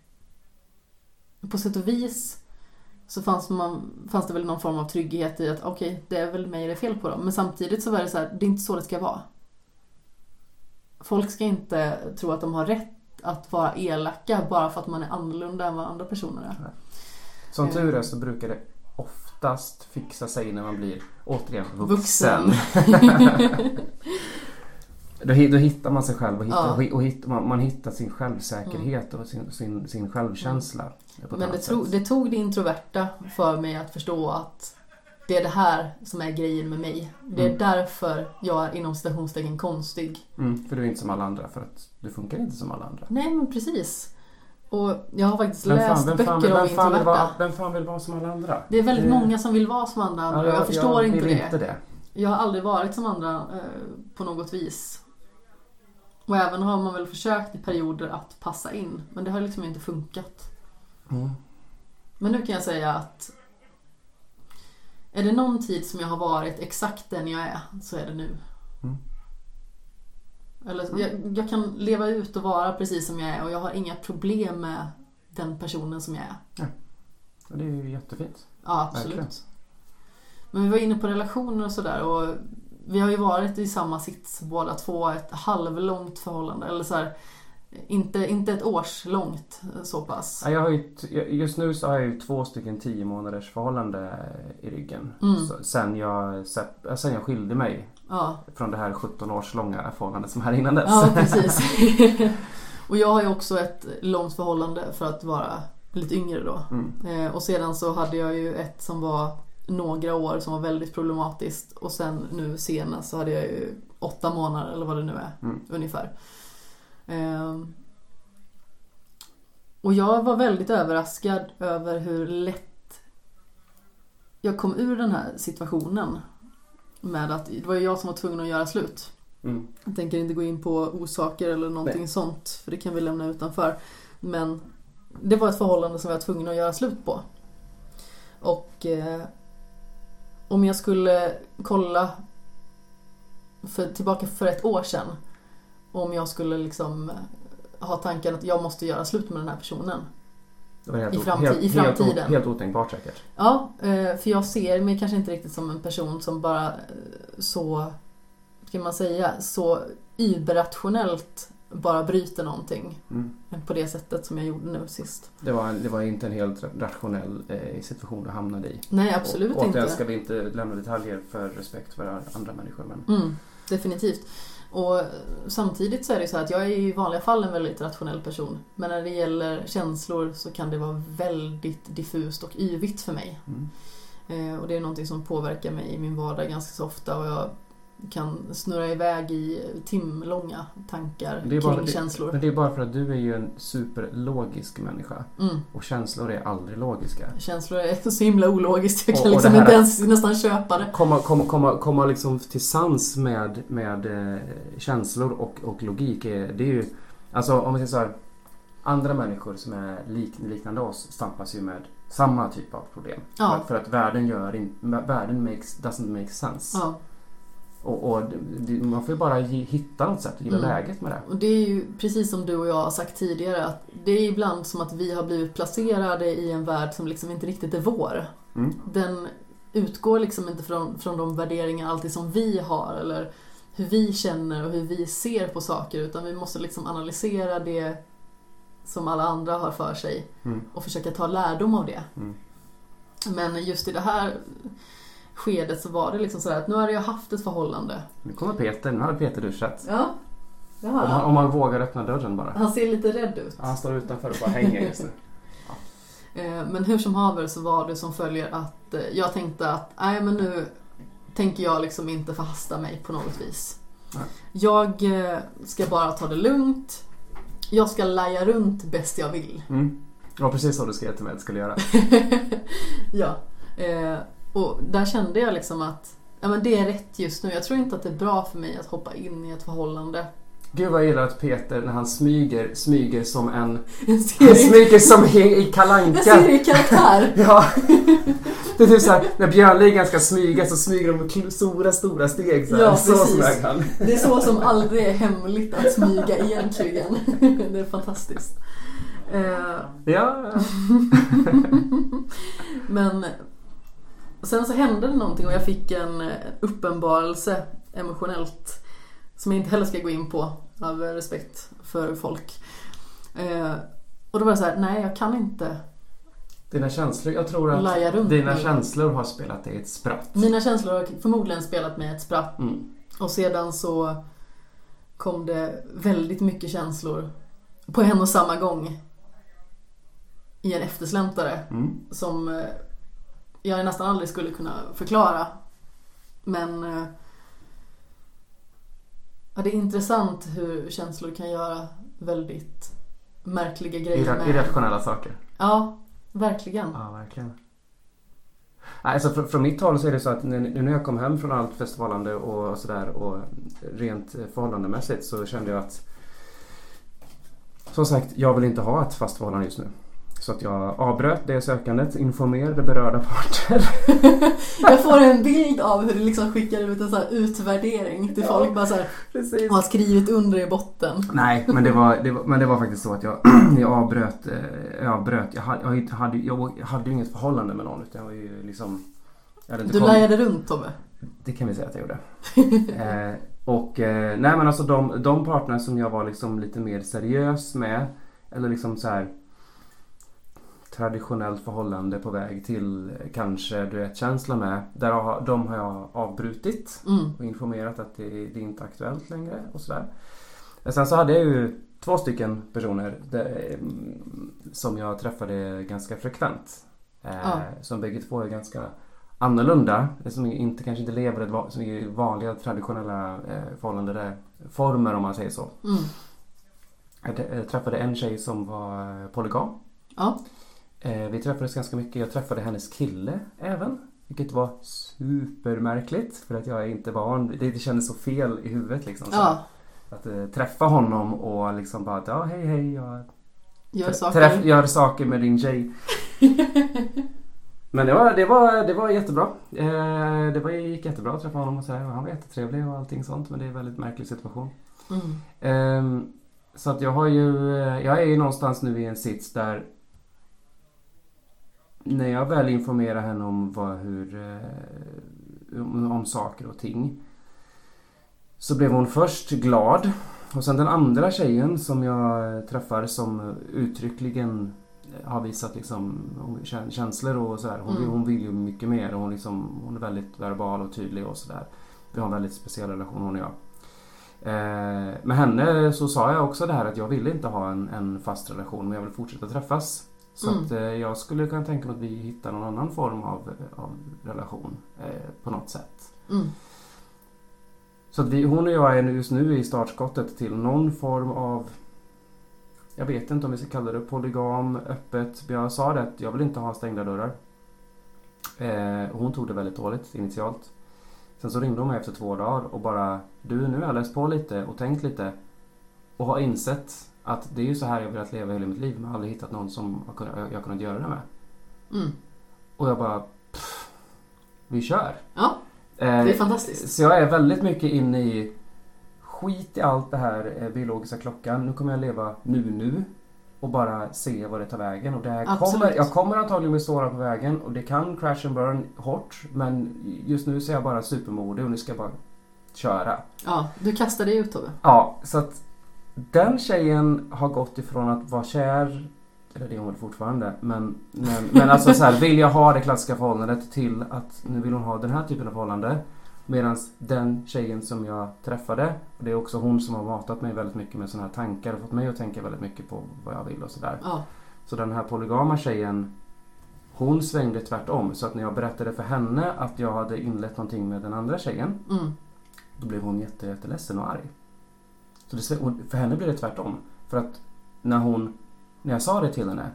S1: på sätt och vis så fanns det väl någon form av trygghet i att okej, det är väl mig det är fel på dem. Men samtidigt så var det så här, det är inte så det ska vara. Folk ska inte tro att de har rätt att vara elaka bara för att man är annorlunda än vad andra personer är.
S3: Som tur är så brukar det oftast fixa sig när man blir återigen vuxen. Då hittar man sig själv och man hittar sin självsäkerhet och sin självkänsla.
S1: Men det tog det introverta för mig att förstå att det är det här som är grejen med mig. Det är därför jag är inom citationstecken konstig.
S3: För du är inte som alla andra, för att du funkar inte som alla andra.
S1: Nej, men precis. Och jag har faktiskt läst böcker om introverta.
S3: Vem fan vill vara som alla andra?
S1: Det är väldigt många som vill vara som andra.
S3: Ja,
S1: jag förstår inte
S3: det.
S1: Jag har aldrig varit som andra på något vis. Och även har man väl försökt i perioder att passa in. Men det har liksom inte funkat. Men nu kan jag säga att är det någon tid som jag har varit exakt den jag är, så är det nu. Eller jag kan leva ut och vara precis som jag är, och jag har inga problem med den personen som jag är.
S3: Ja. Och det är ju jättefint.
S1: Ja, absolut.
S3: Verkligen.
S1: Men vi var inne på relationer och sådär, och vi har ju varit i samma sits båda två, ett halvlångt förhållande, eller så här, inte ett års långt så pass.
S3: Ja, jag har ju just nu så har jag ju 2 10 månaders förhållande i ryggen. Så, sen jag skilde mig från det här 17 års långa förhållandet som här innan dess.
S1: Ja, precis. Och jag har ju också ett långt förhållande för att vara lite yngre då. Och sedan så hade jag ju ett som var några år som var väldigt problematiskt, och sen nu senast så hade jag ju 8 månader eller vad det nu är ungefär. Och jag var väldigt överraskad över hur lätt jag kom ur den här situationen, med att det var jag som var tvungen att göra slut. Jag tänker inte gå in på orsaker eller någonting sånt, för det kan vi lämna utanför. Men det var ett förhållande som jag var tvungen att göra slut på. Och om jag skulle kolla tillbaka för ett år sedan, om jag skulle liksom ha tanken att jag måste göra slut med den här personen i framtiden.
S3: Helt otänkbart säkert.
S1: Ja, för jag ser mig kanske inte riktigt som en person som bara så, kan man säga, så überrationellt bara bryter någonting på det sättet som jag gjorde nu sist.
S3: Det var inte en helt rationell situation du hamnade i.
S1: Nej, absolut inte.
S3: Och återigen ska vi inte lämna detaljer för respekt för andra människor. Men...
S1: definitivt. Och samtidigt så är det så här att jag är i vanliga fall en väldigt rationell person. Men när det gäller känslor så kan det vara väldigt diffust och yvigt för mig. Och det är någonting som påverkar mig i min vardag ganska så ofta, och jag kan snurra iväg i timlånga tankar kring känslor.
S3: Men det är bara för att du är ju en superlogisk människa. Och känslor är aldrig logiska.
S1: Känslor är så himla ologiskt. Jag kan liksom inte ens nästan köpa det.
S3: Komma liksom till sans med känslor och logik. Det är ju, alltså om man säger så här, andra människor som är liknande oss stampas ju med samma typ av problem.
S1: Ja.
S3: För att världen doesn't make sense.
S1: Ja.
S3: Och man får ju bara hitta något sätt att gilla läget med det.
S1: Och det är ju precis som du och jag har sagt tidigare, att det är ibland som att vi har blivit placerade i en värld som liksom inte riktigt är vår. Den utgår liksom inte från de värderingar alltid som vi har, eller hur vi känner och hur vi ser på saker, utan vi måste liksom analysera det som alla andra har för sig och försöka ta lärdom av det. Men just i det här skedet så var det liksom så att nu hade jag haft ett förhållande.
S3: Nu har Peter duschat.
S1: Ja, det har han.
S3: Om man vågar öppna dörren bara.
S1: Han ser lite rädd ut.
S3: Ja, han står utanför och bara hänger just nu.
S1: Men hur som haver så var det som följer att jag tänkte att nej, men nu tänker jag liksom inte förhasta mig på något vis. Nej. Jag ska bara ta det lugnt. Jag ska laja runt bäst jag vill.
S3: Det var precis så du skrev till mig att skulle göra.
S1: Ja. Och där kände jag liksom att men det är rätt just nu. Jag tror inte att det är bra för mig att hoppa in i ett förhållande.
S3: Gud vad jag gillar att Peter när han smyger som en smyger som i Kalle Anka.
S1: En seriekaraktär.
S3: Ja. Det är typ så här, när Björnligan ska smyga så smyger de med stora steg så här.
S1: Ja,
S3: så
S1: precis.
S3: han.
S1: Det är så som aldrig är hemligt att smyga egentligen. Det är fantastiskt.
S3: Ja.
S1: Men sen så hände det någonting och jag fick en uppenbarelse emotionellt som jag inte heller ska gå in på av respekt för folk. Och då var det så här, nej jag kan inte.
S3: Dina känslor, jag tror att dina känslor har spelat dig ett spratt.
S1: Mina känslor har förmodligen spelat mig ett spratt. Och sedan så kom det väldigt mycket känslor på en och samma gång i en eftersläntrare som jag nästan aldrig skulle kunna förklara. Men det är intressant hur känslor kan göra väldigt märkliga grejer.
S3: Irrationella saker.
S1: Ja, verkligen.
S3: Ja, verkligen. Alltså från mitt håll så är det så att när jag kom hem från allt festivalande och sådär och rent förhållandemässigt så kände jag att som sagt, jag vill inte ha ett fast förhållande just nu. Så att jag avbröt det sökandet, informerade berörda parter.
S1: Jag får en bild av hur du liksom skickar ut en så här utvärdering till folk. Bara så här, har skrivit under i botten.
S3: Nej, men det var faktiskt så att jag avbröt. Jag hade ju inget förhållande med någon. Utan jag var ju liksom,
S1: du lejade runt, Tobbe.
S3: Det kan vi säga att jag gjorde. Nej, men alltså de partner som jag var liksom lite mer seriös med, eller liksom så här traditionellt förhållande på väg till kanske duettkänsla med, de har jag avbrutit och informerat att det är inte aktuellt längre och sådär. Sen så hade jag ju 2 stycken personer som jag träffade ganska frekvent, som bägge två är ganska annorlunda, som kanske inte lever som är vanliga traditionella förhållandeformer, om man säger så. Jag träffade en tjej som var polygam.
S1: Ja.
S3: Vi träffades ganska mycket. Jag träffade hennes kille även, vilket var supermärkligt, för att jag är inte van. Det kändes så fel i huvudet liksom, så att träffa honom och liksom bara hej, jag gör saker med din tjej. Men det var jättebra. Det gick jättebra att träffa honom och så här, och han var jättetrevlig och allting sånt, men det är en väldigt märklig situation. Så att jag är ju någonstans nu i en sits där, när jag väl informerar henne om saker och ting, så blev hon först glad, och sen den andra tjejen som jag träffar, som uttryckligen har visat liksom känslor och så här. Hon vill ju mycket mer, och hon är väldigt verbal och tydlig och så där. Vi har en väldigt speciell relation, hon och jag. Med henne så sa jag också det här att jag vill inte ha en fast relation, men jag vill fortsätta träffas. Så att jag skulle kunna tänka mig att vi hittar någon annan form av relation på något sätt. Så att hon och jag är just nu i startskottet till någon form av, jag vet inte om vi ska kalla det polygam, öppet. Jag sa det att jag vill inte ha stängda dörrar. Hon tog det väldigt dåligt initialt. Sen så ringde hon mig efter 2 dagar och bara, nu har jag läst på lite och tänkt lite och har insett att det är ju så här jag vill leva hela mitt liv, men jag har aldrig hittat någon som jag kunnat göra det med. Och jag bara, vi kör.
S1: Ja, det är fantastiskt.
S3: Så jag är väldigt mycket inne i skit i allt det här biologiska klockan. Nu kommer jag leva nu och bara se vad det tar vägen. Och det här jag kommer antagligen med såra på vägen, och det kan crash and burn hårt, men just nu så är jag bara supermodig och nu ska jag bara köra.
S1: Ja, du kastar dig ut, Tobbe.
S3: Ja, så att den tjejen har gått ifrån att vara kär, eller det är hon väl fortfarande, men alltså så här, vill jag ha det klassiska förhållandet, till att nu vill hon ha den här typen av förhållande. Medan den tjejen som jag träffade, och det är också hon som har matat mig väldigt mycket med såna här tankar och fått mig att tänka väldigt mycket på vad jag vill och sådär. Så den här polygama tjejen, hon svängde tvärtom. Så att när jag berättade för henne att jag hade inlett någonting med den andra tjejen, då blev hon jätteledsen och arg. Så för henne blev det tvärtom. För att när jag sa det till henne,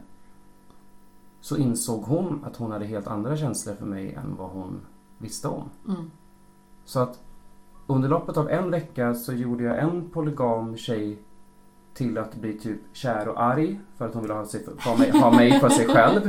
S3: så insåg hon att hon hade helt andra känslor för mig än vad hon visste om. Så att under loppet av 1 vecka så gjorde jag en polygam tjej till att bli typ kär och arg, för att hon ville ha mig för sig själv.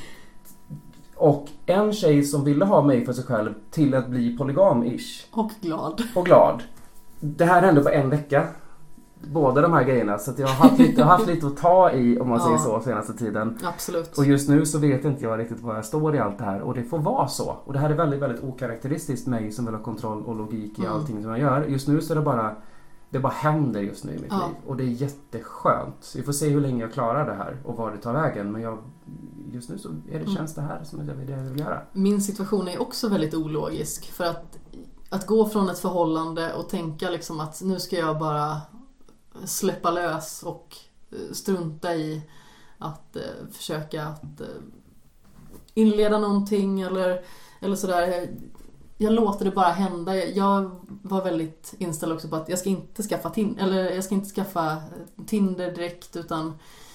S3: Och en tjej som ville ha mig för sig själv till att bli polygam-ish.
S1: Och glad.
S3: Det här hände på 1 vecka. Båda de här grejerna. Så att jag har haft lite att ta i, om man säger så, senaste tiden.
S1: Absolut.
S3: Och just nu så vet inte jag riktigt var jag står i allt det här. Och det får vara så. Och det här är väldigt, väldigt okaraktäristiskt mig som vill ha kontroll och logik i allting som jag gör. Just nu så är det bara händer just nu i mitt liv. Och det är jätteskönt. Vi får se hur länge jag klarar det här och var det tar vägen. Men just nu så känns det här som det jag vill göra.
S1: Min situation är också väldigt ologisk. För att gå från ett förhållande och tänka liksom att nu ska jag bara släppa lös och strunta i att försöka att inleda någonting eller sådär. Jag låter det bara hända. Jag var väldigt inställd också på att jag ska inte skaffa Tinder direkt, utan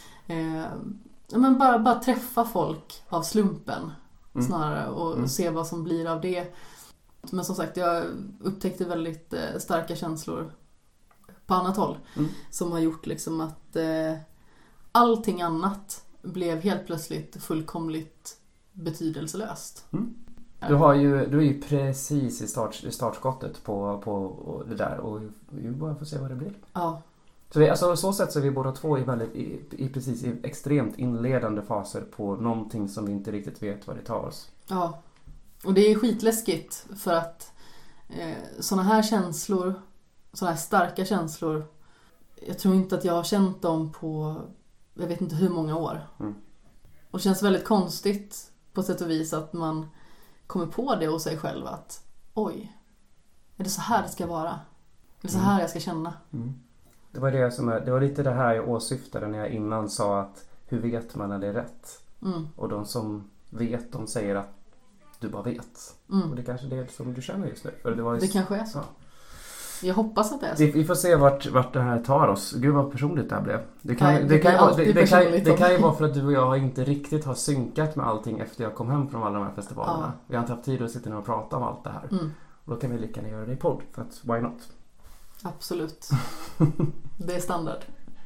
S1: men bara träffa folk av slumpen snarare och se vad som blir av det. Men som sagt, jag upptäckte väldigt starka känslor på annat håll som har gjort liksom att allting annat blev helt plötsligt fullkomligt betydelselöst.
S3: Du är ju precis i startskottet på det där och vi bara får se vad det blir.
S1: Ja.
S3: Så sätt så är vi båda två precis i extremt inledande faser på någonting som vi inte riktigt vet vad det tar oss.
S1: Ja, och det är skitläskigt för att såna här känslor, såna här starka känslor, jag tror inte att jag har känt dem på jag vet inte hur många år. Och det känns väldigt konstigt på sätt och vis att man kommer på det hos sig själv att oj, är det så här det ska vara? Är det så här jag ska känna?
S3: Det var lite det här jag åsyftade när jag innan sa att hur vet man när det är rätt? Och de som vet, de säger att du bara vet. Och det kanske är det som du känner just nu. För
S1: det kanske är så. Ja. Jag hoppas att det är så.
S3: Vi får se vart det här tar oss. Gud vad personligt det här blev. Det kan ju vara för att du och jag inte riktigt har synkat med allting efter jag kom hem från alla de här festivalerna. Vi har inte haft tid att sitta ner och prata om allt det här. Och då kan vi lika gärna göra det i podd. För att why not?
S1: Absolut. Det är standard.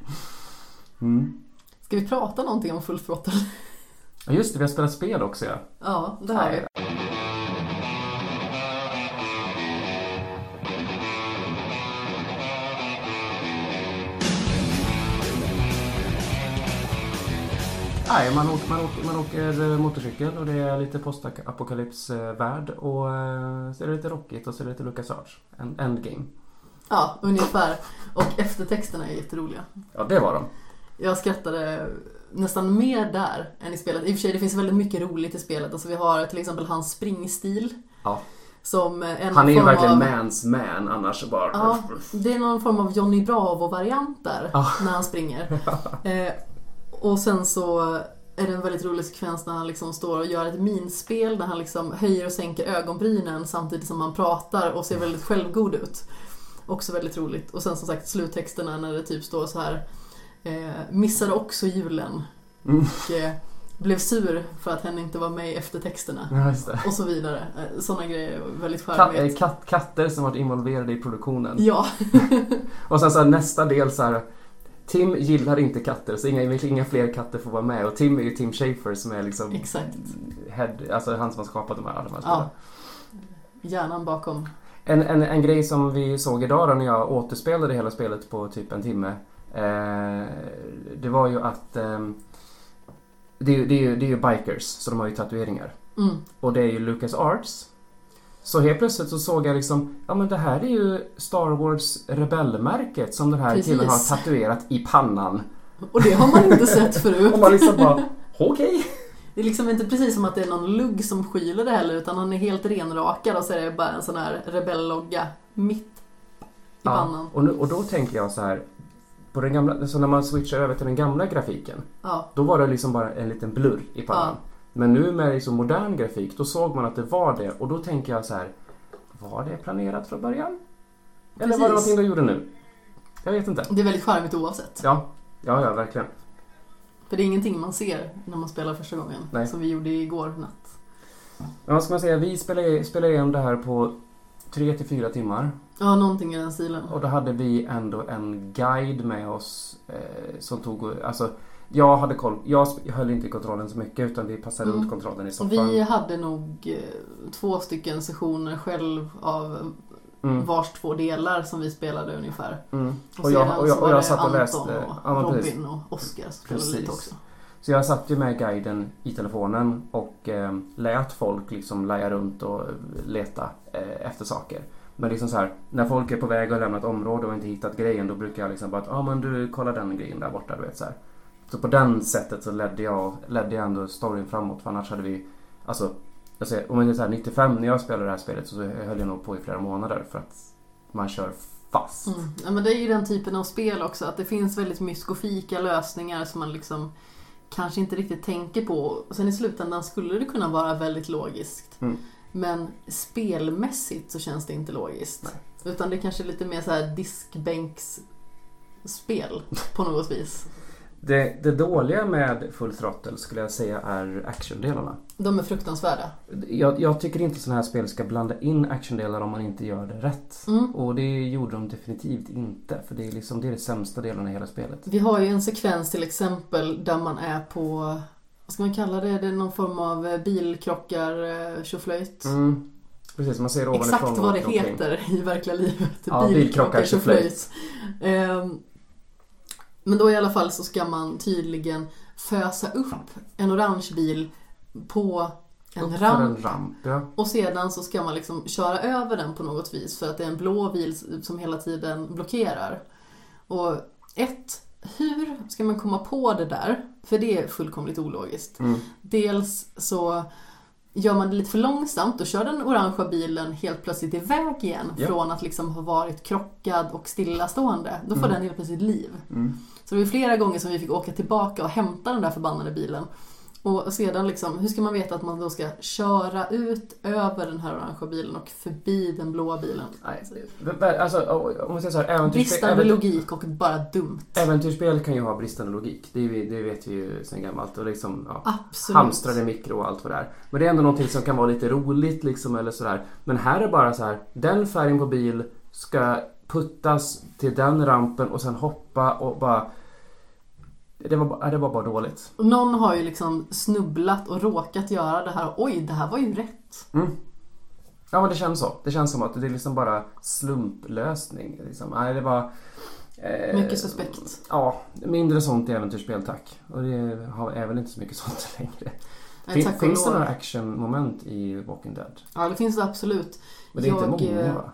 S1: Ska vi prata någonting om Full Throttle?
S3: Ja just det, vi har spelat spel också ja.
S1: Ja, det har vi.
S3: Nej, man åker motorcykel och det är lite postapokalypsvärld och så är det lite rockigt och så är det lite LucasArts. En endgame.
S1: Ja, ungefär. Och eftertexterna är jätteroliga.
S3: Ja, det var de. Jag
S1: skrattade nästan mer där än i spelet. I och för sig, det finns väldigt mycket roligt i spelet. Alltså, vi har till exempel hans springstil.
S3: Ja.
S1: Som
S3: han är ju verkligen mans man annars bara.
S1: Ja, det är någon form av Johnny Bravo-variant där när han springer. Och sen så är det en väldigt rolig sekvens när han liksom står och gör ett minspel där han liksom höjer och sänker ögonbrynen samtidigt som han pratar och ser väldigt självgod ut. Också väldigt roligt. Och sen som sagt sluttexterna när det typ står så här missade också julen och blev sur för att henne inte var med i eftertexterna.
S3: Ja, just det.
S1: Och så vidare. Sådana grejer är väldigt charmigt.
S3: Katter som varit involverade i produktionen.
S1: Ja.
S3: Och sen så här, nästa del så här: Tim gillar inte katter så inga fler katter får vara med. Och Tim är ju Tim Schafer som är liksom
S1: exakt.
S3: Alltså han som har skapat de här spelen.
S1: Ja. Hjärnan bakom.
S3: En grej som vi såg idag då, när jag återspelade hela spelet på typ en timme. Det var ju att det är ju bikers så de har ju tatueringar. Och det är ju LucasArts. Så helt plötsligt så såg jag liksom, ja men det här är ju Star Wars rebellmärket som den här killen har tatuerat i pannan.
S1: Och det har man inte sett förut.
S3: Och man liksom bara, okej.
S1: Det är liksom inte precis som att det är någon lugg som skyler det heller, utan han är helt renrakad och så är det bara en sån här rebellogga mitt i pannan.
S3: Och då tänker jag så här, på den gamla, så när man switchar över till den gamla grafiken, då var det liksom bara en liten blurr i pannan. Men nu med liksom modern grafik, då såg man att det var det. Och då tänker jag så här, var det planerat från början? Eller var det någonting de gjorde nu? Jag vet inte.
S1: Det är väldigt charmigt oavsett.
S3: Ja, verkligen.
S1: För det är ingenting man ser när man spelar första gången.
S3: Nej.
S1: Som vi gjorde igår natt.
S3: Ja, vad ska man säga? Vi spelade igen det här på 3-4 timmar.
S1: Ja, någonting i den stilen.
S3: Och då hade vi ändå en guide med oss som tog, alltså jag hade koll, jag höll inte i kontrollen så mycket utan vi passade runt kontrollen i soffan.
S1: Vi hade nog 2 stycken sessioner själv av vars 2 delar som vi spelade ungefär.
S3: Och jag satt och läste
S1: och Robin och Oscar spelade lite också.
S3: Så jag satt ju med guiden i telefonen och lät folk liksom laja runt och leta efter saker. Men liksom så här, när folk är på väg och lämnat område och inte hittat grejen, då brukar jag liksom bara att men du kollar den grejen där borta, du vet så här. Så på den sättet så ledde jag ändå storyn framåt, för annars hade vi, alltså jag säger, om det är så här 95 när jag spelade det här spelet så höll jag nog på i flera månader för att man kör fast.
S1: Ja, men det är ju den typen av spel också, att det finns väldigt myskofika lösningar som man liksom kanske inte riktigt tänker på. Och sen i slutändan skulle det kunna vara väldigt logiskt. Men spelmässigt så känns det inte logiskt.
S3: Nej.
S1: Utan det kanske är lite mer så här diskbänksspel på något vis.
S3: Det dåliga med Full Throttle skulle jag säga är actiondelarna.
S1: De är fruktansvärda.
S3: Jag tycker inte sådana här spel ska blanda in actiondelar om man inte gör det rätt. Och det gjorde de definitivt inte. För det är liksom det sämsta delen i hela spelet.
S1: Vi har ju en sekvens till exempel där man är på, vad ska man kalla det? Det är någon form av bilkrockar, tjoflöjt.
S3: Precis, man ser ovanifrån.
S1: Exakt vad det heter i verkliga livet.
S3: Ja, bilkrockar, tjoflöjt.
S1: Men då i alla fall så ska man tydligen fösa upp en orange bil på en ramp.
S3: Ja.
S1: Och sedan så ska man liksom köra över den på något vis för att det är en blå bil som hela tiden blockerar. Och hur ska man komma på det där? För det är fullkomligt ologiskt. Dels så gör man det lite för långsamt och kör den orangea bilen helt plötsligt iväg igen från att liksom ha varit krockad och stillastående. Då får den helt plötsligt liv. Så det var flera gånger som vi fick åka tillbaka och hämta den där förbannade bilen. Och sedan liksom, hur ska man veta att man då ska köra ut över den här orangea bilen och förbi den blåa bilen?
S3: Alltså, om man säger så här,
S1: bristande logik och bara dumt.
S3: Äventyrsspel kan ju ha bristande logik. Det vet vi ju sen gammalt. Och liksom,
S1: absolut.
S3: Hamstrade mikro och allt vad det är. Men det är ändå någonting som kan vara lite roligt liksom, eller sådär. Men här är bara så här, den färgen på bil ska puttas till den rampen och sen hoppa och bara... Det var bara dåligt.
S1: Och någon har ju liksom snubblat och råkat göra det här. Oj, det här var ju rätt.
S3: Ja, men det känns så. Det känns som att det är liksom bara slumplösning. Liksom. Nej, det var...
S1: mycket suspekt.
S3: Ja, mindre sånt i äventyrsspel, tack. Och det är väl inte så mycket sånt längre. Finns det några action-moment i Walking Dead?
S1: Ja, det finns det absolut.
S3: Men det är inte många, va?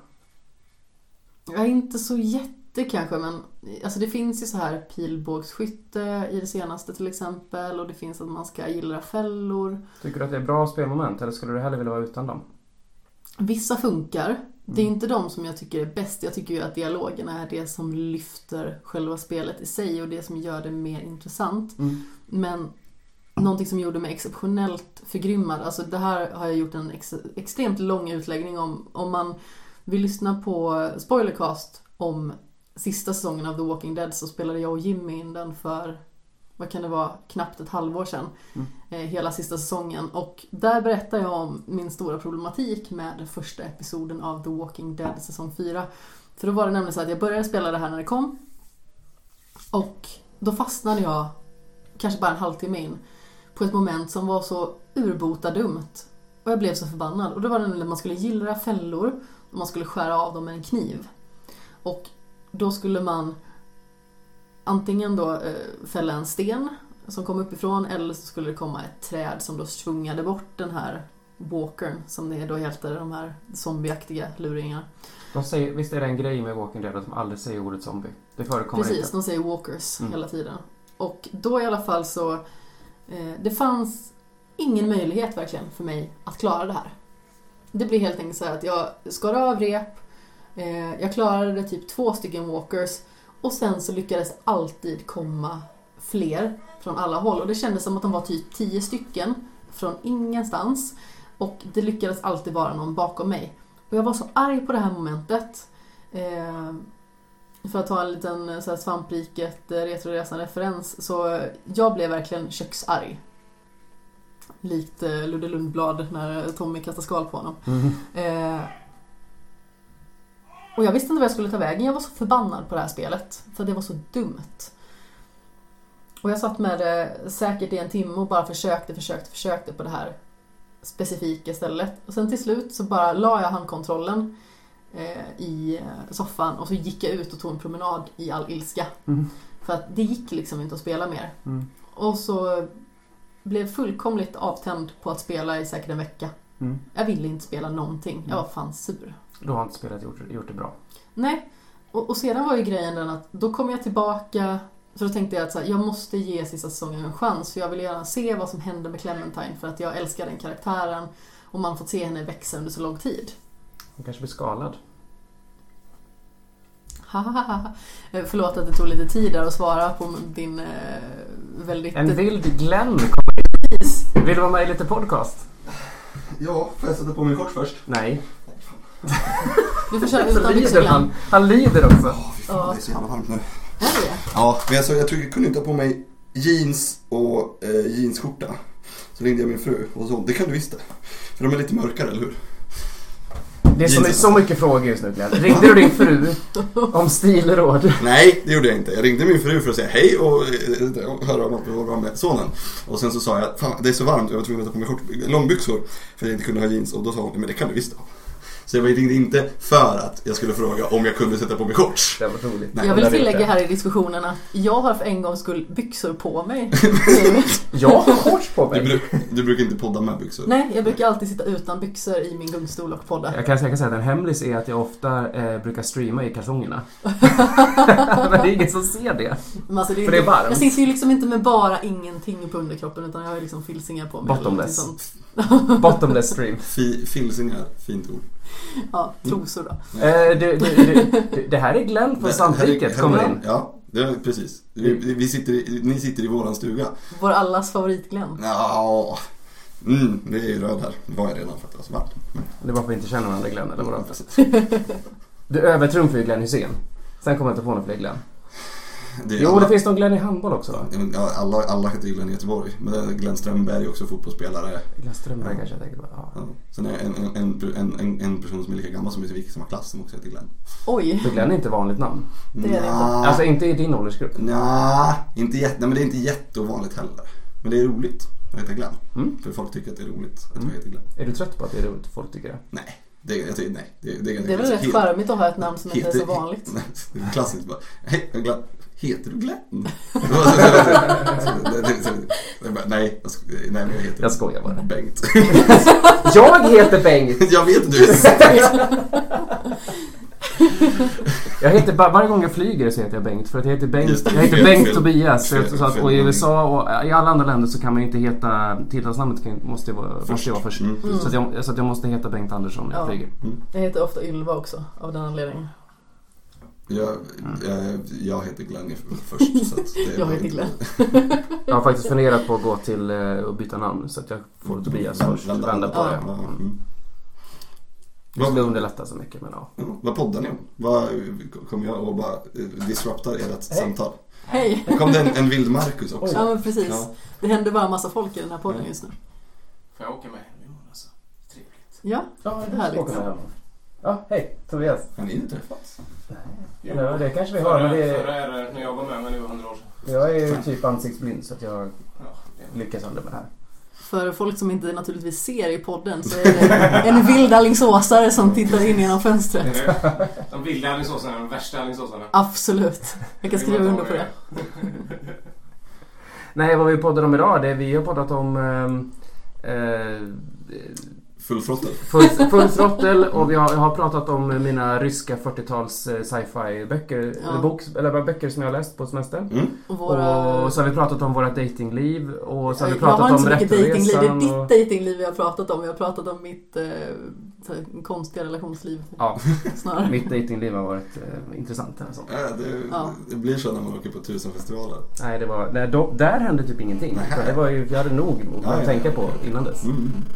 S1: Jag är inte så kanske, men alltså det finns ju så här pilbågsskytte i det senaste till exempel, och det finns att man ska gillra fällor.
S3: Tycker du att det är bra spelmoment, eller skulle du hellre vilja vara utan dem?
S1: Vissa funkar. Det är inte de som jag tycker är bäst. Jag tycker ju att dialogerna är det som lyfter själva spelet i sig och det som gör det mer intressant. Men någonting som gjorde mig exceptionellt förgrymmad, alltså det här har jag gjort en extremt lång utläggning om man vill lyssna på Spoilercast om sista säsongen av The Walking Dead, så spelade jag och Jimmy in den för, vad kan det vara, knappt ett halvår sedan. Hela sista säsongen. Och där berättar jag om min stora problematik med första episoden av The Walking Dead säsong 4. För då var det nämligen så att jag började spela det här när det kom. Och då fastnade jag, kanske bara en halvtimme in, på ett moment som var så urbota dumt. Och jag blev så förbannad. Och då var det när man skulle gillra fällor och man skulle skära av dem med en kniv. Och då skulle man antingen då fälla en sten som kom uppifrån, eller så skulle det komma ett träd som då svungade bort den här walkern, som det då heter, de här zombieaktiga luringarna.
S3: Visst är det en grej med Walking Dead att de aldrig säger ordet zombie? Det förekommer
S1: precis,
S3: inte.
S1: De säger walkers hela tiden. Och då i alla fall så det fanns ingen möjlighet verkligen för mig att klara det här. Det blev helt enkelt så att jag skar av rep. Jag klarade typ 2 stycken walkers. Och sen så lyckades alltid komma fler från alla håll. Och det kändes som att de var typ 10 stycken från ingenstans. Och det lyckades alltid vara någon bakom mig. Och jag var så arg på det här momentet. För att ta en liten så här svampriket retroresan-referens. Så jag blev verkligen köksarg. Likt Ludde Lundblad när Tommy kastade skal på honom. Och jag visste inte vad jag skulle ta vägen. Jag var så förbannad på det här spelet. För det var så dumt. Och jag satt med det säkert i en timme och bara försökte på det här specifika stället. Och sen till slut så bara la jag handkontrollen i soffan och så gick jag ut och tog en promenad i all ilska. För att det gick liksom inte att spela mer. Och så blev fullkomligt avtänd på att spela i säkert en vecka. Jag ville inte spela någonting. Jag var fan sur.
S3: Du har inte spelat gjort det bra.
S1: Nej. Och sedan var ju grejen den att då kom jag tillbaka. Så då tänkte jag att så här, jag måste ge sista säsongen en chans. För jag vill gärna se vad som händer med Clementine. För att jag älskar den karaktären. Och man får se henne växa under så lång tid.
S3: Hon kanske blir skalad.
S1: Förlåt att det tog lite tid där att svara på din väldigt...
S3: En vild Glenn kommer. Vill du vara med i lite podcast?
S5: Ja, får jag sätta på min kort först?
S3: Nej.
S1: Du får köra utan byxor.
S3: Han lider också.
S5: Fy fan, det är så jävla varmt nu.
S1: Är det?
S5: Ja, men jag tror jag kunde inte ha på mig jeans och jeansskjorta. Så ringde jag min fru och så, det kan du visst det. För de är lite mörkare, eller hur?
S3: Det är så mycket frågor just nu, Glenn. Ringde du din fru om stilråd?
S5: Nej, det gjorde jag inte. Jag ringde min fru för att säga hej och höra om att vi var med sonen. Och sen så sa jag, fan det är så varmt, jag var tvungen att ta på mig långbyxor för att jag inte kunde ha jeans. Och då sa hon, men det kan du visst ha. Så jag ringde inte för att jag skulle fråga om jag kunde sätta på mig shorts.
S3: Det var roligt.
S1: Jag vill tillägga här i diskussionen att jag har för en gång skull byxor på mig.
S3: Jag har shorts på mig.
S5: Du brukar inte podda med byxor.
S1: Nej, jag brukar alltid sitta utan byxor i min gungstol och podda.
S3: Jag kan säga att en hemlis är att jag ofta brukar streama i kalsongerna. Men det är ingen som ser det.
S1: Men alltså
S3: för det är varmt.
S1: Jag sitter ju liksom inte med bara ingenting på underkroppen, utan jag har ju liksom filsingar på mig.
S3: Bottomless stream.
S5: Filsingar, fint ord.
S1: Ja, trosor då.
S3: Det här är Glenn från Sandviket kommer in.
S5: Ja, det är precis. Ni sitter i våran stuga.
S1: Vår allas favoritglenn.
S5: Ja, det är ju röd här. Det var jag redan för att det var så varmt.
S3: Det var för att inte känna varandra, Glenn, eller vad du övertrumfar ju Glenn Hussein. Sen kommer jag inte på någon fler Glenn. Det finns någon Glenn i handboll också va?
S5: Ja, alla heter Glenn i Göteborg. Men Glenn Strömberg är också fotbollsspelare.
S3: Glenn Strömberg kanske jag tänker på. Ja.
S5: Sen är en person som är lika gammal som är i samma klass som också heter Glenn.
S1: Oj.
S3: För Glenn är inte vanligt namn.
S1: Det är det inte.
S3: Alltså inte i din åldersgrupp.
S5: Nej, men det är inte jätteovanligt heller. Men det är roligt att heta Glenn. För folk tycker att det är roligt att jag heter Glenn.
S3: Är du trött på att det är roligt folk tycker det?
S5: Nej. Det är
S1: väl rätt charmigt att ha ett namn som inte är så vanligt.
S5: Det är klassiskt bara. Hej, Glenn. Heter du Glenn? Nej,
S3: jag skojar bara.
S5: Bengt.
S3: Jag heter Bengt.
S5: Jag vet du.
S3: Jag heter varje gång jag flyger så heter jag Bengt för att jag heter Bengt Tobias så att, och i USA och i alla andra länder så kan man ju inte heta titelnamnet måste jag vara först. Så att jag måste heta Bengt Andersson när jag flyger.
S1: Jag heter ofta Ylva också av den anledningen.
S5: Jag heter Glenn först så att
S1: jag heter Glenn.
S3: Jag har faktiskt funderat på att gå till och byta namn så att jag får Tobias först vända på det. Det skulle underlätta så mycket men ja.
S5: Vad poddar ni om? Kommer jag och bara disruptar ert samtal?
S1: Hej!
S5: Kom det en vild Marcus också?
S1: Ja men precis. Ja. Det händer bara en massa folk i den här podden just nu.
S6: Får jag åka med? Alltså, trevligt.
S1: Ja, det är härligt.
S3: Ja, hej Tobias.
S5: Har ni inte träffats?
S3: Nej. Ja, det kanske vi har. Men
S6: förra är det när jag var med, men det var 100 år sedan.
S3: Jag är ju typ ansiktsblind så att jag lyckas aldrig med det här.
S1: För folk som inte naturligtvis ser i podden så är det en vild Alingsåsare som tittar in genom fönstret.
S6: De vilda Alingsåsarna, de värsta Alingsåsarna.
S1: Absolut. Jag kan skriva under på det.
S3: Nej, vad vi poddar om idag, vi har poddat om
S5: Full
S3: throttle och jag har pratat om mina ryska 40-tals sci-fi böcker eller böcker som jag har läst på semester. Och så har vi pratat om våra datingliv och så har vi pratat om
S1: rättresan. Det är ditt datingliv vi har pratat om. Vi har pratat om mitt konstiga relationsliv.
S3: Ja, snarare. Mitt datingliv har varit intressant eller sånt.
S5: Det blir så när man åker på 1000 festivaler.
S3: Nej, där hände typ ingenting. Det var ju, jag hade nog att tänka på innan dess.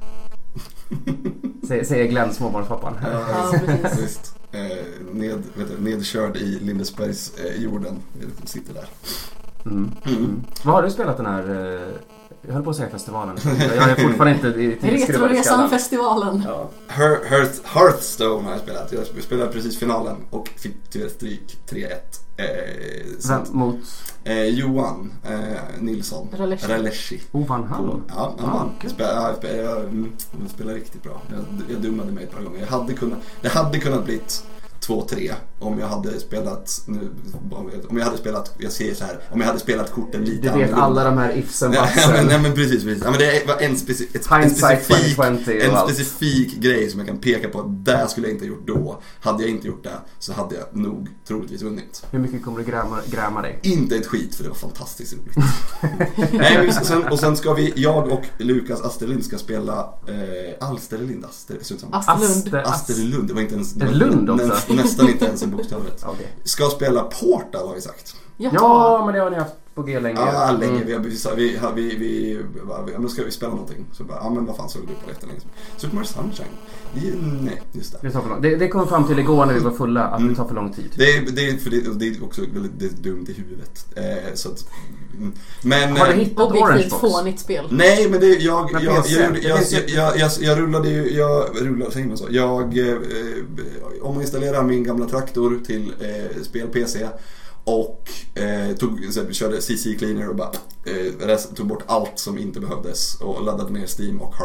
S3: Säger Glenn, småbarnspappan.
S5: Visst. Nedkörd i Lindesbergs jorden. Sitter där.
S3: Vad har du spelat den här... Jag höll på att säga festivalen. Jag är fortfarande inte i
S1: Retroresan-festivalen.
S5: Ja. Hearthstone har jag spelat. Jag spelade precis finalen och fick tyvärr stryk 3-1.
S3: Mot?
S5: Johan Nilsson. Raleshi.
S3: Vann han?
S5: Ja, han vann. Jag spelar riktigt bra. Jag dummade mig ett par gånger. Det hade kunnat bli 2-3 om jag hade spelat korten lite
S3: annorlunda. Du vet alla de här ifsen.
S5: Nej men precis. Ja, men det var en specifik grej som jag kan peka på att där skulle jag inte ha gjort då. Hade jag inte gjort det så hade jag nog troligtvis vunnit.
S3: Hur mycket kommer du gräma dig?
S5: Inte ett skit för det var fantastiskt roligt. Nej, sen ska jag och Lukas Asterlind ska spela Asterlund.
S3: Det var inte ens
S5: Lund också. Nästan inte ens en bokstavrätt.
S3: Okay.
S5: Ska spela Portal har vi sagt.
S3: Ja, men det har ni haft på G länge.
S5: Ja, länge. Nu ska vi spela någonting. Så bara, men vad fan såg du på jättelänge? Super Mario Sunshine? Nej, just det.
S3: Det tar för lång. Det kom fram till igår när vi var fulla att det tar för lång tid.
S5: Det är också väldigt dumt i huvudet. Så att, men,
S3: har du hittat Orange Box?
S1: Fånigt spel.
S5: Nej, men jag rullade ju, säger man så. Jag ominstallerade min gamla traktor till spel-PC och körde CC Cleaner och bara tog bort allt som inte behövdes och laddade ner Steam och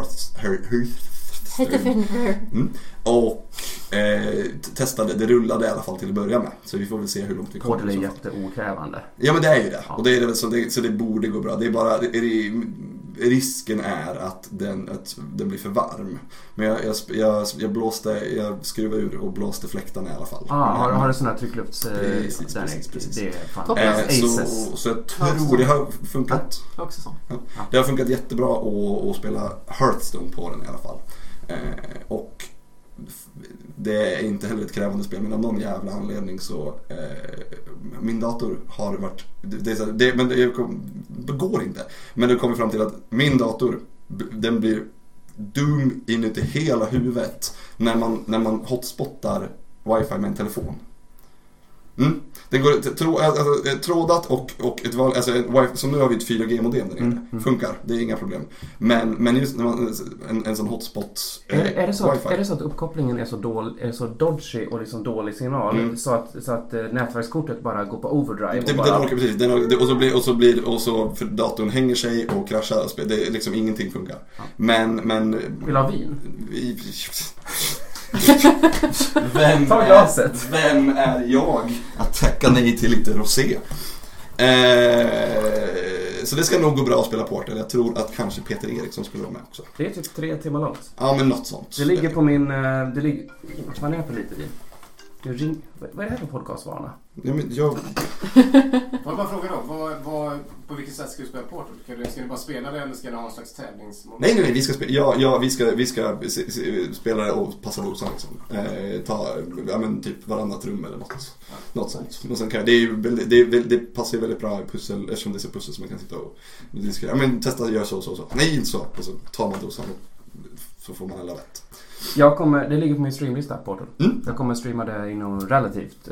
S5: och testade, det rullade i alla fall till att börja med. Så vi får väl se hur långt vi kommer.
S3: Portal är jätteokrävande.
S5: Ja, men det är ju det. Ja. Och det är det väl så det borde gå bra. Det är bara risken är att den blir för varm. Men jag skruvade ur och blåste fläktarna i alla fall.
S3: Har du sån här trycklufts
S5: precis.
S3: Det är fan
S5: så jag tror det har funkat.
S1: Också så.
S5: Ja. Det har funkat jättebra att spela Hearthstone på den i alla fall. Och det är inte heller ett krävande spel, men av någon jävla anledning så min dator har varit men det går inte. Men det kommer fram till att min dator, den blir dum inuti hela huvudet när man hotspottar wifi med en telefon. Den går trådat och ett val, alltså som nu har vi ett 4G-modem där nere. Funkar, det är inga problem. Men just när man en sån hotspot
S3: är det så att uppkopplingen är så dodgy och liksom dålig signal så att nätverkskortet bara går på overdrive och så för datorn hänger sig och kraschar, det är liksom ingenting funkar. Ja. Men vill ha vin?
S5: Vem är jag att tacka nej till lite rosé? Så det ska nog gå bra att spela Portal. Jag tror att kanske Peter Eriksson skulle vara med också.
S3: Det är typ 3 timmar långt.
S5: Ja, men något sånt.
S3: Det ligger på min... Vad är det för lite vin? Vad är det här för podcastvana?
S5: Ja, men jag...
S6: Får jag bara fråga då? På vilket sätt ska du spela Portal? Ska ni bara spela det eller ska ni ha en slags tävlingsmoment?
S5: Nej, vi ska spela. Vi ska spela det och passa dosan liksom. Typ varannat rum eller något sånt. Och sen kan det passar ju väldigt bra i pussel, eftersom det är så pussel som man kan sitta och testa att göra så. Nej, inte så. Och så tar man dosan och så får man alla rätt.
S3: Det ligger på min streamlista på Portal. Jag kommer streama det inom relativt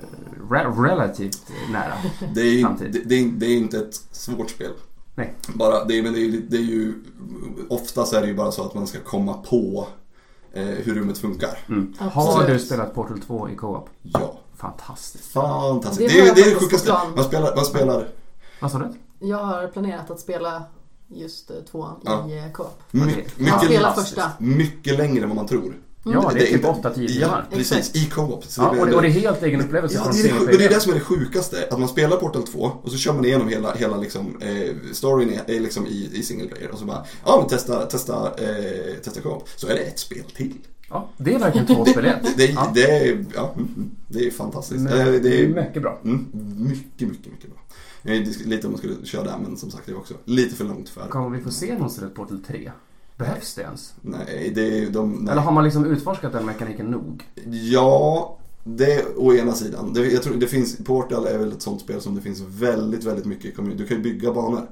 S3: nära framtid.
S5: Det är inte ett svårt spel.
S3: Nej.
S5: Det är ju oftast är det ju bara så att man ska komma på hur rummet funkar.
S3: Har du spelat Portal 2 i co-op?
S5: Ja.
S3: Fantastiskt.
S5: Det är det sjukaste. Man spelar.
S3: Vad sa du?
S1: Jag har planerat att spela just 2 i co-op.
S5: Mycket längre än vad man tror.
S3: Ja, det är typ 8-10 timmar.
S5: Ja, precis. I co-op.
S3: Och det är helt egen upplevelse.
S5: Ja, det är det som är det sjukaste. Att man spelar Portal 2 och så kör man igenom hela liksom, storyn är liksom i single player. Och så bara, testa co-op. Så är det ett spel till.
S3: Ja, det är verkligen 2 spel.
S5: Det är fantastiskt.
S3: Det är mycket bra.
S5: Mycket bra. Lite om man skulle köra där, men som sagt det är också lite för långt för.
S3: Kommer vi få se någonsin ett Portal 3? Behövs det ens?
S5: Nej,
S3: Eller har man liksom utforskat den mekaniken nog?
S5: Ja, det å ena sidan. Jag tror det finns, Portal är väl ett sånt spel som det finns väldigt, väldigt mycket. Du kan ju bygga banor.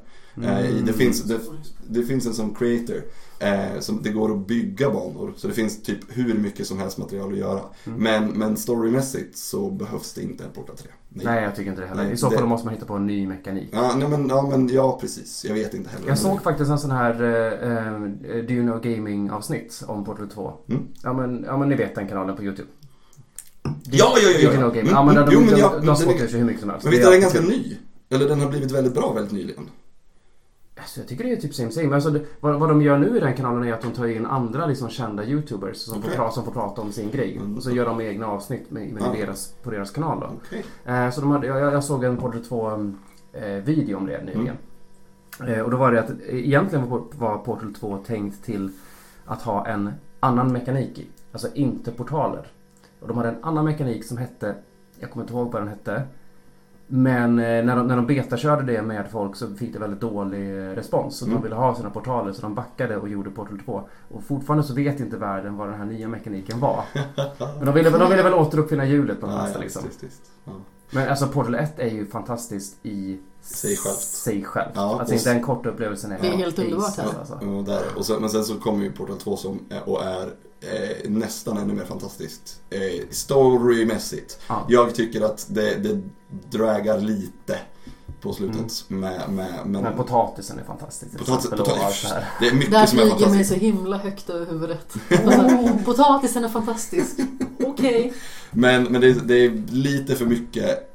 S5: Det finns en sån creator som det går att bygga banor. Så det finns typ hur mycket som helst material att göra. Men storymässigt så behövs det inte en Portal 3.
S3: Nej, jag tycker inte det heller. I så fall måste man hitta på en ny mekanik.
S5: Ja, precis. Jag vet inte heller.
S3: Jag såg faktiskt en sån här Do You Know Gaming avsnitt om Portal 2. Ja, men ni vet den kanalen på YouTube.
S5: Ja.
S3: Do You Know Gaming. Ja, men de har svårt sig hur mycket som helst.
S5: Men vet du, den är ganska ny. Eller den har blivit väldigt bra väldigt nyligen.
S3: Alltså, jag tycker det är typ same. Men alltså, vad de gör nu i den kanalen är att de tar in andra liksom, kända YouTubers som får prata om sin grej. Och så gör de egna avsnitt på deras kanal då. Så jag såg en Portal 2 video om det nyligen. Och då var det att egentligen var Portal 2 tänkt till att ha en annan mekanik i. Alltså inte portaler. Och de hade en annan mekanik som hette, jag kommer inte ihåg vad den hette. Men när de betakörde det med folk så fick det väldigt dålig respons. Så de ville ha sina portaler så de backade och gjorde Portal 2. Och fortfarande så vet inte världen vad den här nya mekaniken var. Men de ville väl återuppfinna hjulet på något sätt liksom. Men alltså Portal 1 är ju fantastiskt i sig själv.
S5: Ja,
S3: alltså inte den korta upplevelsen
S1: det är helt underbart här.
S3: Alltså.
S5: Men sen så kommer ju Portal 2 som är nästan ännu mer fantastiskt storymässigt. Ja. Jag tycker att det dragar lite på slutet men
S3: potatisen är fantastisk.
S5: Det är mycket
S1: där
S5: som är fantastiskt.
S1: Där mig så himla högt över huvudet. Potatisen är fantastisk. Okej.
S5: Men det är lite för mycket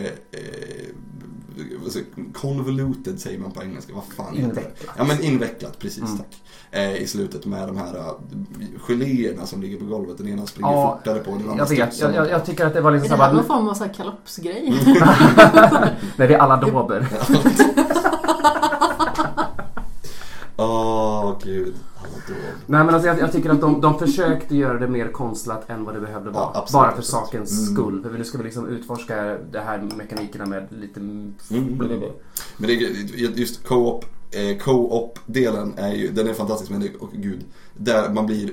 S5: convoluted säger man på engelska. Vad fan heter det? Ja, men invecklat, precis, tack. I slutet med de här geléerna som ligger på golvet. Den ena springer fortare på den andra.
S3: Jag tycker att det var liksom
S1: så här. Är det här någon form av så här kalopsgrej?
S3: Nej, det är alla dober.
S5: Gud.
S3: Nej, men alltså jag tycker att de försökte göra det mer konstlat än vad det behövde vara.
S5: Ja, absolut,
S3: bara för sakens skull. För nu ska vi liksom utforska det här mekanikerna med lite...
S5: Men det är just co-op-delen är ju, den är fantastisk, men gud, där man blir...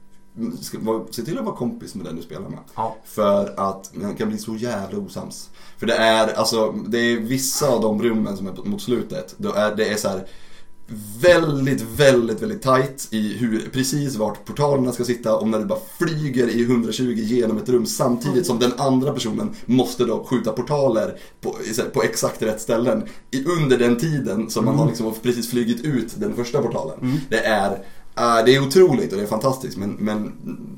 S5: Se till att vara kompis med den du spelar med. Ja. För att man kan bli så jävla osams. För det är vissa av de rummen som är mot slutet, det är så här väldigt, väldigt, väldigt tight i precis vart portalerna ska sitta, om när det bara flyger i 120 genom ett rum samtidigt som den andra personen måste då skjuta portaler på exakt rätt ställen under den tiden som man har liksom precis flygit ut den första portalen. Det är otroligt och det är fantastiskt, men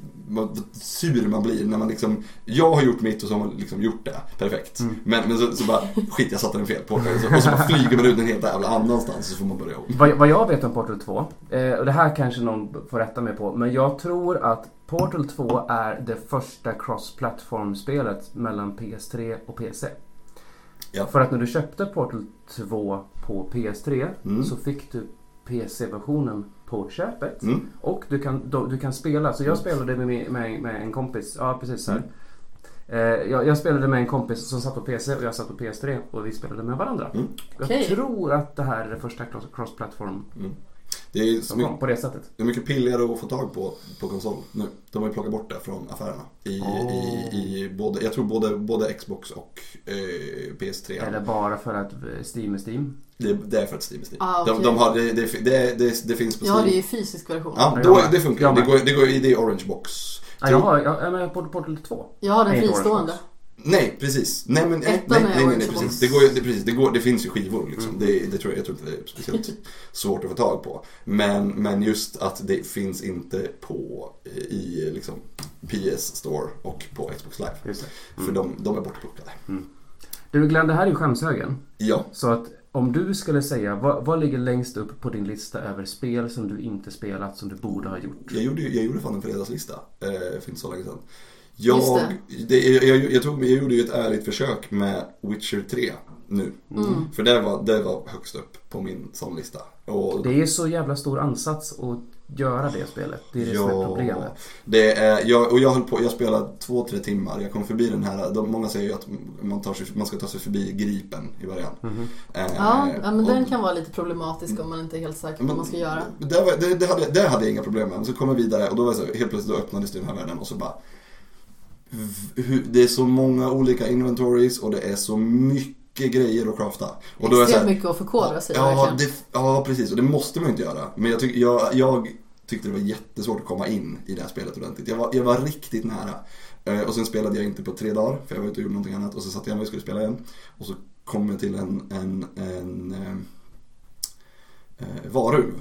S5: sur man blir när man liksom, jag har gjort mitt och så har man liksom gjort det perfekt, men så bara skit, jag satte den fel på och så bara flyger man ut en helt jävla annanstans, så får man börja om.
S3: Vad jag vet om Portal 2, och det här kanske någon får rätta mig på, men jag tror att Portal 2 är det första cross-platform-spelet mellan PS3 och PC. Ja. För att när du köpte Portal 2 på PS3 så fick du PC-versionen på köpet och du kan spela. Så jag spelade med en kompis. Ja, precis så här. Jag spelade med en kompis som satt på PC och jag satt på PS3 och vi spelade med varandra. Jag tror att det här är det första cross-platform.
S5: Det är mycket,
S3: på det sättet.
S5: Det är mycket pilligare att få tag på konsol nu. De har ju plockat bort det från affärerna i både, jag tror både Xbox och PS3.
S3: Är det bara för att Steam är Steam?
S5: Det är för att Steam är Steam.
S1: Okay.
S5: De har det finns på Steam.
S1: Ja, det är ju fysisk version.
S5: Ja, det funkar. Det går i det Orange Box.
S3: Jag har Portal 2.
S1: Jag har den fristående.
S5: Nej, precis. Nej, precis. Det finns ju skivor liksom. Jag tror inte det är speciellt svårt att få tag på. Men just att det finns inte i liksom PS Store och på Xbox Live. Just det. För de är bortplockade.
S3: Du Glenn, det här är ju skämshögen.
S5: Ja.
S3: Så att om du skulle säga, vad ligger längst upp på din lista över spel som du inte spelat som du borde ha gjort?
S5: Jag gjorde fan en fredagslista för inte så länge sedan. Jag gjorde ju ett ärligt försök med Witcher 3 nu. För det var högst upp på min sån lista. Och
S3: det är så jävla stor ansats att göra det spelet. Det är det som är problemet.
S5: Jag spelade 2-3 timmar. Jag kom förbi den här. Många säger ju att man ska ta sig förbi Gripen i början.
S1: Men den kan vara lite problematisk om man inte är helt säker på vad man ska göra.
S5: Det hade jag inga problem med. Men så kom jag vidare och då var så, helt plötsligt då öppnades den här världen och så bara det är så många olika inventories och det är så mycket grejer att crafta. Och då är
S1: det mycket att förkovra sig.
S5: Ja, precis. Och det måste man inte göra. Men jag tyckte det var jättesvårt att komma in i det här spelet ordentligt. Jag var riktigt nära. Och sen spelade jag inte på 3 dagar för jag var ute och gjorde någonting annat. Och så satt jag och skulle spela igen. Och så kom jag till en varuv.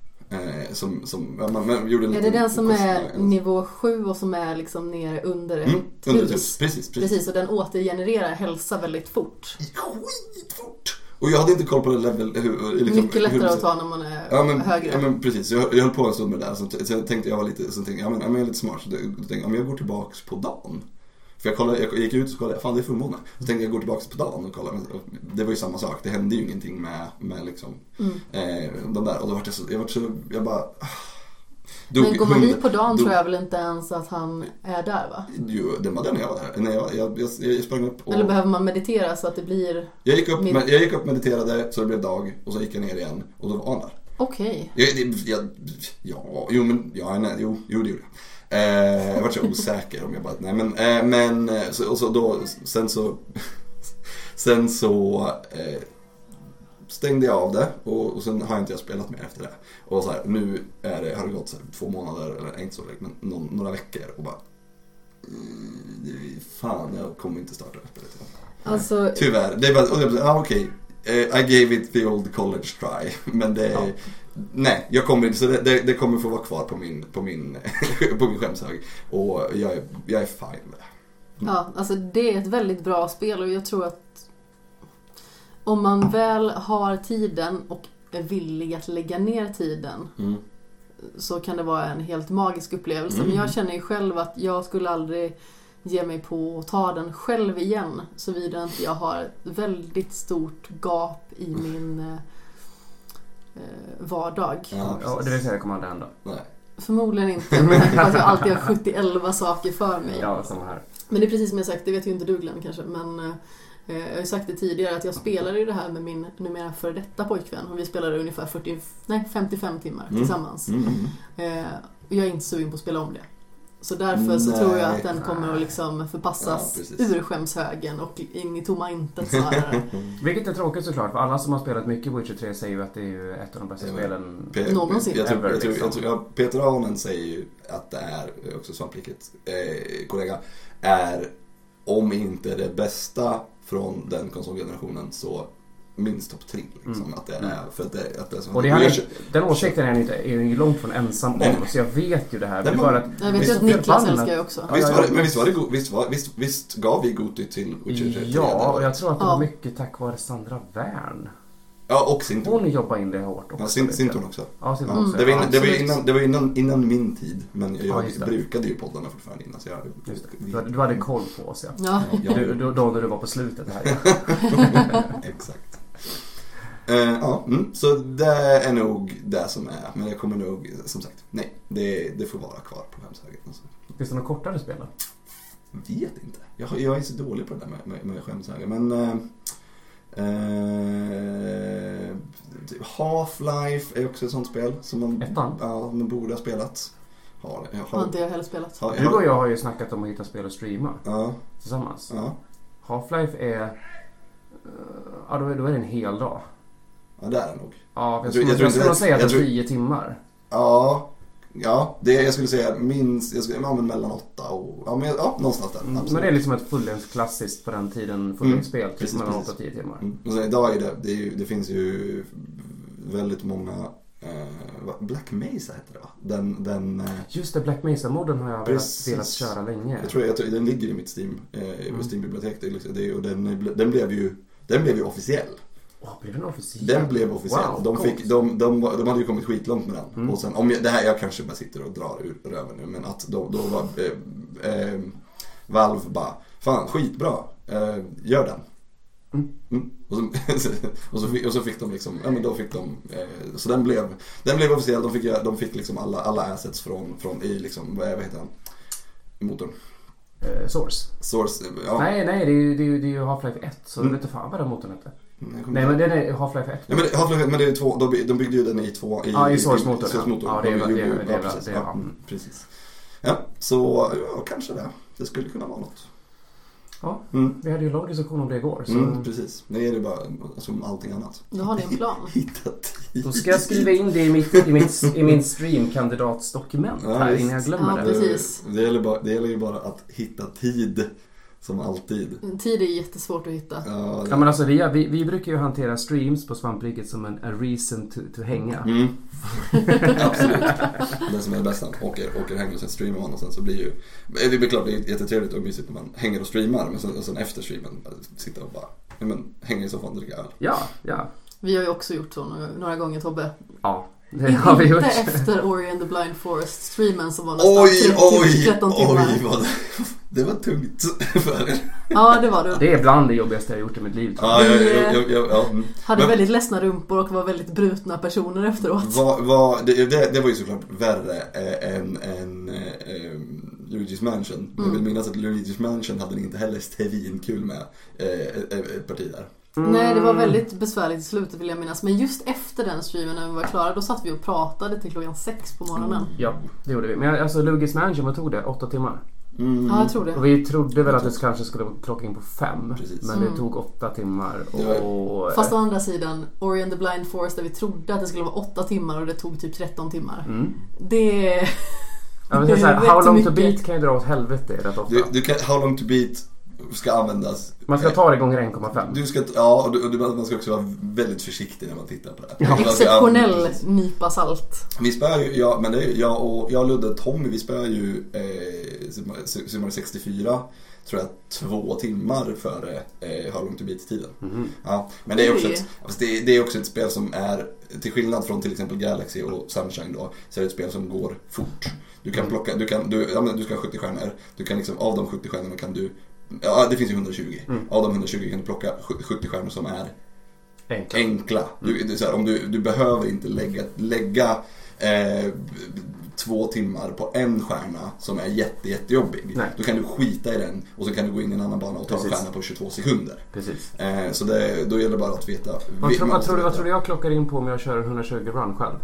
S5: Man gjorde
S1: är det den som är nivå 7 och som är liksom nere under ett hus? Precis, och den återgenererar hälsa väldigt fort.
S5: Skitfort! Och jag hade inte koll på det level.
S1: Mycket lättare att ta när man är högre.
S5: Ja, men precis. Jag höll på en stund med det där. Så tänkte jag var lite, jag är lite smart. Så tänkte jag, om jag går tillbaks på dagen. För jag gick ut och kollade, fan det är fullmåne. Så tänkte jag gå tillbaka på dagen och kolla. Det var ju samma sak, det hände ju ingenting med liksom de där. Och då jag bara...
S1: Men går man dit på dagen tror jag väl inte ens att han är där, va?
S5: Jo, det var den jag var där. Nej, jag sprang upp och...
S1: Eller behöver man meditera så att det blir...
S5: Jag gick upp, mediterade så det blev dag. Och så gick jag ner igen och då var han där.
S1: Okej.
S5: Jo, det gjorde jag. Jag var så osäker om jag bara... Nej, men så då... Sen så... Sen så stängde jag av det och sen har inte jag spelat mer efter det. Och så här, nu har det gått så här 2 månader, eller inte så länge, men några veckor och bara fan, jag kommer inte starta det spelet igen.
S1: Alltså,
S5: tyvärr. Det är bara, okej. I gave it the old college try. Men det nej, jag kommer inte, så det kommer få vara kvar på min skämshög. Och jag är fine med det.
S1: Ja, alltså det är ett väldigt bra spel och jag tror att om man väl har tiden och är villig att lägga ner tiden så kan det vara en helt magisk upplevelse. Men jag känner ju själv att jag skulle aldrig ge mig på att ta den själv igen, såvida inte jag har ett väldigt stort gap i min vardag.
S3: Ja, det vill säga jag kommer aldrig hända.
S5: Nej.
S3: Förmodligen
S1: inte, men för att jag alltid har 70-11 saker för mig.
S3: Ja, samma här.
S1: Men det är precis som jag sagt, det vet ju inte du Glenn kanske, men jag har ju sagt det tidigare att jag spelade ju det här med min numera för detta pojkvän och vi spelade ungefär 55 timmar tillsammans. Och jag är inte sugen på att spela om det. Så därför så tror jag att den kommer att liksom förpassas ur skämshögen och in i tomma intet snarare.
S3: Vilket är tråkigt såklart, för alla som har spelat mycket Witcher 3 säger ju att det är ju ett av de bästa spelen
S1: någonsin.
S5: Jag tror Peter Ahonen säger ju att det är, också Svamprikets kollega, är om inte det bästa från den konsolgenerationen så minst topp 3 liksom, att det är för att det är så. Och
S3: den åsikten är ju långt från ensam om, så jag vet ju det här.
S1: Jag vet ju att Niklas älskar ju också.
S5: Visst gav vi Goti till Witcher 3?
S3: Ja, och jag tror att det var mycket tack vare Sandra Wern.
S5: Ja, och Sinton.
S3: Hon jobbar in det hårt också.
S5: Ja, Sinton också.
S3: Ja, Sinton också.
S5: Det var innan min tid, men jag brukade ju poddarna fortfarande innan. Så
S3: du hade koll på oss,
S1: ja.
S3: Då när du var på slutet här.
S5: Exakt. Så det är nog det som är. Men jag kommer nog, som sagt, nej, det får vara kvar på skämshögen. Alltså.
S3: Finns det något kortare spel då?
S5: Vet inte. Jag är så dålig på det där med skämshögen. Men Half-Life är också ett sånt spel som man borde ha spelat.
S1: Har inte jag heller spelat.
S3: Du och jag har ju snackat om att hitta spel och streama tillsammans.
S5: Ja.
S3: Half-Life är då är det en hel dag.
S5: Ja, det är det nog.
S3: Ja, jag skulle säga att det är 10 timmar.
S5: Ja, jag skulle säga minst mellan 8 och någonstans där.
S3: Men det är liksom ett fullängds klassiskt på den tiden fullängdsspel typ mellan 8 och 10 timmar.
S5: Och sen idag är det finns ju väldigt många Black Mesa heter det va? Den
S3: just det, Black Mesa-moden har jag velat köra länge.
S5: Jag tror den ligger i mitt Steam-bibliotek. Den blev ju officiell.
S3: Blev den officiell?
S5: Den blev officiell.
S3: Wow,
S5: de hade ju kommit skitlångt med den. Och sen, det här jag kanske bara sitter och drar ur röven nu, men att då var Valve bara, fan skitbra, gör den. Och så fick de liksom, då fick de, så den blev officiell. De fick liksom alla assets från i liksom, vad heter den? Motorn. Source, ja.
S3: Nej, det är ju Half-Life 1, så vet inte fan vad den motorn heter. Nej, men det är Half-Life 1.
S5: Ja, men Half-Life 1, men det är 2, de byggde ju den i 2 i
S3: Source-motorn. Ja, det är
S5: precis. Ja, så kanske det skulle kunna vara något.
S3: Ja, vi hade ju en lång diskussion om det igår. Så...
S5: precis, nu är det bara som allting annat.
S1: Då har ni en plan.
S3: Då ska jag skriva in det i min streamkandidatsdokument här innan jag glömmer det.
S1: Precis.
S5: Det gäller ju bara att hitta tid. Som alltid.
S1: Tid är jättesvårt att hitta.
S3: Ja, men alltså vi brukar ju hantera streams på Svampriket som en reason to hänga.
S5: Absolut. Det som är det bästa. Åker hänger och sen streamar man och sen så blir ju... Det blir klart, det är jättetrevligt och mysigt när man hänger och streamar. Men sen efter streamen sitter och bara hänger i soffan och dricker öl.
S3: Ja.
S1: Vi har ju också gjort så några gånger, Tobbe.
S3: Ja. Det har vi gjort.
S1: Inte efter Ori and the Blind Forest-streamen som var nästan 13 timmar.
S5: Det var tungt för er.
S1: Ja, det var det.
S3: Det är bland det jobbigaste jag gjort i mitt liv.
S1: Hade väldigt ledsna rumpor och var väldigt brutna personer efteråt.
S5: Det var ju såklart värre än Luigi's Mansion. Jag vill minnas att Luigi's Mansion hade inte heller kul med ett parti där.
S1: Nej, det var väldigt besvärligt i slutet vill jag minnas. Men just efter den streamen när vi var klara, då satt vi och pratade till klockan 6 på morgonen.
S3: Ja, det gjorde vi. Men alltså Luigi's Mansion, vad tog det? 8 timmar?
S1: Ja, jag tror det.
S3: Och vi trodde väl att det kanske skulle klocka in på 5.
S5: Precis.
S3: Men det tog 8 timmar. Och...
S1: Fast å andra sidan, Ori and the Blind Forest, där vi trodde att det skulle vara 8 timmar och det tog typ 13 timmar. Det är...
S3: Ja, men det är så här, How Long To Beat kan ju dra åt helvete rätt ofta.
S5: Du kan, How Long To Beat ska användas.
S3: Man ska ta det gånger 1,5.
S5: Du ska, ja, och man ska också vara väldigt försiktig när man tittar på det.
S1: Ja. Exceptionell nypa salt.
S5: Vi spär ju, ja, men det är jag och Ludde Tommy, vi spär ju Super Mario 64 tror jag 2 timmar före How Long To Beat-tiden. Ja, men det är också det är också ett spel som är, till skillnad från till exempel Galaxy och Sunshine då, så är det ett spel som går fort. Du kan plocka, du ska ha 70 stjärnor. Du kan liksom, av de 70 stjärnorna kan du, ja, det finns ju 120. Av de 120 kan du plocka 70 stjärnor som är enkla. Det är så här, du behöver inte lägga 2 timmar på en stjärna som är jättejobbig. Nej. Då kan du skita i den och så kan du gå in i en annan bana och ta en stjärna på 22 sekunder.
S3: Precis.
S5: Så då gäller det bara att veta.
S3: Vad tror du jag klockar in på om jag kör 120 run själv?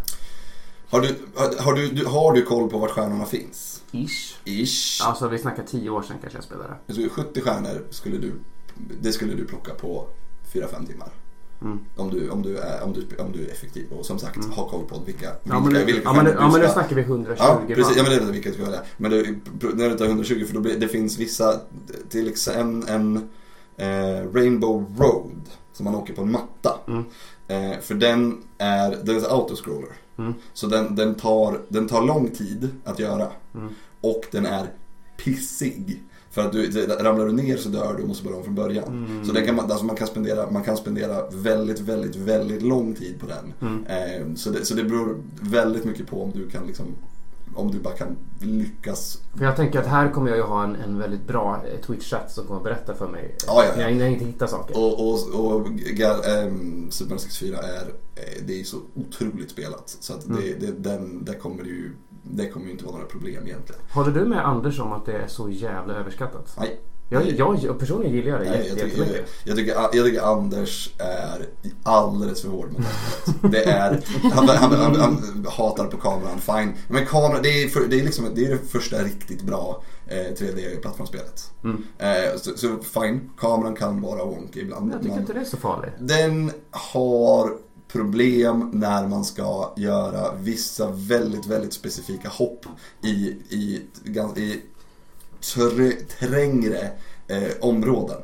S5: Har du koll på vart stjärnorna finns? Ish.
S3: Alltså vi snackar 10 år sedan kanske jag spelade.
S5: Så 70 stjärnor skulle du plocka på 4-5 timmar. Om du är effektiv och som sagt ha koll på vilka
S3: men nu snackar vi 120.
S5: Ja, precis. Ja, men det är vilka ska vara. Men när du tar 120, för då det finns vissa, till exempel en Rainbow Road som man åker på en matta. För den är autoscroller. Så den tar lång tid att göra. Och den är pissig. För att ramlar du ner så dör du och måste börja om från början. Så den man kan spendera väldigt, väldigt, väldigt lång tid på den. Så det beror väldigt mycket på om du kan liksom, om du bara kan lyckas.
S3: För jag tänker att här kommer jag ju ha en väldigt bra Twitch-chat som kommer att berätta för mig när jag inte hittar saker.
S5: Och Super Mario 64 det är så otroligt spelat. Så att det kommer ju inte vara några problem egentligen.
S3: Håller du med Anders om att det är så jävla överskattat?
S5: Nej.
S3: Jag personligen gillar det jättemycket.
S5: Jag tycker Anders är alldeles för hård mot det är han hatar på kameran, fine. Men kamera, det är det första riktigt bra 3D-plattformsspelet. Så fine, kameran kan vara wonky ibland.
S3: Jag tycker inte det är så farligt.
S5: Den har problem när man ska göra vissa väldigt, väldigt specifika hopp i trängre områden.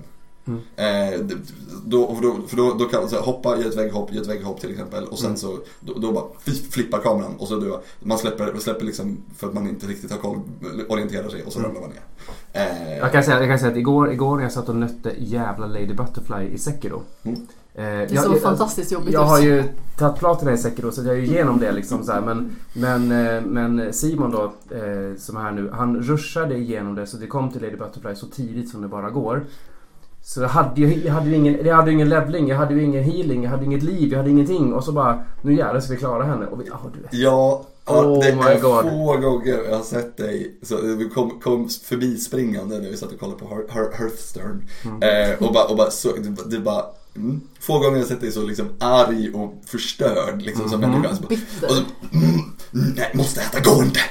S5: Då kan man hoppa i ett vägghopp till exempel, och sen så då bara flippar kameran och så man släpper liksom för att man inte riktigt har koll, orienterar sig, och så ramlar man ner.
S3: Jag kan säga att igår när jag satt och nötte jävla Lady Butterfly i Sekiro.
S1: Det är så fantastiskt jobbigt.
S3: Jag har ju tagit platerna i Sekiro, så jag är ju igenom det liksom så här, men Simon då som är här nu, han rushade igenom det, så det kom till Lady Butterfly så tidigt som det bara går. Så jag hade ju ingen levling, jag hade ju ingen healing, jag hade inget liv, jag hade ingenting, och så bara nu jävlar ska vi klara henne, och du vet.
S5: Det är få gånger jag har sett dig så vi kom förbi springande när vi satt och kollade på Hearthstone och bara så det bara få gånger jag har sett dig så liksom arg och förstörd liksom som människa, och så nej, måste äta, går inte.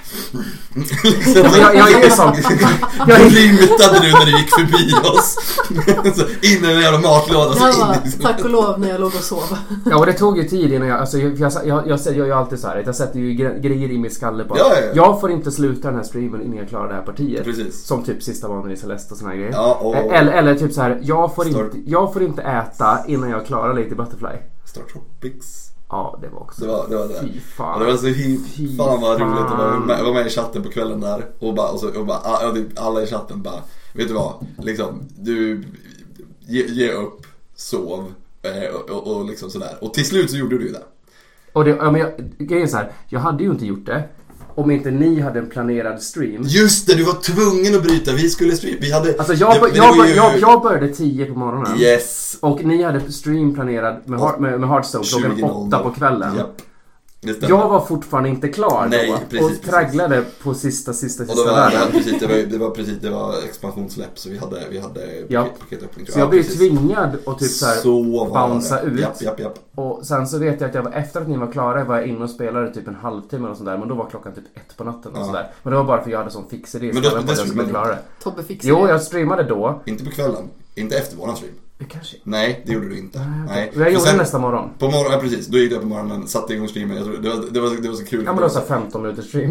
S5: Jag limtade nu när du gick förbi oss. Så in i den jävla matlådan.
S1: Tack och lov när jag låg och sov.
S3: Ja, och det tog ju tid innan jag gör ju alltid så här. Jag sätter ju grejer i min skalle på. Jag får inte sluta den här streamen innan jag klarar det här partiet.
S5: Precis.
S3: Som typ sista banan i Celeste och såna här grejer. Eller typ så här, jag får inte äta innan jag klarar Lady Butterfly.
S5: Star Tropics.
S3: Ja, det var också.
S5: Det var det.
S3: Fy fan.
S5: Det var så fan vad roligt att vara med i chatten på kvällen där och bara alla i chatten bara, vet du vad? Liksom du ge upp, sov och liksom sådär. Och till slut så gjorde du det.
S3: Och grejen är så här, jag hade ju inte gjort det om inte ni hade en planerad stream.
S5: Just det, du var tvungen att bryta. Vi skulle stream. Vi hade,
S3: alltså jag började 10 på morgonen.
S5: Yes.
S3: Och ni hade stream planerad med Hearthstone klockan 8 på kvällen.
S5: Yep.
S3: Jag var fortfarande inte klar då.
S5: Precis,
S3: och tragglade på sista
S5: och
S3: världen.
S5: Det var expansionssläpp, så vi hade paketöppning.
S3: Så jag blev tvingad att typ så bounsa ut.
S5: Japp.
S3: Och sen så vet jag att efter att ni var klara var jag inne och spelade typ en halvtimme och sådär. Men då var klockan typ 1 på natten och sådär. Men det var bara för jag hade sån fixidé.
S5: Men
S3: jag skulle klara det.
S1: Tobbe fixade.
S3: Jo, jag streamade då.
S5: Inte på kvällen. Inte efter våran stream.
S3: Kanske.
S5: Nej, det gjorde du inte. Nej.
S3: Jag gjorde det nästa morgon.
S5: På morgonen, ja, precis. Då gick jag på morgonen, satte igång streamen. Jag tror, det var så kul.
S3: Ja, men då så 15 minuter stream.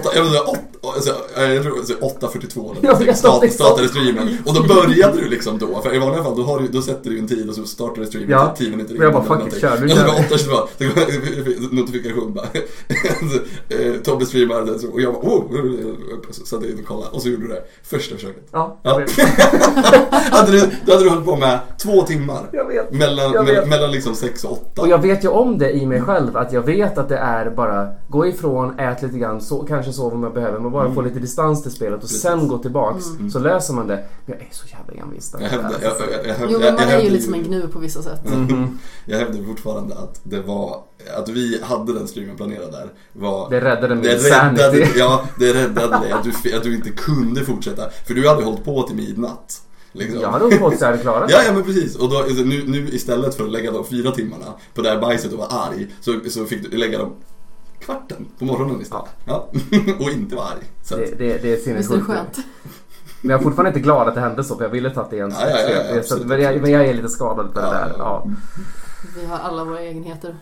S5: 8:42 startade streamen. Och då började du liksom då. För i vanliga fall, då sätter du en tid och så startar du streamen till 10 minuter.
S3: Jag bara, fuck it, kör.
S5: Jag var 8:22. Det var notifikation bara. Tobbe streamade och jag bara, så det och kolla. Och så gjorde du det första försöket.
S3: Ja.
S5: Då hade du hållit på med 2 timmar.
S3: Jag vet.
S5: Mellan liksom 6 och 8.
S3: Och jag vet ju om det i mig själv. Att jag vet att det är bara gå ifrån, ät lite grann, kanske sova om jag behöver. Men bara få lite distans till spelet och sen gå tillbaks. Så löser man det. Men jag är så jävla envis.
S1: Jo, men man är ju lite som en gnu på vissa sätt.
S5: Jag hävdar fortfarande att det var att vi hade den streamen planerad där var,
S3: det räddade min sanity.
S5: Det räddade dig att du inte kunde fortsätta. För du hade hållit på till midnatt. Liksom.
S3: Jag hade fått så här klarat.
S5: Ja, men precis. Och då, nu istället för att lägga de 4 timmarna på det här bajset och vara arg, så fick du lägga dem kvarten på morgonen istället. Ja. Och inte vara arg. Så
S3: det är sinnessjukt.
S1: Skönt.
S3: Men jag är fortfarande inte glad att det hände så, för jag ville ta det igen. Men jag är lite skadad på det där. Ja.
S1: Vi har alla våra egenheter.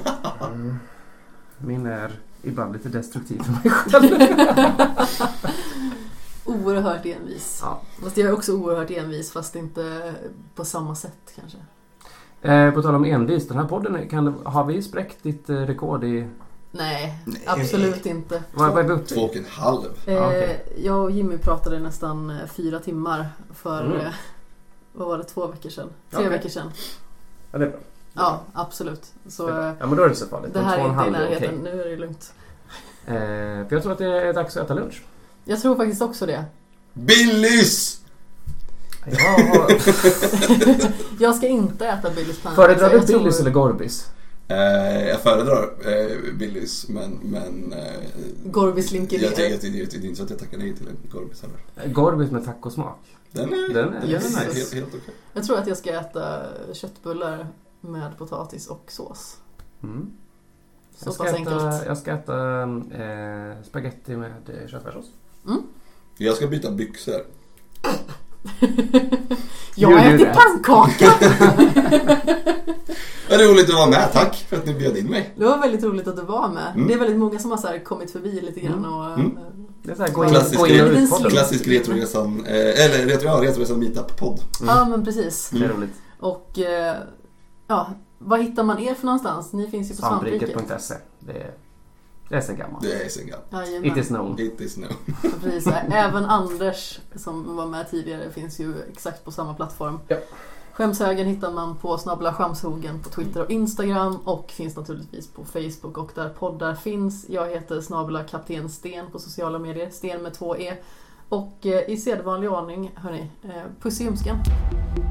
S3: Min är ibland lite destruktiv för mig själv.
S1: Oerhört envis.
S3: Ja.
S1: Fast jag är också oerhört envis, fast inte på samma sätt kanske.
S3: På tal om envis, den här podden, har vi spräckt ditt rekord i...
S1: Nej, absolut inte.
S3: Vad är vi uppe i?
S5: 2,5.
S3: Okay.
S1: Jag och Jimmy pratade nästan 4 timmar för, vad var det, 2 veckor sedan? 3 veckor sedan.
S3: Ja, det är bra.
S1: Ja, absolut. Så,
S3: ja, men då är det så farligt.
S1: Det här är inte i närheten, okay. Nu är det lugnt.
S3: För jag tror att det är dags att äta lunch.
S1: Jag tror faktiskt också det.
S5: Billys!
S1: Jag ska inte äta Billys panna.
S3: Föredrar du Billys eller Gorbis?
S5: Jag föredrar Billys, men
S1: Gorbis linker ner.
S5: Det är inte så att jag tackar nej till en Gorbis heller.
S3: Gorbis med tacosmak.
S5: Den är
S1: nice.
S5: Helt okej.
S1: Jag tror att jag ska äta köttbullar med potatis och sås. Så pass enkelt.
S3: Jag ska äta spaghetti med köttfärssås.
S5: Jag ska byta byxor.
S1: Jag äter pannkaka.
S5: Det är roligt att vara med, tack för att ni bjöd in mig.
S1: Det var väldigt roligt att du var med. Det är väldigt många som har så här kommit förbi lite grann och
S3: det är så här,
S5: klassisk Retroresan eller Retroresan Meetup-podd.
S1: Ja, men precis.
S3: Det är roligt.
S1: Och vad hittar man er för någonstans? Ni finns ju på
S3: svampriket.se. Det är sen gammalt.
S5: Det är sen gammalt.
S3: It is known.
S1: Precis. Även Anders som var med tidigare finns ju exakt på samma plattform.
S3: Ja.
S1: Skämshögen hittar man på @skämshogen på Twitter och Instagram och finns naturligtvis på Facebook och där poddar finns. Jag heter @kapten Sten på sociala medier, Sten med 2 E. Och i sedvanlig ordning, hörni, puss i ljumsken.